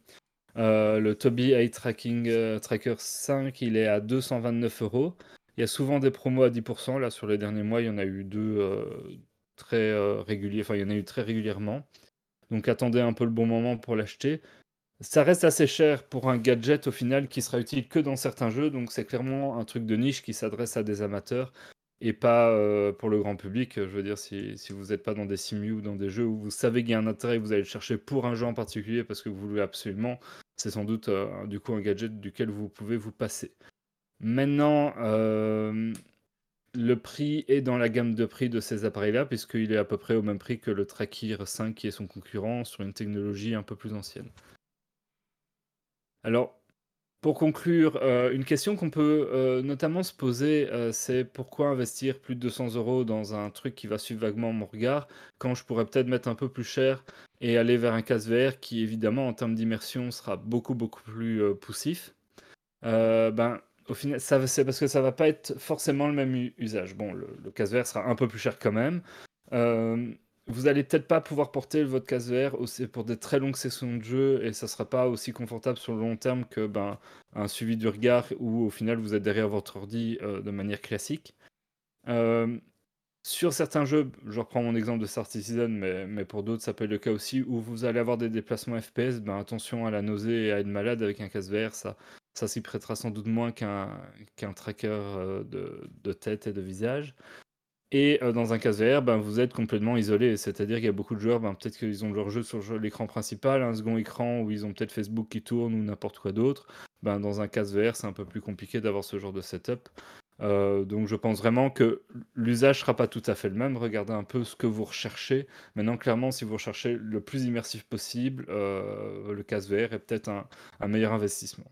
Le Tobii Eye Tracker 5, il est à 229 euros. Il y a souvent des promos à 10%. Là, sur les derniers mois, il y en a eu deux très réguliers. Enfin, il y en a eu très régulièrement. Donc, attendez un peu le bon moment pour l'acheter. Ça reste assez cher pour un gadget au final qui sera utile que dans certains jeux. Donc, c'est clairement un truc de niche qui s'adresse à des amateurs et pas pour le grand public. Je veux dire, si vous n'êtes pas dans des simus ou dans des jeux où vous savez qu'il y a un intérêt et que vous allez le chercher pour un jeu en particulier parce que vous voulez absolument, c'est sans doute du coup un gadget duquel vous pouvez vous passer. Maintenant, le prix est dans la gamme de prix de ces appareils-là, puisqu'il est à peu près au même prix que le Trackir 5 qui est son concurrent sur une technologie un peu plus ancienne. Alors, pour conclure, une question qu'on peut notamment se poser, c'est pourquoi investir plus de 200 euros dans un truc qui va suivre vaguement mon regard, quand je pourrais peut-être mettre un peu plus cher et aller vers un casque VR qui, évidemment, en termes d'immersion, sera beaucoup, beaucoup plus poussif. Au final, c'est parce que ça va pas être forcément le même usage. Bon, le casque VR sera un peu plus cher quand même. Euh, Vous allez peut-être pas pouvoir porter votre casque VR pour des très longues sessions de jeu et ça sera pas aussi confortable sur le long terme que un suivi du regard où au final vous êtes derrière votre ordi de manière classique. Euh, sur certains jeux, je reprends mon exemple de Star Citizen, mais pour d'autres ça peut être le cas aussi, où vous allez avoir des déplacements FPS, attention à la nausée et à être malade avec un casque VR, ça s'y prêtera sans doute moins qu'un tracker de tête et de visage. Et dans un casque VR, vous êtes complètement isolé. C'est-à-dire qu'il y a beaucoup de joueurs, peut-être qu'ils ont leur jeu sur l'écran principal, un second écran où ils ont peut-être Facebook qui tourne ou n'importe quoi d'autre. Dans un casque VR, c'est un peu plus compliqué d'avoir ce genre de setup. Donc je pense vraiment que l'usage sera pas tout à fait le même. Regardez un peu ce que vous recherchez. Maintenant, clairement, si vous recherchez le plus immersif possible, le casque VR est peut-être un meilleur investissement.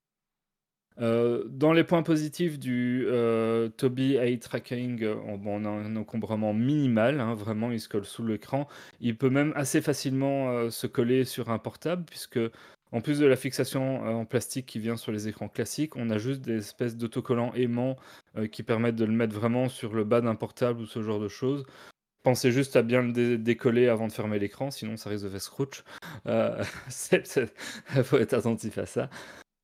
Dans les points positifs du Tobii Eye Tracking, on a un encombrement minimal, hein, vraiment, il se colle sous l'écran. Il peut même assez facilement se coller sur un portable, puisque en plus de la fixation en plastique qui vient sur les écrans classiques, on a juste des espèces d'autocollants aimants qui permettent de le mettre vraiment sur le bas d'un portable ou ce genre de choses. Pensez juste à bien le décoller avant de fermer l'écran, sinon ça risque de faire scrooge. Il faut être attentif à ça.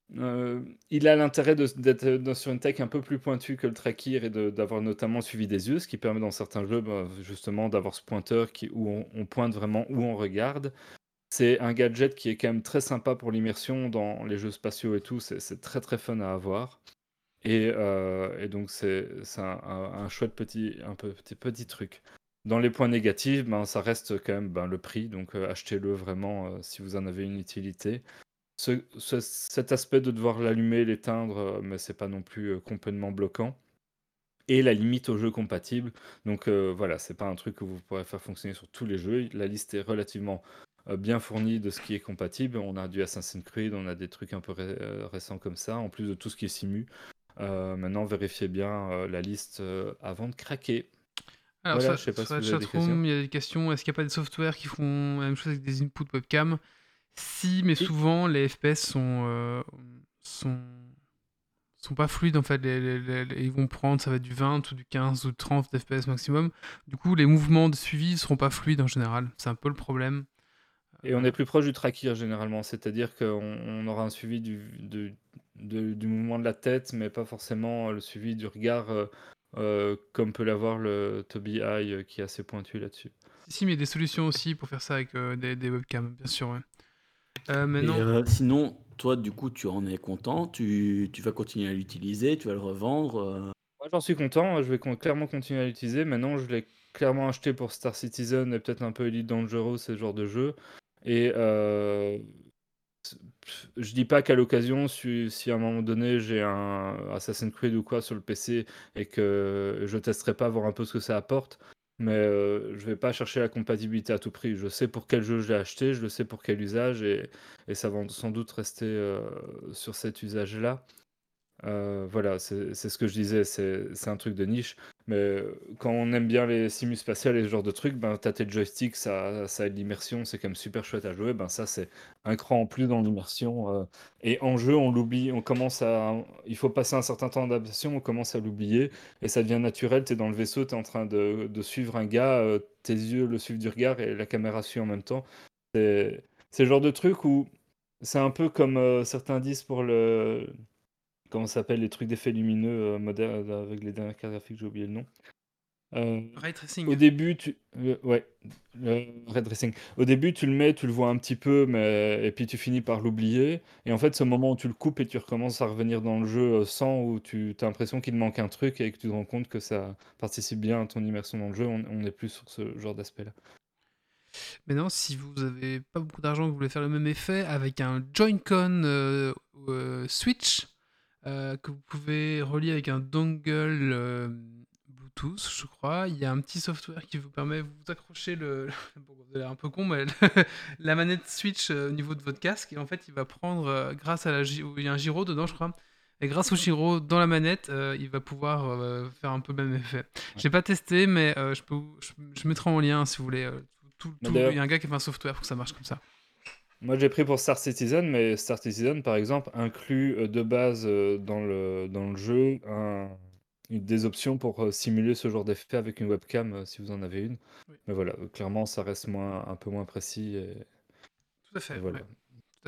Il a l'intérêt d'être sur une tech un peu plus pointue que le tracker et d'avoir notamment le suivi des yeux, ce qui permet dans certains jeux, justement, d'avoir ce pointeur où on pointe vraiment où on regarde. C'est un gadget qui est quand même très sympa pour l'immersion dans les jeux spatiaux et tout. C'est très très fun à avoir. Et donc c'est un chouette petit truc. Dans les points négatifs, ça reste quand même le prix. Donc achetez-le vraiment si vous en avez une utilité. Cet aspect de devoir l'allumer, l'éteindre, mais c'est pas non plus complètement bloquant. Et la limite aux jeux compatibles. Donc voilà, c'est pas un truc que vous pourrez faire fonctionner sur tous les jeux. La liste est relativement bien fournie de ce qui est compatible. On a du Assassin's Creed, on a des trucs un peu récents comme ça, en plus de tout ce qui est simu. Maintenant, vérifiez bien la liste avant de craquer. Alors, Voilà, je sais pas sur si la vous avez des questions. chatroom, il y a des questions. Est-ce qu'il n'y a pas des softwares qui font la même chose avec des inputs webcam? Si, mais Si. souvent, les FPS sont pas fluides, en fait. Ils vont prendre, ça va être du 20 ou du 15 ou 30 FPS maximum. Du coup, les mouvements de suivi ne seront pas fluides en général. C'est un peu le problème. Et on est plus proche du tracker généralement, c'est-à-dire qu'on aura un suivi du mouvement de la tête, mais pas forcément le suivi du regard, comme peut l'avoir le Tobii Eye qui est assez pointu là-dessus. Si, mais il y a des solutions aussi pour faire ça avec des webcams, bien sûr. Ouais. Et Maintenant, sinon, toi, du coup, tu en es content, tu vas continuer à l'utiliser, tu vas le revendre. Moi j'en suis content, je vais clairement continuer à l'utiliser. Maintenant, je l'ai clairement acheté pour Star Citizen et peut-être un peu Elite Dangerous, ce genre de jeu. Et je dis pas qu'à l'occasion, si à un moment donné j'ai un Assassin's Creed ou quoi sur le PC et que je testerai pas, voir un peu ce que ça apporte, mais je vais pas chercher la compatibilité à tout prix. Je sais pour quel jeu je l'ai acheté, je le sais pour quel usage et ça va sans doute rester sur cet usage-là. Voilà, c'est ce que je disais, c'est un truc de niche. Mais quand on aime bien les simus spatiales et ce genre de trucs, t'as tes joysticks, ça aide l'immersion, c'est quand même super chouette à jouer. Ça, c'est un cran en plus dans l'immersion. Et en jeu, on l'oublie, il faut passer un certain temps d'adaptation, on commence à l'oublier et ça devient naturel. T'es dans le vaisseau, t'es en train de suivre un gars, tes yeux le suivent du regard et la caméra suit en même temps. C'est le genre de truc où c'est un peu comme certains disent pour le. Comment ça s'appelle les trucs d'effets lumineux modernes avec les dernières cartes graphiques, j'ai oublié le nom. ray tracing. Au début, ouais, le ray tracing. Au début, tu le mets, tu le vois un petit peu, et puis tu finis par l'oublier. Et en fait, ce moment où tu le coupes et tu recommences à revenir dans le jeu sans, où tu as l'impression qu'il te manque un truc et que tu te rends compte que ça participe bien à ton immersion dans le jeu, on est plus sur ce genre d'aspect-là. Maintenant, si vous avez pas beaucoup d'argent et que vous voulez faire le même effet avec un Joy-Con Switch que vous pouvez relier avec un dongle Bluetooth, je crois, il y a un petit software qui vous permet, vous accrochez bon, vous avez l'air un peu con, mais la manette Switch au niveau de votre casque et en fait, il va prendre grâce à il y a un gyro dedans, je crois. Et grâce au gyro dans la manette, il va pouvoir faire un peu le même effet. J'ai pas testé, mais je mettrai en lien si vous voulez. Il y a un gars qui a fait un software pour que ça marche comme ça. Moi, j'ai pris pour Star Citizen, mais Star Citizen, par exemple, inclut de base dans le jeu des options pour simuler ce genre d'effet avec une webcam si vous en avez une. Oui. Mais voilà, clairement, ça reste un peu moins précis. Tout à fait. Voilà. Ouais, tout à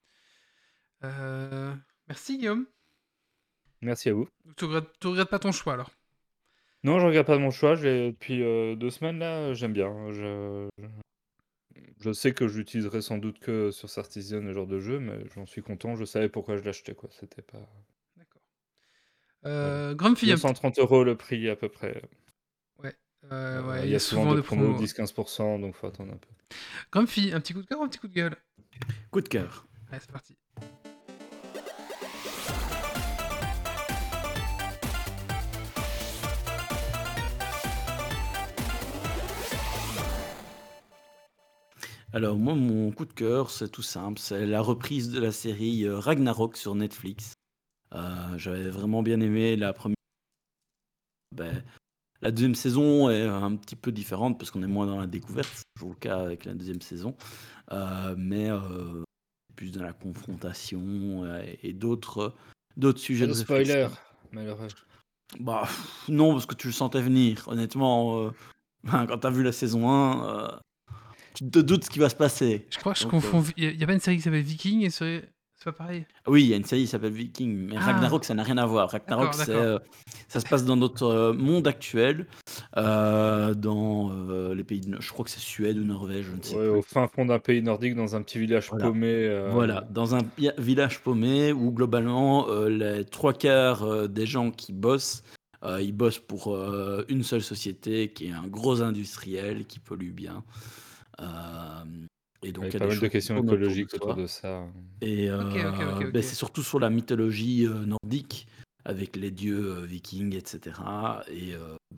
fait. Merci Guillaume. Merci à vous. Tu regrettes pas ton choix alors? Non, je regrette pas mon choix. Depuis 2 semaines là, j'aime bien. Je sais que je l'utiliserai sans doute que sur Star Citizen, ce genre de jeu, mais j'en suis content. Je savais pourquoi je l'achetais, quoi. C'était pas. D'accord. Voilà. Grumpy, 230 € le prix à peu près. Ouais. Il y a souvent des promos 10-15%, donc faut attendre un peu. Grumpy, un petit coup de cœur ou un petit coup de gueule? Coup de cœur. Allez, c'est parti. Alors moi, mon coup de cœur, c'est tout simple, c'est la reprise de la série Ragnarok sur Netflix. J'avais vraiment bien aimé la première. La deuxième saison est un petit peu différente parce qu'on est moins dans la découverte, c'est toujours le cas avec la deuxième saison, mais plus dans la confrontation et d'autres sujets de réflexion. Spoiler, malheureux. Non, parce que tu le sentais venir, honnêtement. Quand t'as vu la saison 1, tu te doutes ce qui va se passer. Je crois que je confonds. Il y a pas une série qui s'appelle Viking et sur pas pareil. Oui, il y a une série qui s'appelle Viking, mais Ah. Ragnarok, ça n'a rien à voir. Ragnarok, D'accord. ça se passe dans notre monde actuel, dans les pays je crois que c'est Suède ou Norvège, je ne sais Ouais, plus. au fin fond d'un pays nordique, dans un petit village Voilà. paumé. Voilà, dans un village paumé où globalement, les 3/4 des gens qui bossent, ils bossent pour une seule société qui est un gros industriel qui pollue bien. Et donc Avec il y a pas des mal de choses qui questions tournent autour de écologiques autour ça. de ça. Et Ok. c'est surtout sur la mythologie nordique, avec les dieux vikings, etc. Et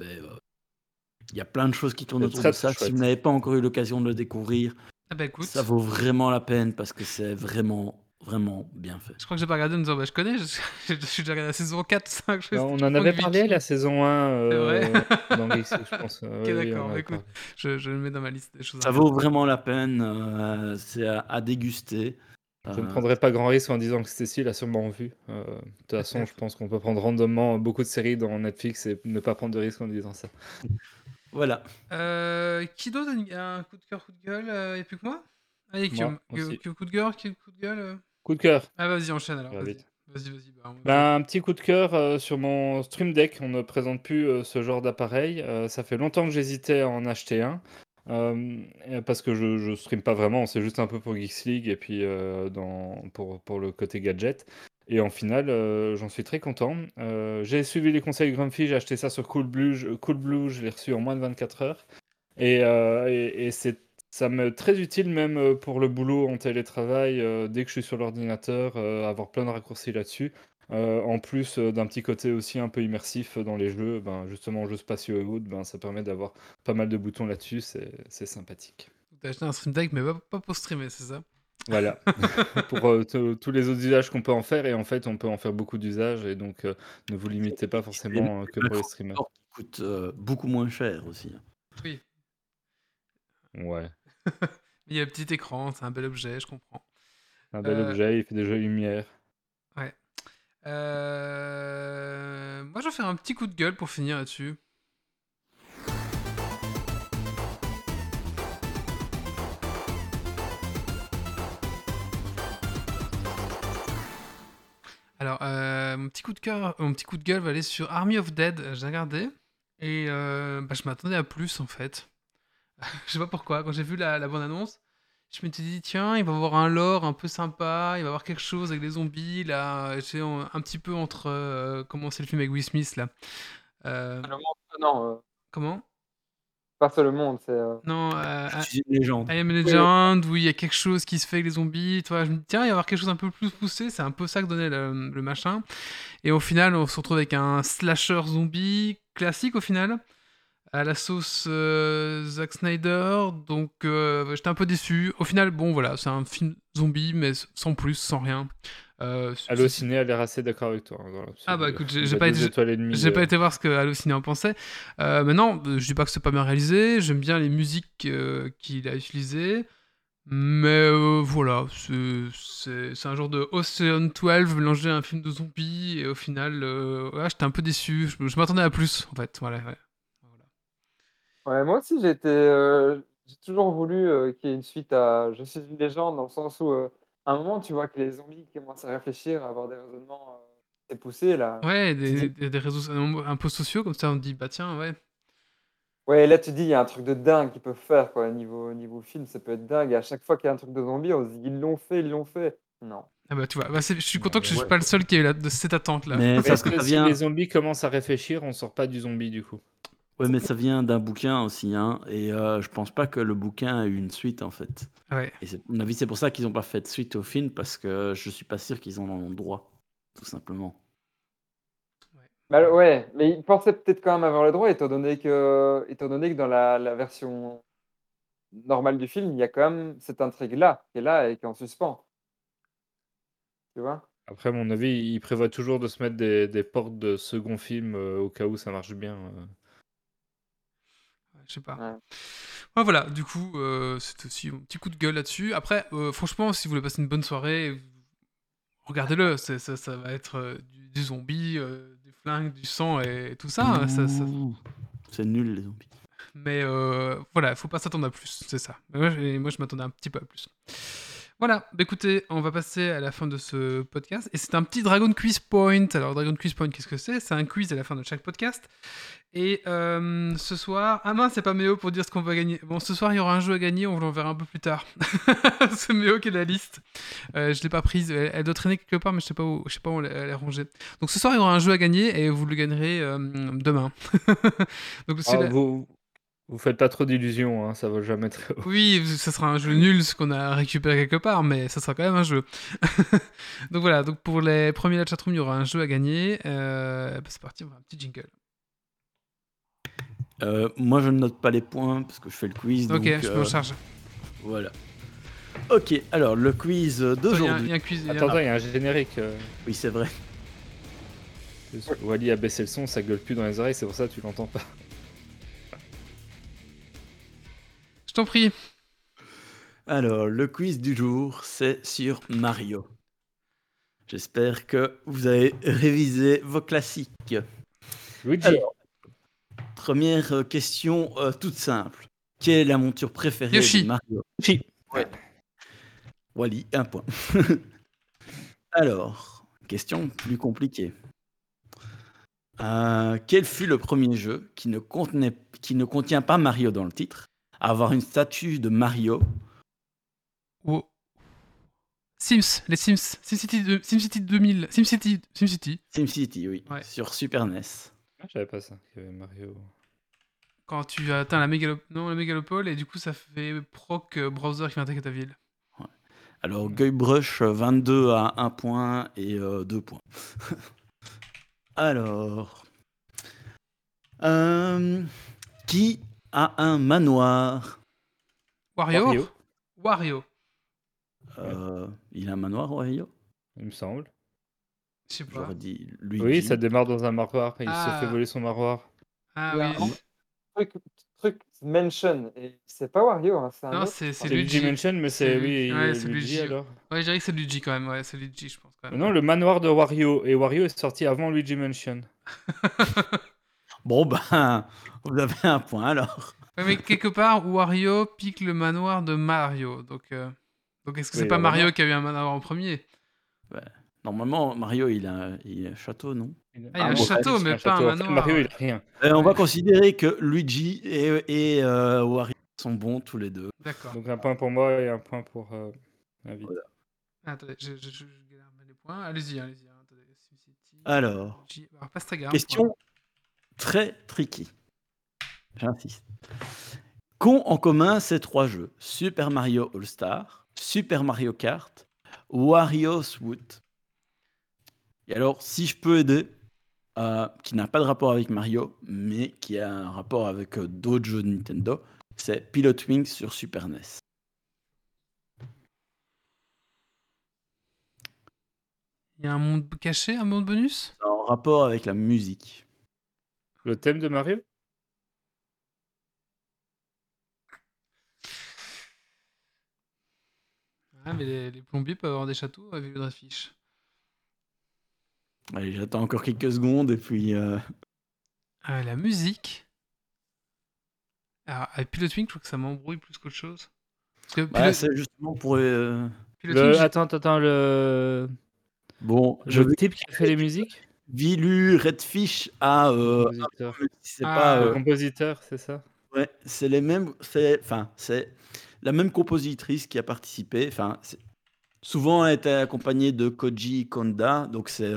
il y a plein de choses qui tournent C'est autour très, de ça. très Si vous chouette. n'avez pas encore eu l'occasion de le découvrir, Ah bah écoute, ça vaut vraiment la peine parce que c'est vraiment, vraiment bien fait. je crois que j'ai pas regardé en me disant, bah je connais, je suis déjà regardé la saison 4, 5, je sais Non, on plus en Franck avait parlé Viking. la saison 1 C'est vrai. dans Geeksy, je pense. Ok, Oui, on d'accord. en Bah avait écoute, parlé. je le mets dans ma liste des choses à Ça regarder. vaut vraiment la peine, c'est à déguster. Je ne prendrai pas grand risque en disant que Stécie l'a sûrement vu. De toute façon, je Peut-être. pense qu'on peut prendre randomement beaucoup de séries dans Netflix et ne pas prendre de risque en disant ça. Voilà. Qui d'autre a un coup de cœur, coup de gueule? Y a plus que moi? Allez, Moi aussi. coup de cœur, qui coup de gueule? Coup de cœur. Ah vas-y, enchaîne alors, Ça va vas-y. vite. Vas-y. Bah, Ben, un petit coup de cœur sur mon Stream Deck. On ne présente plus ce genre d'appareil. Ça fait longtemps que j'hésitais à en acheter un. Parce que je stream pas vraiment, c'est juste un peu pour Geeks League et puis pour le côté gadget. Et en final, j'en suis très content. J'ai suivi les conseils de Grumpy, j'ai acheté ça sur Coolblue, je l'ai reçu en moins de 24 heures. Et ça m'est très utile même pour le boulot en télétravail, dès que je suis sur l'ordinateur, avoir plein de raccourcis là-dessus. En plus d'un petit côté aussi un peu immersif dans les jeux, ben, justement jeux spatiaux et autres, ben, ça permet d'avoir pas mal de boutons là-dessus, c'est sympathique. T'as acheté un stream deck, mais pas pour streamer, c'est ça? Voilà, pour tous les autres usages qu'on peut en faire, et en fait on peut en faire beaucoup d'usages, et donc ne vous limitez pas forcément que pour les streamers. Qui coûte beaucoup moins cher aussi. Oui. Ouais, Il y a un petit écran, c'est un bel objet, je comprends. un bel objet, il fait des jolies lumières. Ouais. Moi, je vais faire un petit coup de gueule pour finir là-dessus. Alors, mon petit coup de gueule va aller sur Army of Dead. J'ai regardé et je m'attendais à plus en fait. Je sais pas pourquoi. Quand j'ai vu la bande-annonce, je m'étais dit tiens, il va y avoir un lore un peu sympa, il va y avoir quelque chose avec les zombies là. J'ai un petit peu entre comment c'est le film avec Will Smith là. Le monde, non, Comment? pas le monde, c'est. Non, Je suis une légende. I Am Oui, Legend, où il y a quelque chose qui se fait avec les zombies. Toi, je me dis, tiens, il va y avoir quelque chose un peu plus poussé. C'est un peu ça que donnait le machin. Et au final, on se retrouve avec un slasher zombie classique au final, à la sauce Zack Snyder. Donc, j'étais un peu déçu. Au final, bon, voilà, c'est un film zombie, mais sans plus, sans rien. Allociné a l'air assez d'accord avec toi, hein, dans l'absolu. Ah bah écoute, Il a 2 étoiles et demie, j'ai pas été voir ce que Allociné en pensait. Maintenant, je dis pas que c'est pas bien réalisé. J'aime bien les musiques qu'il a utilisées. Mais voilà, c'est un genre de Ocean 12 mélangé à un film de zombies. Et au final, ouais, j'étais un peu déçu. Je m'attendais à plus, en fait. Voilà. Ouais, moi aussi j'ai toujours voulu, qu'il y ait une suite à Je suis une légende, dans le sens où, à un moment tu vois que les zombies commencent à réfléchir, à avoir des raisonnements, assez poussés là. Ouais, Tu dis des réseaux un peu sociaux, comme ça on dit, bah tiens, ouais. ouais, là tu dis: «Il y a un truc de dingue qu'ils peuvent faire quoi, niveau film, ça peut être dingue» et à chaque fois qu'il y a un truc de zombie, on se dit: «Ils l'ont fait, ils l'ont fait». Non. Ah bah tu vois, bah, je suis content que je suis Ouais. pas le seul qui ait eu de cette attente-là. Mais Mais ça, est-ce que ça si vient, les zombies commencent à réfléchir, on sort pas du zombie du coup? ouais, mais ça vient d'un bouquin aussi, hein, et je pense pas que le bouquin a eu une suite en fait. Ouais. Et à mon avis, c'est pour ça qu'ils n'ont pas fait de suite au film parce que je suis pas sûr qu'ils en ont le droit, tout simplement. Bah, ouais, mais ils pensaient peut-être quand même avoir le droit étant donné que dans la version normale du film, il y a quand même cette intrigue-là, qui est là et qui est en suspens. Tu vois? Après, à mon avis, ils prévoient toujours de se mettre des portes de second film au cas où ça marche bien. Je sais pas. Ouais. Ouais, voilà, du coup, c'est aussi mon petit coup de gueule là-dessus. Après, franchement, si vous voulez passer une bonne soirée, regardez-le. Ça va être du zombie, des flingues, du sang et tout ça. Hein, Ouh, c'est nul les zombies. Mais voilà, faut pas s'attendre à plus, c'est ça. Moi, je m'attendais un petit peu à plus. Voilà, bah écoutez, on va passer à la fin de ce podcast. Et c'est un petit Dragon Quiz Point. Alors, Dragon Quiz Point, qu'est-ce que c'est ? C'est un quiz à la fin de chaque podcast. Et ce soir... Ah mince, c'est pas Méo pour dire ce qu'on va gagner. Bon, ce soir, il y aura un jeu à gagner, on vous l'enverra un peu plus tard. C'est Méo qui est la liste. Je l'ai pas prise, elle doit traîner quelque part, mais je sais pas où elle est rangée. Donc ce soir, il y aura un jeu à gagner et vous le gagnerez demain. Donc, c'est Vous faites pas trop d'illusions, hein, ça va jamais très haut. Oui, ce sera un jeu nul, ce qu'on a récupéré quelque part, mais ça sera quand même un jeu. Donc voilà, donc pour les premiers de la chatroom, il y aura un jeu à gagner. C'est parti, on va un petit jingle. Moi, je ne note pas les points parce que je fais le quiz. Ok, donc, je m'en charge. Voilà. Ok, alors le quiz Il y a d'aujourd'hui. un quiz. Attends, il y a un générique. Oui, c'est vrai. Wally a baissé le son, ça gueule plus dans les oreilles, c'est pour ça que tu l'entends pas. Je t'en prie. Alors, le quiz du jour, c'est sur Mario. J'espère que vous avez révisé vos classiques. Luigi. Alors, première question toute simple. Quelle est la monture préférée Yoshi. de Mario? Yoshi. Ouais. Wally, 1 point. Alors, question plus compliquée. Quel fut le premier jeu qui ne contient pas Mario dans le titre, à avoir une statue de Mario? Oh. Sims, les Sims. SimCity 2000. SimCity. SimCity, oui. Ouais. Sur Super NES. Ah, je savais pas ça, qu'il y avait Mario. Quand tu atteins la mégalopole et du coup ça fait proc browser qui vient attaquer ta ville. Alors, Guybrush, 22 à 1 point et 2 points. Alors, qui a un manoir? Wario. Il a un manoir, Wario? Il me semble. Je sais pas. J'aurais dit Luigi. Oui, ça démarre dans un manoir et il se Ah. fait voler son manoir. Ah Il y a oui. truc Mention, et c'est pas Wario, hein, c'est un Non, autre. c'est C'est Luigi. Luigi Mansion, mais c'est oui, Ouais, c'est Luigi Luigi. alors. Ouais, je dirais que c'est Luigi quand même. Ouais, c'est Luigi, je pense quand même. Non, le manoir de Wario. Et Wario est sorti avant Luigi Mansion. Bon, ben, vous avez 1 point alors. Ouais, mais quelque part, Wario pique le manoir de Mario. Donc est-ce que c'est Oui, pas bah, Mario voilà. qui a eu un manoir en premier? Normalement, Mario, il a un château, non? Ah, il a un bon, château, mais pas un En fait, manoir. Mario, il a rien. On va considérer que Luigi et Wario sont bons tous les deux. D'accord. Donc un point pour moi et un point pour David. Voilà. Attendez, je galère les points. Allez-y. Attendez, SimCity, Alors, Luigi. Alors, pas Stagar. question très tricky. J'insiste. Qu'ont en commun ces 3 jeux? Super Mario All-Star, Super Mario Kart, Wario's Wood. Et alors, si je peux aider, qui n'a pas de rapport avec Mario, mais qui a un rapport avec d'autres jeux de Nintendo, c'est Pilot Wings sur Super NES. Il y a un monde caché, un monde bonus? C'est en rapport avec la musique. Le thème de Mario? Ah, mais les plombiers peuvent avoir des châteaux avec une affiche. Allez, j'attends encore quelques secondes et puis... La musique. Alors, avec Pilot Wing, je trouve que ça m'embrouille plus qu'autre chose. Parce que Bah, c'est justement pour... Pilot Wing, Attends, le Bon, je vais type qui a fait les musiques? Vilu Redfish à... Compositeur. c'est Ah. pas... Le compositeur, c'est ça? Ouais, c'est les mêmes... c'est la même compositrice qui a participé. Enfin, souvent, elle était accompagnée de Koji Konda. Donc, c'est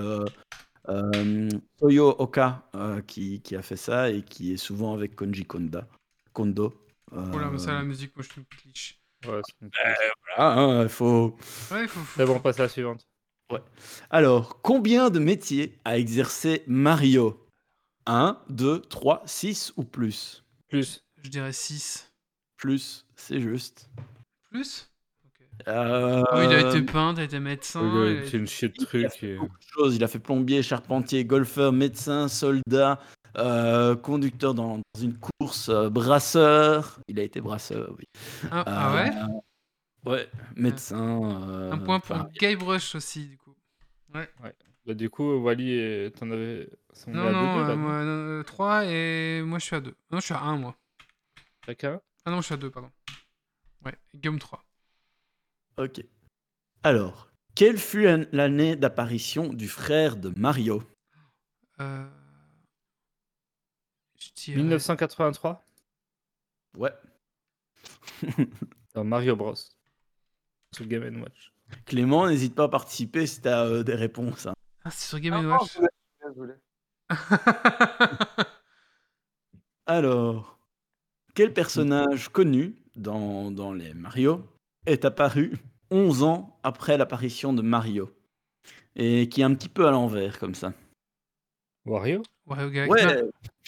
Toyo Oka qui a fait ça et qui est souvent avec Koji Kondo. Voilà, mais ça, la musique, moi, je suis une cliché. Ouais, c'est une Voilà, hein, il faut... Ouais, faut... C'est bon, on passe à la suivante. Alors, combien de métiers a exercé Mario? 1, 2, 3, 6 ou plus? Plus. Je dirais 6. Plus, c'est juste. Plus? Ok. Euh, Oh, il a été peintre, il a été médecin. il a C'est été- une shit il a truc. fait beaucoup de choses. Il a fait plombier, charpentier, golfeur, médecin, soldat, conducteur dans une course, brasseur. Il a été brasseur, oui. Ah ouais? Ouais, médecin. Un point pour enfin, Guybrush aussi, du coup. Ouais. Bah, du coup, Wally, t'en avais. On est à 2-2 Non, là, non moi, 3 et moi je suis à 2. Non, je suis à 1, moi. Chacun? Ah non, je suis à 2, pardon. Ouais, Guillaume 3. Ok. Alors, quelle fut l'année d'apparition du frère de Mario? Euh, je dirais 1983 Ouais. dans Mario Bros. Sur Game Watch. Clément, n'hésite pas à participer si tu as des réponses, hein. Ah, c'est sur Game Non, Watch. je voulais. Alors, quel personnage connu dans les Mario est apparu 11 ans après l'apparition de Mario et qui est un petit peu à l'envers comme ça? Wario Wario Galaxy Map. Ouais,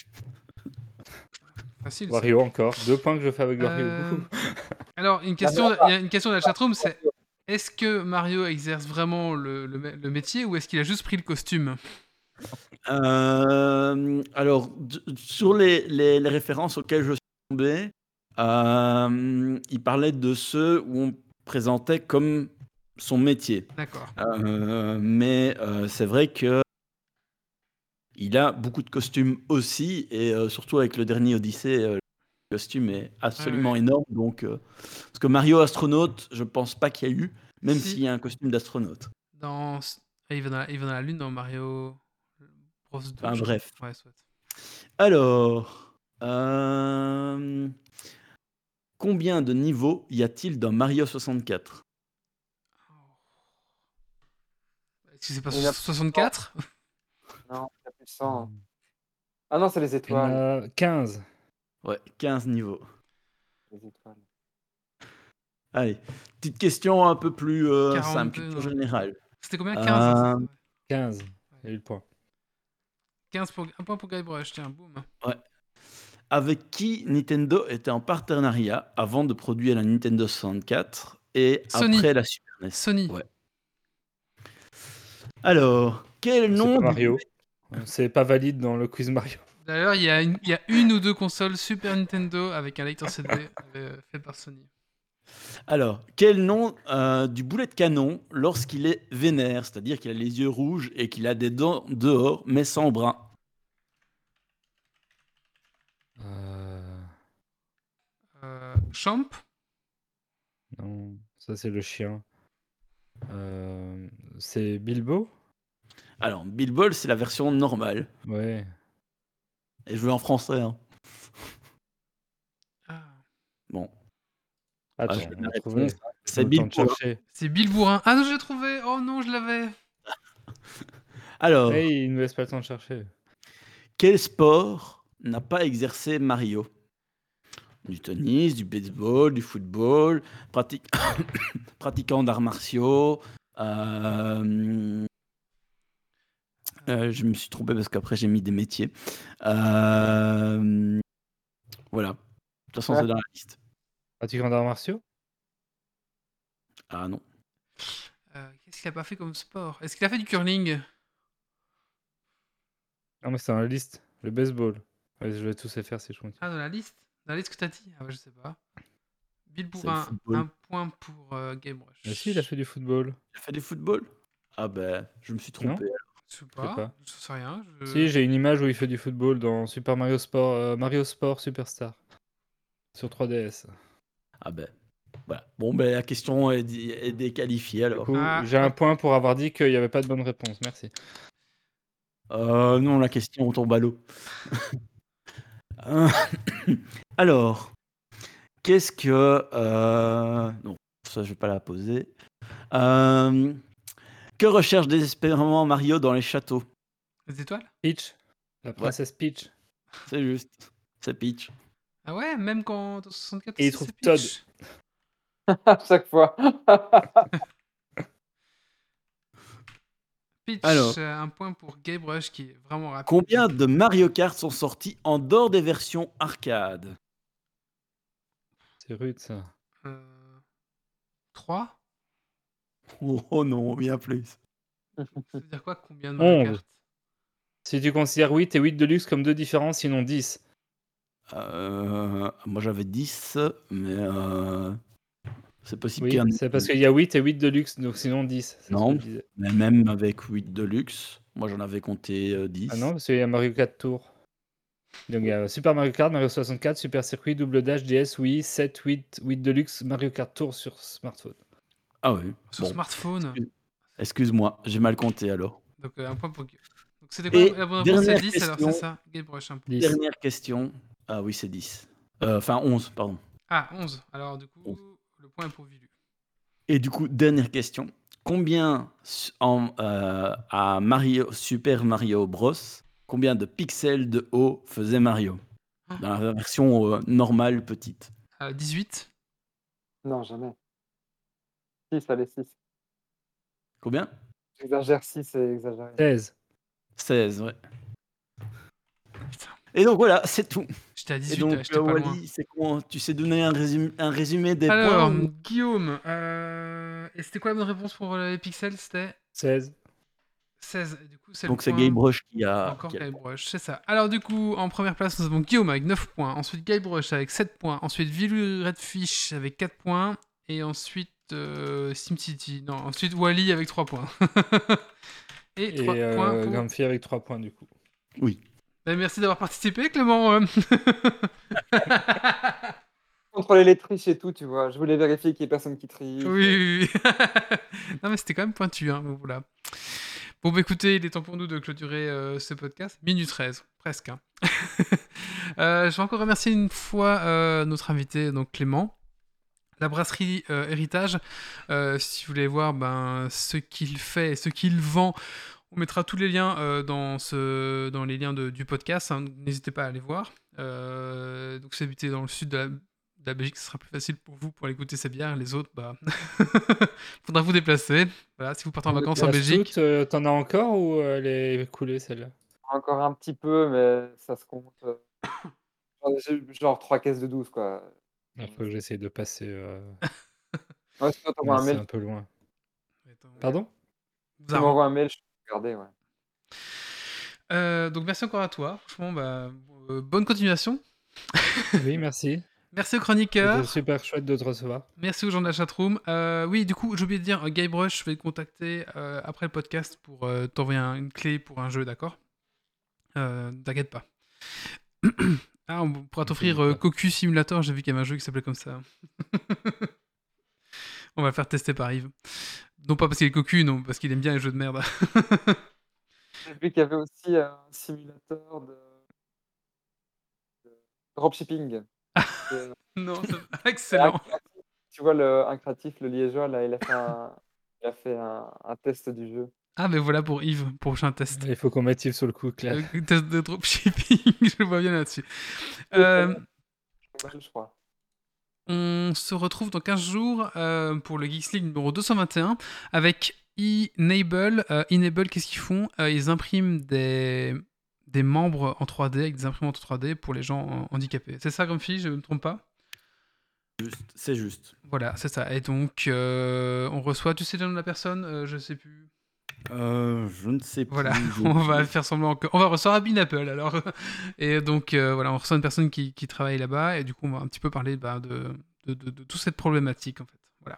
Facile. ça. Wario encore. 2 points que je fais avec Wario. Euh, Wouhou. Alors, il y a une question de la chatroom, c'est est-ce que Mario exerce vraiment le métier ou est-ce qu'il a juste pris le costume? alors, sur les références auxquelles je suis tombé, il parlait de ceux où on présentait comme son métier. D'accord. Mais c'est vrai que il a beaucoup de costumes aussi, et surtout avec le dernier Odyssey, le costume est absolument Ouais. énorme. Donc, parce que Mario astronaute, je pense pas qu'il y a eu, même Si. s'il y a un costume d'astronaute. Il va dans la Lune dans Mario Bros 2. Enfin, bref. Ouais, soit. Alors, combien de niveaux y a-t-il dans Mario 64? Est-ce que c'est pas Il y a 64? Non, il y a plus de 100. Ah non, c'est les Il y en étoiles. a 15. Ouais, 15 niveaux. Les étoiles. Allez, petite question un peu plus simple, 42, culture non. générale. C'était combien? 15, hein, c'est ça, ouais. 15. Il y a eu le point. 15 pour... Un point pour Guybrush, tiens, boum. Ouais. Avec qui Nintendo était en partenariat avant de produire la Nintendo 64 et Sony. après la Super NES? Sony. Ouais. Alors, quel C'est nom pas du Mario. C'est pas valide dans le quiz Mario. D'ailleurs, il y a une ou deux consoles Super Nintendo avec un lecteur CD fait par Sony. Alors, quel nom du boulet de canon lorsqu'il est vénère, c'est-à-dire qu'il a les yeux rouges et qu'il a des dents dehors mais sans bras? Champ? Non, ça c'est le chien. C'est Bilbo? Alors, Bilbo, c'est la version normale. Ouais. Et je veux en français, hein. Ah. Bon. Attends, je vais on la va trouver. réponse. C'est Le temps de Bilbo. chercher. C'est Bill Bourrin. Ah non, je l'ai trouvé. Oh non, je l'avais. Alors, Hey, il ne nous laisse pas le temps de chercher. quel sport n'a pas exercé Mario? Du tennis, du baseball, du football, pratiquant d'arts martiaux. Je me suis trompé parce qu'après j'ai mis des métiers. Voilà. De toute façon, c'est dans la liste. Pratiquant d'arts martiaux? Ah non. Qu'est-ce qu'il a pas fait comme sport? Est-ce qu'il a fait du curling? Non, mais c'est dans la liste. Le baseball. Ouais, je vais tous les faire si je continue. Ah, dans la liste? Dans la liste que t'as dit? Ah ouais, je sais pas. Bill C'est le Bourrin, football. un point pour Game Rush. Mais si, il a fait du football. Il a fait du football? Ah ben, je me suis trompé. Je sais Je sais pas. pas. Je sais rien. Si, j'ai une image où il fait du football dans Super Mario Sport, Mario Sport Superstar. Sur 3DS. Ah ben, voilà. Bon, ben la question est déqualifiée Du alors. coup, Ah, j'ai un point pour avoir dit qu'il n'y avait pas de bonne réponse. Merci. Non, la question tombe à l'eau. Alors, qu'est-ce que... Non, ça je vais pas la poser. Que recherche désespérément Mario dans les châteaux? les étoiles? Peach. La princesse Peach. C'est juste. C'est Peach. Ah ouais, même quand dans 64 Et il aussi, trouve c'est Peach. À chaque fois. Peach, Alors. un point pour Guybrush qui est vraiment rapide. Combien de Mario Kart sont sortis en dehors des versions arcade? C'est rude ça. 3? Oh non, bien plus. Ça veut dire quoi, combien de Mario 11. Kart? Si tu considères 8 et 8 Deluxe comme deux différents, sinon 10. Moi j'avais 10, mais c'est possible Oui, qu'il y en ait c'est parce plus. qu'il y a 8 et 8 Deluxe, donc sinon 10. C'est ce Non. que je disais. Mais même avec 8 Deluxe, moi j'en avais compté 10. Ah non, parce qu'il y a Mario 4 Tours. Donc il y a Super Mario Kart, Mario 64, Super Circuit, Double Dash, DS, Wii, 7, 8, 8 Deluxe, Mario Kart Tour sur smartphone. Ah oui. Sur Bon. smartphone. Excuse-moi, j'ai mal compté alors. Donc un point pour Guillaume. Donc c'était quoi Et la bonne réponse? C'est dernière 10 alors, c'est question. ça? Guybrush, un point. 10. Dernière question. Ah oui, c'est 10. Enfin, 11, pardon. Ah, 11. Alors du coup, 11. le point est pour Vilu. Et du coup, dernière question. Combien à Super Mario Bros, combien de pixels de haut faisait Mario? Dans la version normale, petite. 18. Non, jamais. 6, allez, 6. Combien? J'exagère, 6, c'est exagéré. 16. 16, ouais. Putain. Et donc voilà, c'est tout. J'étais à Et 18, donc, j'étais pas loin. Wally, c'est quoi? Tu sais donner un résumé des Alors, points ou... Guillaume, et c'était quoi la bonne réponse pour les pixels? C'était 16. 16. Et du coup, c'est le Donc c'est point. Guybrush qui a... Encore qui a le point. Guybrush, c'est ça. Alors du coup, en première place, nous avons Guillaume avec 9 points. Ensuite, Guybrush avec 7 points. Ensuite, Vilu Redfish avec 4 points. Et ensuite, SimCity. Non, ensuite, Wally avec 3 points. Et 3 points pour... Grumpy avec 3 points du coup. Oui. Ben, merci d'avoir participé, Clément. Contrôler les triches et tout, tu vois. Je voulais vérifier qu'il n'y ait personne qui triche. Oui. Non, mais c'était quand même pointu. Hein, donc voilà. Bon, bah écoutez, il est temps pour nous de clôturer ce podcast. Minute 13, presque. Hein. Je vais encore remercier une fois notre invité, donc Clément. La brasserie Héritage, si vous voulez voir ce qu'il fait et ce qu'il vend, on mettra tous les liens dans les liens du podcast. Hein, n'hésitez pas à aller voir. Donc, si vous habitez dans le sud de la Belgique, ce sera plus facile pour vous pour aller goûter ces bières. Les autres, faudra vous déplacer. Voilà, si vous partez en vacances en La Belgique. stout, t'en as encore ou elle est coulée celle-là? Encore un petit peu, mais ça se compte. Genre 3 caisses de 12, quoi. Il faut que j'essaye de passer. Ouais, sinon, t'envoies Mais un c'est mail. un peu loin. Attends, Pardon? vous Tu arrange. m'envoies un mail, je peux regarder, ouais. Donc, merci encore à toi. Franchement, bonne continuation. Oui, merci. Merci aux C'était chroniqueurs. super chouette de te recevoir. Merci aux gens de la chatroom. Oui, du coup, j'ai oublié de dire, Guybrush, je vais te contacter après le podcast pour t'envoyer une clé pour un jeu, d'accord? T'inquiète pas. Ah, on pourra t'offrir T'inquiète pas. Cocu Simulator, j'ai vu qu'il y avait un jeu qui s'appelait comme ça. On va le faire tester par Yves. Non pas parce qu'il est cocu, non, parce qu'il aime bien les jeux de merde. J'ai vu qu'il y avait aussi un simulateur de dropshipping. Non, c'est Et excellent. tu vois, un créatif, le liégeois, là, il a fait un test du jeu. Ah, mais voilà pour Yves, prochain test. Il faut qu'on mette Yves sur le coup, Claire. Test de dropshipping, je le vois bien là-dessus. Je crois. On se retrouve dans 15 jours pour le Geeks League numéro 221 avec Enable. Enable, qu'est-ce qu'ils font? Ils impriment des membres en 3D avec des imprimantes 3D pour les gens handicapés. C'est ça, Grumpy, je ne me trompe pas? C'est juste. Voilà, c'est ça. Et donc, on reçoit, tu sais le nom de la personne? Je sais plus. Je ne sais plus. Voilà, on va faire semblant que... On va recevoir un Apple alors. Et donc, voilà, on reçoit une personne qui travaille là-bas et du coup, on va un petit peu parler de toute cette problématique en fait. Voilà.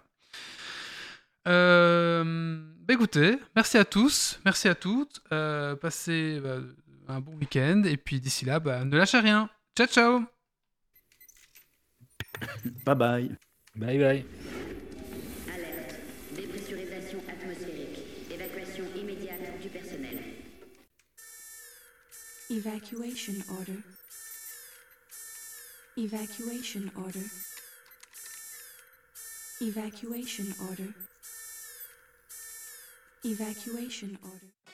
Écoutez, merci à tous, merci à toutes. Passez un bon week-end et puis d'ici là, ne lâchez rien. Ciao, ciao! Bye bye. Bye bye. Alerte. Dépressurisation atmosphérique. Évacuation immédiate du personnel. Evacuation order. Evacuation order. Evacuation order. Evacuation order.